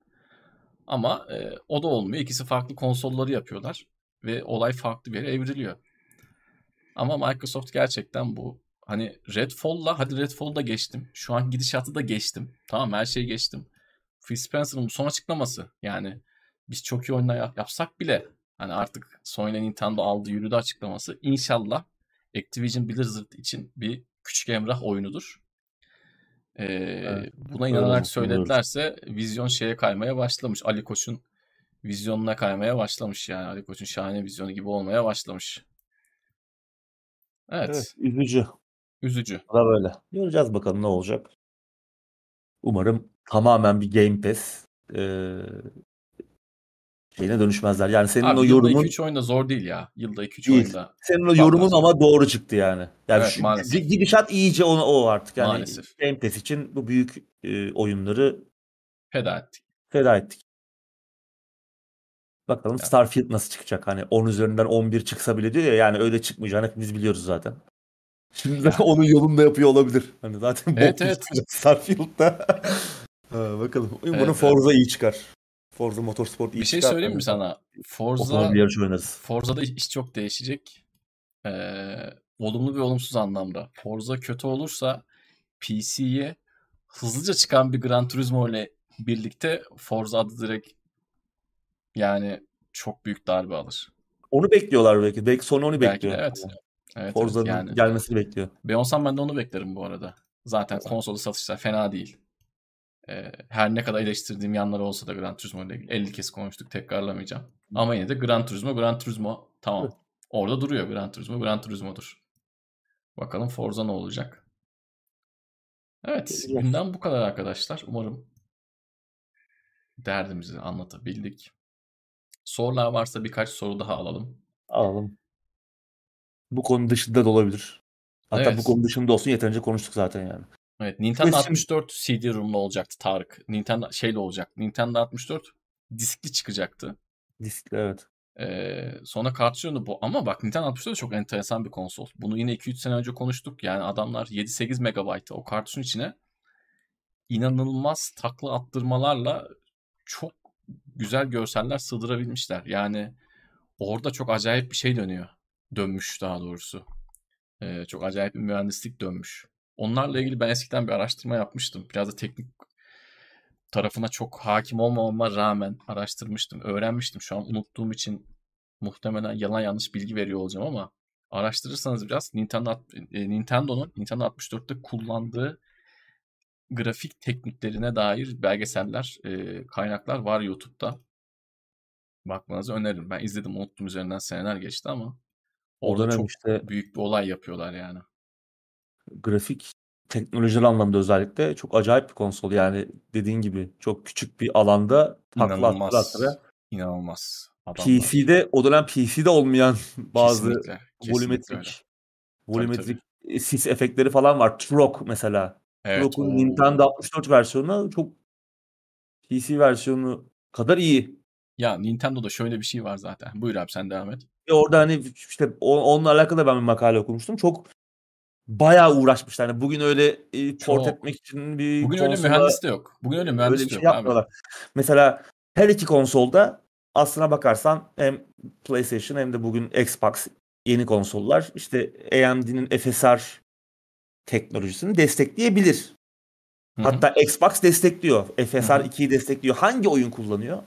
Speaker 1: Ama o da olmuyor. İkisi farklı konsolları yapıyorlar. Ve olay farklı bir yere evriliyor. Ama Microsoft gerçekten bu hani hadi Redfall'u da geçtim. Şu an gidişatı da geçtim. Tamam, her şeyi geçtim. Phil Spencer'ın bu son açıklaması, yani biz çok iyi oyunlar yapsak bile hani artık Sony'le Nintendo aldı yürüdü açıklaması, İnşallah Activision Blizzard için bir küçük Emrah oyunudur.
Speaker 2: Evet,
Speaker 1: Buna
Speaker 2: öyle
Speaker 1: inanarak
Speaker 2: umuyoruz.
Speaker 1: söyledilerse vizyon şeye kaymaya başlamış. Ali Koç'un vizyonuna kaymaya başlamış yani. Ali Koç'un şahane vizyonu gibi olmaya başlamış.
Speaker 2: Evet,
Speaker 1: Evet.
Speaker 2: üzücü.
Speaker 1: Üzücü.
Speaker 2: O da böyle. Göreceğiz bakalım ne olacak. Umarım tamamen bir Game Pass şeyine dönüşmezler. Yani senin o
Speaker 1: Abi yılda
Speaker 2: yorumun
Speaker 1: 2-3 oyun da zor değil ya. Yılda 2-3
Speaker 2: değil.
Speaker 1: oyunda
Speaker 2: Senin o
Speaker 1: vallahi
Speaker 2: yorumun
Speaker 1: zor.
Speaker 2: ama doğru çıktı yani. Yani
Speaker 1: Evet,
Speaker 2: şu
Speaker 1: maalesef.
Speaker 2: gidişat iyice o artık. Yani
Speaker 1: Maalesef.
Speaker 2: Game Pass için bu büyük oyunları
Speaker 1: Feda ettik.
Speaker 2: feda ettik. Bakalım
Speaker 1: Ya,
Speaker 2: Starfield nasıl çıkacak? Hani 10 üzerinden 11 çıksa bile diyor ya, yani öyle çıkmayacağını hepimiz biliyoruz zaten. Şimdi de
Speaker 1: ya.
Speaker 2: onun yolunda yapıyor olabilir. Hani zaten bok
Speaker 1: Evet,
Speaker 2: gibi
Speaker 1: evet.
Speaker 2: çıkacak Starfield'da. Bakalım. Umarım
Speaker 1: Evet, evet.
Speaker 2: Forza iyi çıkar. Forza Motorsport
Speaker 1: Bir
Speaker 2: iyi
Speaker 1: şey
Speaker 2: çıkar.
Speaker 1: söyleyeyim mi
Speaker 2: Hani
Speaker 1: sana?
Speaker 2: otomobil yarışı oynarız.
Speaker 1: Forza'da iş çok değişecek. Olumlu ve olumsuz anlamda. Forza kötü olursa PC'ye hızlıca çıkan bir Gran Turismo ile birlikte Forza adı direkt yani çok büyük darbe alır.
Speaker 2: Onu bekliyorlar belki. Belki Sony onu
Speaker 1: Belki de
Speaker 2: bekliyor.
Speaker 1: evet. Evet, evet,
Speaker 2: Forza'nın
Speaker 1: yani.
Speaker 2: gelmesini bekliyor.
Speaker 1: Ben olsam ben de onu beklerim bu arada. Zaten konsolu satışlar fena değil. Her ne kadar eleştirdiğim yanları olsa da Gran Turismo ile ilgili 50 kez konuştuk, tekrarlamayacağım. Ama yine de Gran Turismo
Speaker 2: Evet.
Speaker 1: tamam. Orada duruyor Gran Turismo'dur. Bakalım Forza ne olacak? Evet,
Speaker 2: Göreceğiz.
Speaker 1: gündem bu kadar arkadaşlar. Umarım derdimizi anlatabildik. Sorular varsa birkaç soru daha alalım.
Speaker 2: Alalım. Bu konu dışında da olabilir. Hatta bu
Speaker 1: Evet.
Speaker 2: konu dışında olsun, yeterince konuştuk zaten yani.
Speaker 1: Evet, Nintendo
Speaker 2: PlayStation
Speaker 1: 64 CD-ROM'lu olacaktı Tarık. Nintendo şeyle olacak. Nintendo 64 diskli çıkacaktı.
Speaker 2: diskli, evet.
Speaker 1: Sonra kartuşunu bu, ama bak Nintendo 64 çok enteresan bir konsol. Bunu yine 2-3 sene önce konuştuk. Yani adamlar 7-8 megabaytı o kartuşun içine inanılmaz takla attırmalarla çok güzel görseller sığdırabilmişler. Yani orada çok acayip bir şey dönmüş daha doğrusu. Çok acayip bir mühendislik dönmüş. Onlarla ilgili ben eskiden bir araştırma yapmıştım. Biraz da teknik tarafına çok hakim olmamama rağmen araştırmıştım, öğrenmiştim. Şu an unuttuğum için muhtemelen yalan yanlış bilgi veriyor olacağım ama araştırırsanız biraz Nintendo'nun Nintendo 64'te kullandığı grafik tekniklerine dair belgeseller, kaynaklar var YouTube'da. Bakmanızı öneririm. Ben izledim, unuttum, üzerinden seneler geçti ama
Speaker 2: O
Speaker 1: orada
Speaker 2: dönem
Speaker 1: çok
Speaker 2: işte
Speaker 1: büyük bir olay yapıyorlar yani.
Speaker 2: grafik teknolojik anlamda özellikle çok acayip bir konsol. Yani dediğin gibi çok küçük bir alanda takla attıra
Speaker 1: İnanılmaz,
Speaker 2: attıra.
Speaker 1: inanılmaz adamlar.
Speaker 2: PC'de, o dönem PC'de olmayan bazı
Speaker 1: Kesinlikle, kesinlikle öyle.
Speaker 2: volümetrik
Speaker 1: Tabii, tabii.
Speaker 2: volümetrik sis efektleri falan var. Turok mesela.
Speaker 1: Evet,
Speaker 2: Turok'un Nintendo
Speaker 1: o
Speaker 2: 64 versiyonu çok PC versiyonu kadar iyi.
Speaker 1: ya Nintendo'da şöyle bir şey var zaten. Buyur abi, sen devam et.
Speaker 2: Ve orada hani işte onunla alakalı da ben bir makale okumuştum. Çok bayağı uğraşmışlar. Yani bugün öyle port etmek
Speaker 1: Çok.
Speaker 2: için bir
Speaker 1: Bugün öyle
Speaker 2: konsola
Speaker 1: mühendis de yok. Bugün öyle
Speaker 2: öyle bir
Speaker 1: mühendis de
Speaker 2: şey
Speaker 1: yok abi.
Speaker 2: yapmıyorlar. Mesela her iki konsolda aslına bakarsan hem PlayStation hem de bugün Xbox yeni konsollar işte AMD'nin FSR teknolojisini destekleyebilir.
Speaker 1: Hı hı.
Speaker 2: Hatta Xbox destekliyor.
Speaker 1: Hı
Speaker 2: FSR
Speaker 1: hı.
Speaker 2: 2'yi destekliyor. Hangi oyun kullanıyor?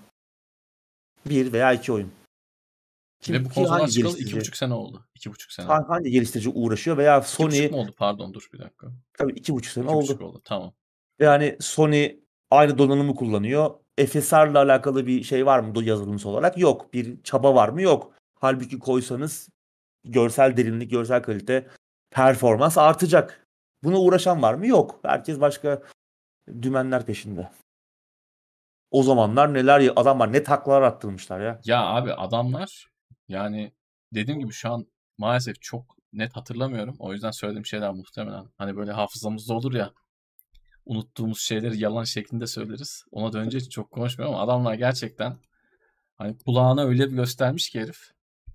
Speaker 2: Bir veya iki oyun.
Speaker 1: Ve bu konsollar
Speaker 2: Hangi
Speaker 1: çıkalı
Speaker 2: geliştirici
Speaker 1: 2,5 sene oldu. 2,5 sene.
Speaker 2: hangi geliştirici uğraşıyor veya
Speaker 1: 2,5
Speaker 2: Sony
Speaker 1: mu oldu? Pardon, dur bir dakika.
Speaker 2: tabii 2,5 sene
Speaker 1: 2,5
Speaker 2: oldu.
Speaker 1: oldu. Tamam.
Speaker 2: Yani Sony aynı donanımı kullanıyor. FSR'la alakalı bir şey var mı yazılımsal olarak? Yok. Bir çaba var mı? Yok. Halbuki koysanız görsel derinlik, görsel kalite, performans artacak. Buna uğraşan var mı? Yok. Herkes başka dümenler peşinde. O zamanlar adamlar ne taklalar attırmışlar ya.
Speaker 1: Ya abi adamlar, yani dediğim gibi şu an maalesef çok net hatırlamıyorum. O yüzden söylediğim şeyler muhtemelen hani böyle hafızamızda olur ya, unuttuğumuz şeyleri yalan şeklinde söyleriz. Ona dönünce çok konuşmuyorum ama adamlar gerçekten hani kulağına öyle bir göstermiş ki herif.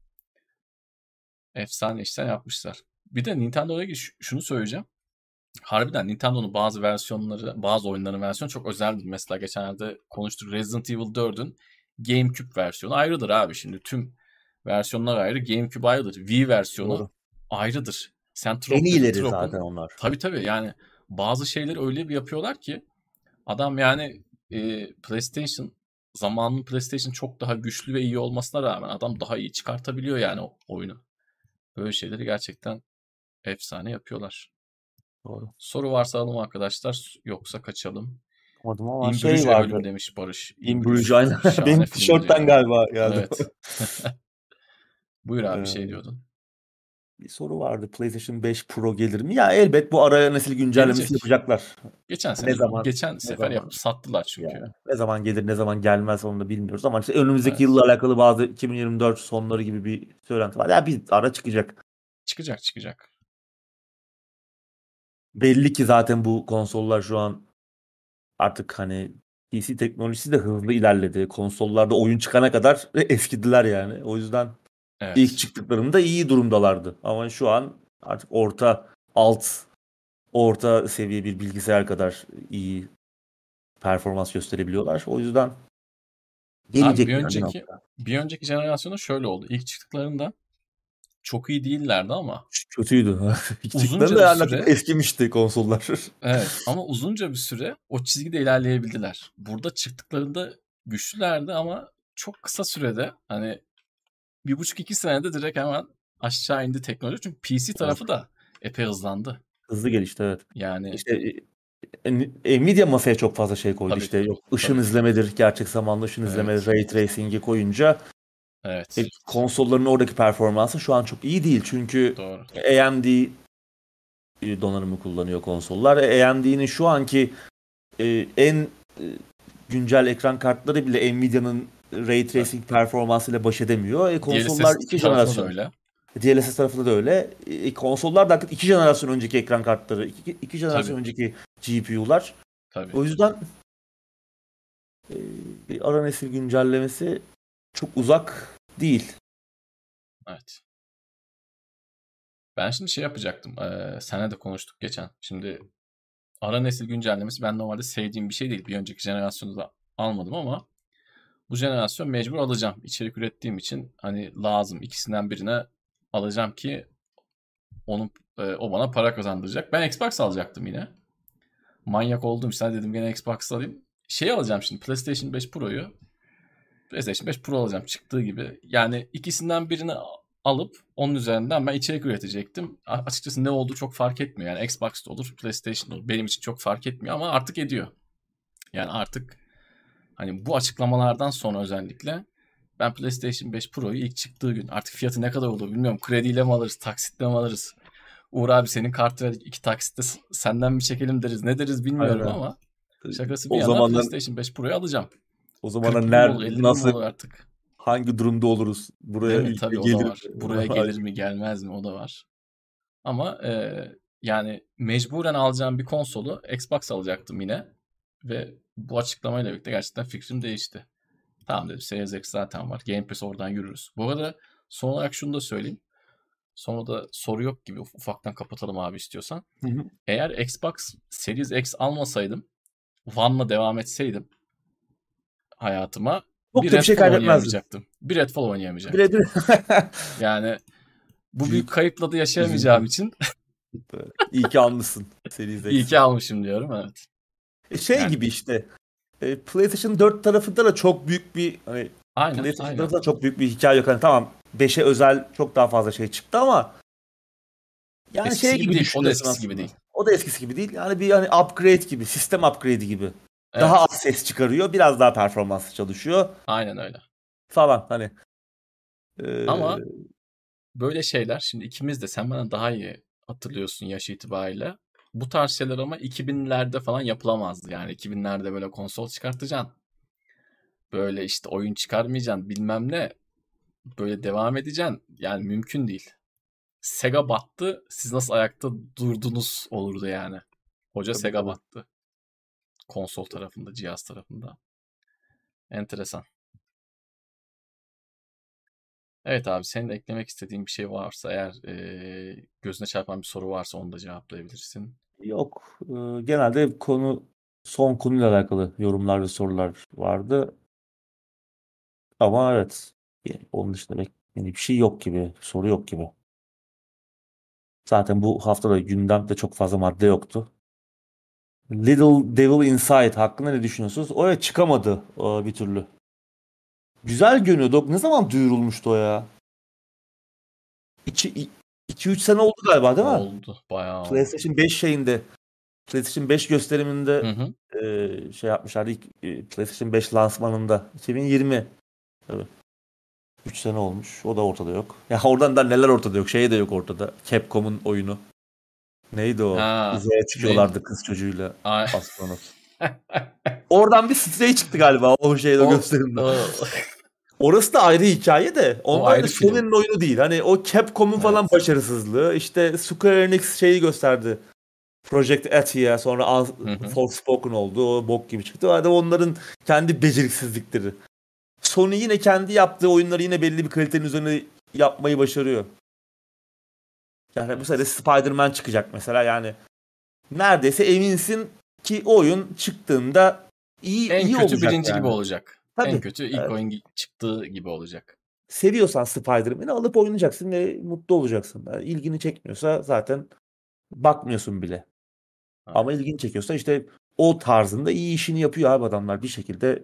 Speaker 1: Efsane işler yapmışlar. Bir de Nintendo'ya ilgili şunu söyleyeceğim. Harbiden Nintendo'nun bazı versiyonları, bazı oyunların versiyonu çok özeldir. Mesela geçenlerde konuştuk, Resident Evil 4'ün GameCube versiyonu ayrıdır abi şimdi. Tüm versiyonlar ayrı. GameCube ayrıdır. Wii versiyonu
Speaker 2: Doğru.
Speaker 1: ayrıdır. Sen
Speaker 2: En
Speaker 1: trop dedin,
Speaker 2: iyileri zaten
Speaker 1: trop'un
Speaker 2: onlar.
Speaker 1: tabii yani bazı şeyleri öyle bir yapıyorlar ki adam yani PlayStation zamanının PlayStation çok daha güçlü ve iyi olmasına rağmen adam daha iyi çıkartabiliyor yani o oyunu. Böyle şeyleri gerçekten efsane yapıyorlar.
Speaker 2: Doğru.
Speaker 1: Soru varsa alalım arkadaşlar yoksa kaçalım.
Speaker 2: Anladım ama
Speaker 1: In
Speaker 2: şey
Speaker 1: Bruges bölüm
Speaker 2: vardı.
Speaker 1: demiş Barış. In
Speaker 2: In Bruges
Speaker 1: Bruges
Speaker 2: aynen.
Speaker 1: şahane
Speaker 2: Benim
Speaker 1: filmdir
Speaker 2: tişörtten
Speaker 1: ya.
Speaker 2: galiba geldi.
Speaker 1: Evet. Buyur abi bir şey
Speaker 2: Ee,
Speaker 1: diyordun.
Speaker 2: bir soru vardı. PlayStation 5 Pro gelir mi? Ya elbet bu araya nesil güncellemesi
Speaker 1: Gelecek.
Speaker 2: yapacaklar.
Speaker 1: Geçen
Speaker 2: Ne
Speaker 1: sene,
Speaker 2: zaman?
Speaker 1: geçen
Speaker 2: Ne
Speaker 1: sefer
Speaker 2: zaman?
Speaker 1: yapıp sattılar çünkü.
Speaker 2: Yani ne zaman gelir, ne zaman gelmez onu da bilmiyoruz ama işte önümüzdeki
Speaker 1: Evet.
Speaker 2: yılla alakalı bazı 2024 sonları gibi bir söylenti var. Ya bir ara çıkacak.
Speaker 1: Çıkacak.
Speaker 2: Belli ki zaten bu konsollar şu an artık hani PC teknolojisi de hızlı ilerledi. Konsollarda oyun çıkana kadar eskidiler yani. O yüzden ilk
Speaker 1: Evet.
Speaker 2: çıktıklarında iyi durumdalardı. Ama şu an artık orta seviye bir bilgisayar kadar iyi performans gösterebiliyorlar. O yüzden
Speaker 1: Abi bir
Speaker 2: gelecek yani bir
Speaker 1: önceki
Speaker 2: nokta.
Speaker 1: bir önceki jenerasyonda şöyle oldu. İlk çıktıklarında çok iyi değillerdi ama
Speaker 2: Kötüydü. İlk çıktıklarında
Speaker 1: uzunca bir
Speaker 2: yani artık
Speaker 1: süre
Speaker 2: eskimişti konsollar.
Speaker 1: evet ama uzunca bir süre o çizgide ilerleyebildiler. Burada çıktıklarında güçlülerdi ama çok kısa sürede hani 1,5-2 senede direkt hemen aşağı indi teknoloji. Çünkü PC
Speaker 2: Evet.
Speaker 1: tarafı da epey hızlandı.
Speaker 2: Hızlı gelişti evet.
Speaker 1: Yani
Speaker 2: İşte Nvidia masaya çok fazla şey koydu.
Speaker 1: tabii
Speaker 2: İşte yok ışın
Speaker 1: tabii.
Speaker 2: izlemedir, gerçek zamanlı ışın izleme,
Speaker 1: Evet.
Speaker 2: ray tracing'i koyunca
Speaker 1: Evet.
Speaker 2: konsolların oradaki performansı şu an çok iyi değil. Çünkü
Speaker 1: Doğru.
Speaker 2: AMD donanımı kullanıyor konsollar. AMD'nin şu anki en güncel ekran kartları bile Nvidia'nın ray
Speaker 1: Tabii.
Speaker 2: tracing performansıyla baş edemiyor. Konsollar
Speaker 1: DLSS
Speaker 2: iki
Speaker 1: tarafında da
Speaker 2: jenerasyon.
Speaker 1: öyle.
Speaker 2: DLSS tarafında da öyle. Konsollar da artık iki jenerasyon önceki ekran kartları, iki
Speaker 1: Tabii.
Speaker 2: jenerasyon önceki GPU'lar.
Speaker 1: Tabii.
Speaker 2: O yüzden e, bir ara nesil güncellemesi çok uzak değil.
Speaker 1: Evet. Ben şimdi şey yapacaktım. Seninle de konuştuk geçen. Şimdi ara nesil güncellemesi ben normalde sevdiğim bir şey değil. Bir önceki jenerasyonu da almadım ama bu jenerasyon mecbur alacağım. İçerik ürettiğim için hani lazım. İkisinden birine alacağım ki onun o bana para kazandıracak. Ben Xbox alacaktım yine. Manyak olduğum için dedim gene Xbox alayım. Şey alacağım şimdi PlayStation 5 Pro'yu. PlayStation 5 Pro alacağım çıktığı gibi. Yani ikisinden birini alıp onun üzerinden ben içerik üretecektim. Açıkçası ne olduğu çok fark etmiyor. Yani Xbox'ta olur, PlayStation'da olur. Benim için çok fark etmiyor ama artık ediyor. Yani artık hani bu açıklamalardan sonra özellikle ben PlayStation 5 Pro'yu ilk çıktığı gün artık fiyatı ne kadar olur bilmiyorum. Krediyle mi alırız, taksitle mi alırız? Uğur abi senin kartı ver, iki taksitte senden mi çekelim deriz, ne deriz bilmiyorum
Speaker 2: Aynen.
Speaker 1: ama şakası bir
Speaker 2: O
Speaker 1: yana
Speaker 2: zamanlar
Speaker 1: PlayStation 5 Pro'yu alacağım.
Speaker 2: o zamanlar
Speaker 1: 40 bin mi olur, 50 bin mi
Speaker 2: nasıl
Speaker 1: olur artık?
Speaker 2: hangi durumda oluruz?
Speaker 1: Değil
Speaker 2: Buraya
Speaker 1: mi?
Speaker 2: ülke
Speaker 1: Tabii o da
Speaker 2: gelir
Speaker 1: var. Buraya
Speaker 2: mi?
Speaker 1: gelir mi gelmez mi o da var. Ama yani mecburen alacağım bir konsolu Xbox alacaktım yine. Ve bu açıklamayla birlikte gerçekten fikrim değişti. Tamam dedim Series X zaten var. Game Pass oradan yürürüz. Bu arada son olarak şunu da söyleyeyim. Sonra da soru yok gibi ufaktan kapatalım abi istiyorsan.
Speaker 2: Hı hı.
Speaker 1: Eğer Xbox Series X almasaydım One'la devam etseydim hayatıma
Speaker 2: Çok
Speaker 1: bir
Speaker 2: da bir şey
Speaker 1: Redfall
Speaker 2: kaybetmezdin.
Speaker 1: oynayamayacaktım. Bir Redfall oynayamayacaktım.
Speaker 2: Birebir.
Speaker 1: Yani bu büyük
Speaker 2: Büyük
Speaker 1: kayıpla da yaşayamayacağım
Speaker 2: üzüntü.
Speaker 1: için
Speaker 2: İyi ki almışsın Series
Speaker 1: iyi ki
Speaker 2: X'i.
Speaker 1: almışım diyorum evet.
Speaker 2: Şey
Speaker 1: Yani
Speaker 2: gibi işte PlayStation 4 tarafında da çok büyük bir hani PlayStation
Speaker 1: aynen.
Speaker 2: tarafında çok büyük bir hikaye yok. Hani tamam 5'e özel çok daha fazla şey çıktı ama yani
Speaker 1: Eskisi
Speaker 2: şey
Speaker 1: gibi
Speaker 2: gibi
Speaker 1: değil. O da
Speaker 2: düşünüyorsun
Speaker 1: eskisi gibi
Speaker 2: aslında.
Speaker 1: değil.
Speaker 2: O da eskisi gibi değil. Yani bir hani upgrade gibi, sistem upgrade'i gibi. Daha
Speaker 1: Evet.
Speaker 2: az ses çıkarıyor, biraz daha performanslı çalışıyor
Speaker 1: Aynen öyle.
Speaker 2: falan hani.
Speaker 1: Ama
Speaker 2: E,
Speaker 1: böyle şeyler şimdi ikimiz de sen bana daha iyi hatırlıyorsun yaş itibariyle. Bu tarz şeyler ama 2000'lerde falan yapılamazdı. Yani 2000'lerde böyle konsol çıkartacaksın. Böyle işte oyun çıkarmayacaksın bilmem ne. Böyle devam edeceksin. Yani mümkün değil. Sega battı. Siz nasıl ayakta durdunuz olurdu yani. Hoca
Speaker 2: tabii
Speaker 1: Sega
Speaker 2: tabii.
Speaker 1: battı. Konsol tarafında, cihaz tarafında. Enteresan. Evet abi senin de eklemek istediğin bir şey varsa eğer gözüne çarpan bir soru varsa onu da cevaplayabilirsin.
Speaker 2: Yok. Genelde son konuyla alakalı yorumlar ve sorular vardı. Ama evet. Onun dışında yeni bir şey yok gibi. Soru yok gibi. Zaten bu hafta da gündemde çok fazla madde yoktu. Little Devil Inside hakkında ne düşünüyorsunuz? O çıkamadı bir türlü. Güzel görünüyordu. Ne zaman duyurulmuştu o ya? 2-3 sene oldu galiba değil mi?
Speaker 1: Oldu. Bayağı oldu.
Speaker 2: PlayStation 5 şeyinde. PlayStation 5 gösteriminde
Speaker 1: Hı hı.
Speaker 2: şey yapmışlardı. PlayStation 5 lansmanında. 2020. Evet. 3 sene olmuş. O da ortada yok. Ya oradan da neler ortada yok. Şey de yok ortada. Capcom'un oyunu. Neydi o?
Speaker 1: Ha,
Speaker 2: Uzaya çıkıyorlardı kız çocuğuyla
Speaker 1: Ay.
Speaker 2: astronot. Oradan bir Stray çıktı galiba o şeyde
Speaker 1: O,
Speaker 2: gösterimde.
Speaker 1: o,
Speaker 2: Orası da ayrı hikaye de.
Speaker 1: o
Speaker 2: Onlar da
Speaker 1: ayrı film.
Speaker 2: Sony'nin oyunu değil. Hani o Capcom'un falan
Speaker 1: Evet.
Speaker 2: başarısızlığı. İşte Square Enix şeyi gösterdi. Project Athia sonra
Speaker 1: Hı hı.
Speaker 2: Forspoken oldu. O bok gibi çıktı. O da onların kendi beceriksizlikleri. Sony yine kendi yaptığı oyunları yine belli bir kalitenin üzerine yapmayı başarıyor. Yani bu sene Spider-Man çıkacak mesela yani. Neredeyse eminsin ki oyun çıktığında
Speaker 1: En
Speaker 2: iyi
Speaker 1: kötü
Speaker 2: olacak
Speaker 1: birinci gibi
Speaker 2: yani.
Speaker 1: olacak.
Speaker 2: Tabii.
Speaker 1: En kötü ilk
Speaker 2: Evet.
Speaker 1: oyun çıktığı gibi olacak.
Speaker 2: Seviyorsan Spider-Man'i alıp oynayacaksın ve mutlu olacaksın. Yani ilgini çekmiyorsa zaten bakmıyorsun bile. Ama
Speaker 1: Aynen.
Speaker 2: ilgini çekiyorsa işte o tarzında iyi işini yapıyor abi adamlar bir şekilde.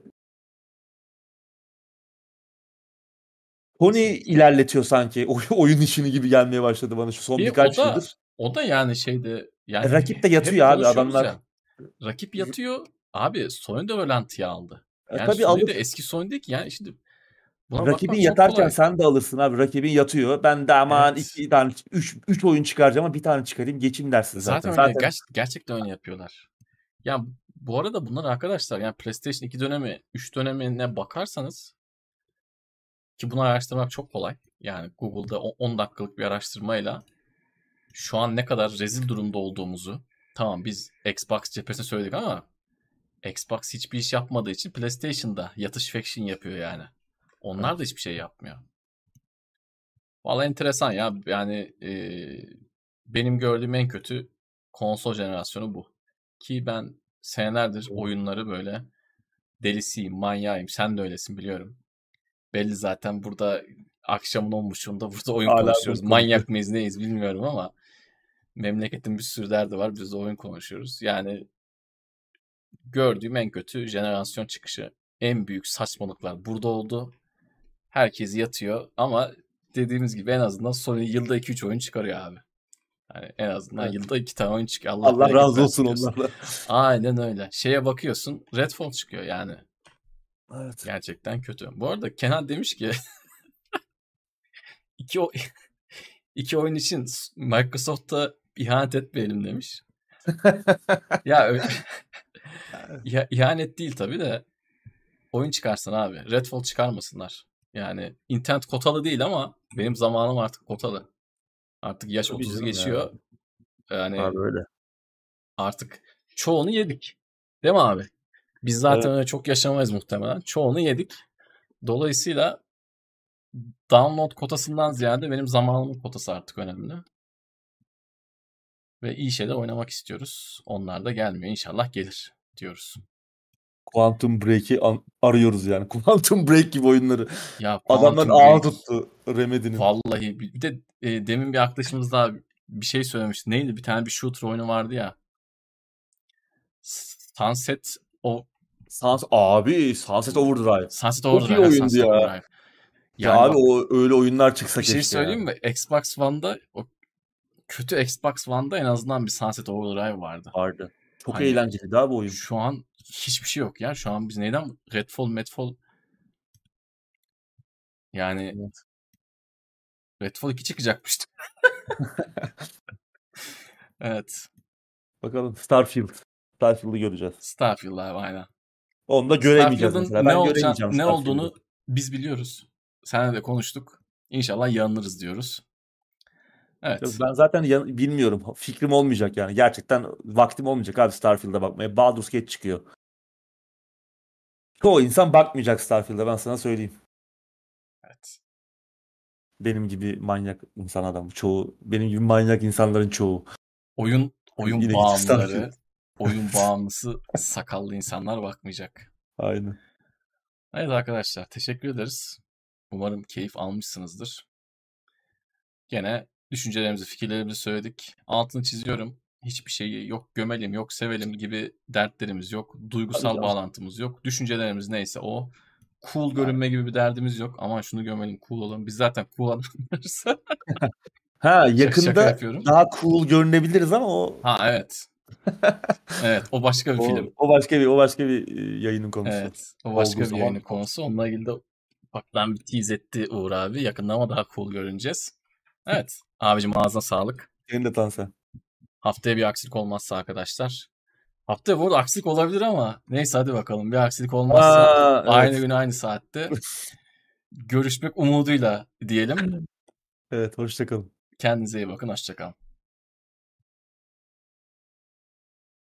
Speaker 2: Sony
Speaker 1: Kesinlikle.
Speaker 2: ilerletiyor sanki oyun işini gibi gelmeye başladı bana şu son
Speaker 1: Bir
Speaker 2: birkaç
Speaker 1: o
Speaker 2: yıldır.
Speaker 1: da yani şeyde yani
Speaker 2: Rakip de
Speaker 1: hep
Speaker 2: yatıyor abi
Speaker 1: konuşuyoruz
Speaker 2: adamlar.
Speaker 1: ya. Rakip yatıyor. Abi Sony de rölantiye aldı. Yani
Speaker 2: Tabii
Speaker 1: Sony de
Speaker 2: alıp
Speaker 1: eski Sony değil ki. Yani şimdi buna
Speaker 2: rakibin
Speaker 1: bakmak çok
Speaker 2: yatarken
Speaker 1: kolay.
Speaker 2: sen de alırsın abi. Rakibin yatıyor. Ben de aman
Speaker 1: Evet.
Speaker 2: 2 tane 3 oyun çıkaracağım ama bir tane çıkarayım geçeyim dersin zaten.
Speaker 1: Zaten öyle.
Speaker 2: Zaten
Speaker 1: Gerçekten öyle yapıyorlar. Ya bu arada bunlar arkadaşlar yani PlayStation 2 dönemi, 3 dönemine bakarsanız ki bunu araştırmak çok kolay. Yani Google'da 10 dakikalık bir araştırmayla şu an ne kadar rezil durumda olduğumuzu tamam biz Xbox cephesine söyledik ama Xbox hiçbir iş yapmadığı için PlayStation'da yatış faction yapıyor yani. Onlar da
Speaker 2: evet.
Speaker 1: hiçbir şey yapmıyor. Vallahi enteresan ya. Yani benim gördüğüm en kötü konsol jenerasyonu bu. Ki ben senelerdir oyunları böyle delisiyim, manyağıyım. Sen de öylesin biliyorum. Belli zaten burada akşamın 10.30'unda burada oyun
Speaker 2: Hala
Speaker 1: konuşuyoruz.
Speaker 2: bunu konuşuyor.
Speaker 1: Manyak mıyız neyiz bilmiyorum ama memleketin bir sürü derdi var. Biz de oyun konuşuyoruz. Yani gördüğüm en kötü jenerasyon çıkışı. En büyük saçmalıklar burada oldu. Herkes yatıyor ama dediğimiz gibi en azından Sony yılda 2-3 oyun çıkarıyor abi. Yani en azından
Speaker 2: Evet.
Speaker 1: yılda 2 tane oyun çıkıyor. Allah
Speaker 2: Allah
Speaker 1: bereket
Speaker 2: razı
Speaker 1: versin
Speaker 2: olsun
Speaker 1: diyorsun.
Speaker 2: onlardan.
Speaker 1: Aynen öyle. Şeye bakıyorsun Redfall çıkıyor yani.
Speaker 2: Evet.
Speaker 1: Gerçekten kötü. Bu arada Kenan demiş ki iki, iki oyun için Microsoft'a ihanet etmeyelim demiş. Ya ihanet değil tabii de oyun çıkarsın abi. Redfall çıkarmasınlar. Yani internet kotalı değil ama benim zamanım artık kotalı. Artık yaş
Speaker 2: Tabii
Speaker 1: 30'u
Speaker 2: canım ya.
Speaker 1: geçiyor. Yani
Speaker 2: Abi öyle.
Speaker 1: artık çoğunu yedik. Değil mi abi? Biz
Speaker 2: Evet.
Speaker 1: zaten öyle çok yaşamayız muhtemelen. Çoğunu yedik. Dolayısıyla download kotasından ziyade benim zamanımın kotası artık önemli. Ve iyi şeyler oynamak istiyoruz. Onlar da gelmiyor. İnşallah gelir diyoruz.
Speaker 2: Quantum Break'i arıyoruz yani. Quantum Break gibi oyunları.
Speaker 1: Ya
Speaker 2: Adamların
Speaker 1: Quantum
Speaker 2: ağı
Speaker 1: Break
Speaker 2: tuttu Remedy'nin.
Speaker 1: vallahi bir de demin bir arkadaşımız daha bir şey söylemişti. Neydi? Bir tane bir shooter oyunu vardı ya. Sunset o
Speaker 2: Sunset Overdrive.
Speaker 1: Sunset
Speaker 2: Çok iyi
Speaker 1: Overdrive. Ha,
Speaker 2: oyundu
Speaker 1: Sunset
Speaker 2: ya.
Speaker 1: Overdrive.
Speaker 2: Ya
Speaker 1: Yani
Speaker 2: abi
Speaker 1: bak
Speaker 2: o öyle oyunlar çıksa
Speaker 1: bir şey
Speaker 2: keşke ya.
Speaker 1: söyleyeyim mi? Xbox One'da o kötü Xbox One'da en azından bir Sunset Overdrive vardı.
Speaker 2: Vardı. Çok
Speaker 1: Hani
Speaker 2: eğlenceli daha bu oyun.
Speaker 1: şu an hiçbir şey yok ya. Şu an biz neyden Redfall yani
Speaker 2: Evet.
Speaker 1: Redfall 2 çıkacakmıştı. Evet.
Speaker 2: Bakalım Starfield'ı göreceğiz.
Speaker 1: Starfield abi aynen.
Speaker 2: Onu da göremeyeceğiz
Speaker 1: Starfield'ın
Speaker 2: mesela. Ben göremeyeceğim
Speaker 1: ne
Speaker 2: Starfield'ı.
Speaker 1: olduğunu biz biliyoruz. Seninle de konuştuk. İnşallah yanılırız diyoruz. Evet.
Speaker 2: Ben zaten bilmiyorum. Fikrim olmayacak yani. Gerçekten vaktim olmayacak abi Starfield'a bakmaya. Baldur's Gate çıkıyor. Çoğu insan bakmayacak Starfield'a ben sana söyleyeyim.
Speaker 1: Evet.
Speaker 2: Benim gibi manyak insan adam. Çoğu. Benim gibi manyak insanların çoğu.
Speaker 1: Oyun
Speaker 2: Yine gidip Starfield.
Speaker 1: bağımlıları, oyun bağımlısı sakallı insanlar bakmayacak.
Speaker 2: Aynen.
Speaker 1: Evet arkadaşlar teşekkür ederiz. Umarım keyif almışsınızdır. Gene Düşüncelerimizi, fikirlerimizi söyledik. Altını çiziyorum. Hiçbir şeyi yok gömelim, yok sevelim gibi dertlerimiz yok.
Speaker 2: Tabii
Speaker 1: Duygusal
Speaker 2: canım.
Speaker 1: bağlantımız yok. Düşüncelerimiz neyse o. Cool görünme gibi bir derdimiz yok. Aman şunu gömelim, cool olalım. Biz zaten cool adamlarız.
Speaker 2: Ha,
Speaker 1: Şaka
Speaker 2: yakında
Speaker 1: yapıyorum.
Speaker 2: daha cool görünebiliriz ama o
Speaker 1: Ha evet. Evet, o başka bir film.
Speaker 2: o başka bir yayının konusu
Speaker 1: Evet, o
Speaker 2: olduğu
Speaker 1: başka bir
Speaker 2: zaman
Speaker 1: yayının konusu. Onunla ilgili de ufaktan bir tease etti Uğur abi. Yakında ama daha cool görüneceğiz. Evet, abicim ağzına sağlık.
Speaker 2: senin de Tansen.
Speaker 1: Haftaya bir aksilik olmazsa arkadaşlar. Haftaya bu arada aksilik olabilir ama neyse hadi bakalım. Bir aksilik olmazsa aynı
Speaker 2: Evet.
Speaker 1: gün aynı saatte görüşmek umuduyla diyelim.
Speaker 2: Evet, hoşça kalın.
Speaker 1: Kendinize iyi bakın. Hoşça kalın.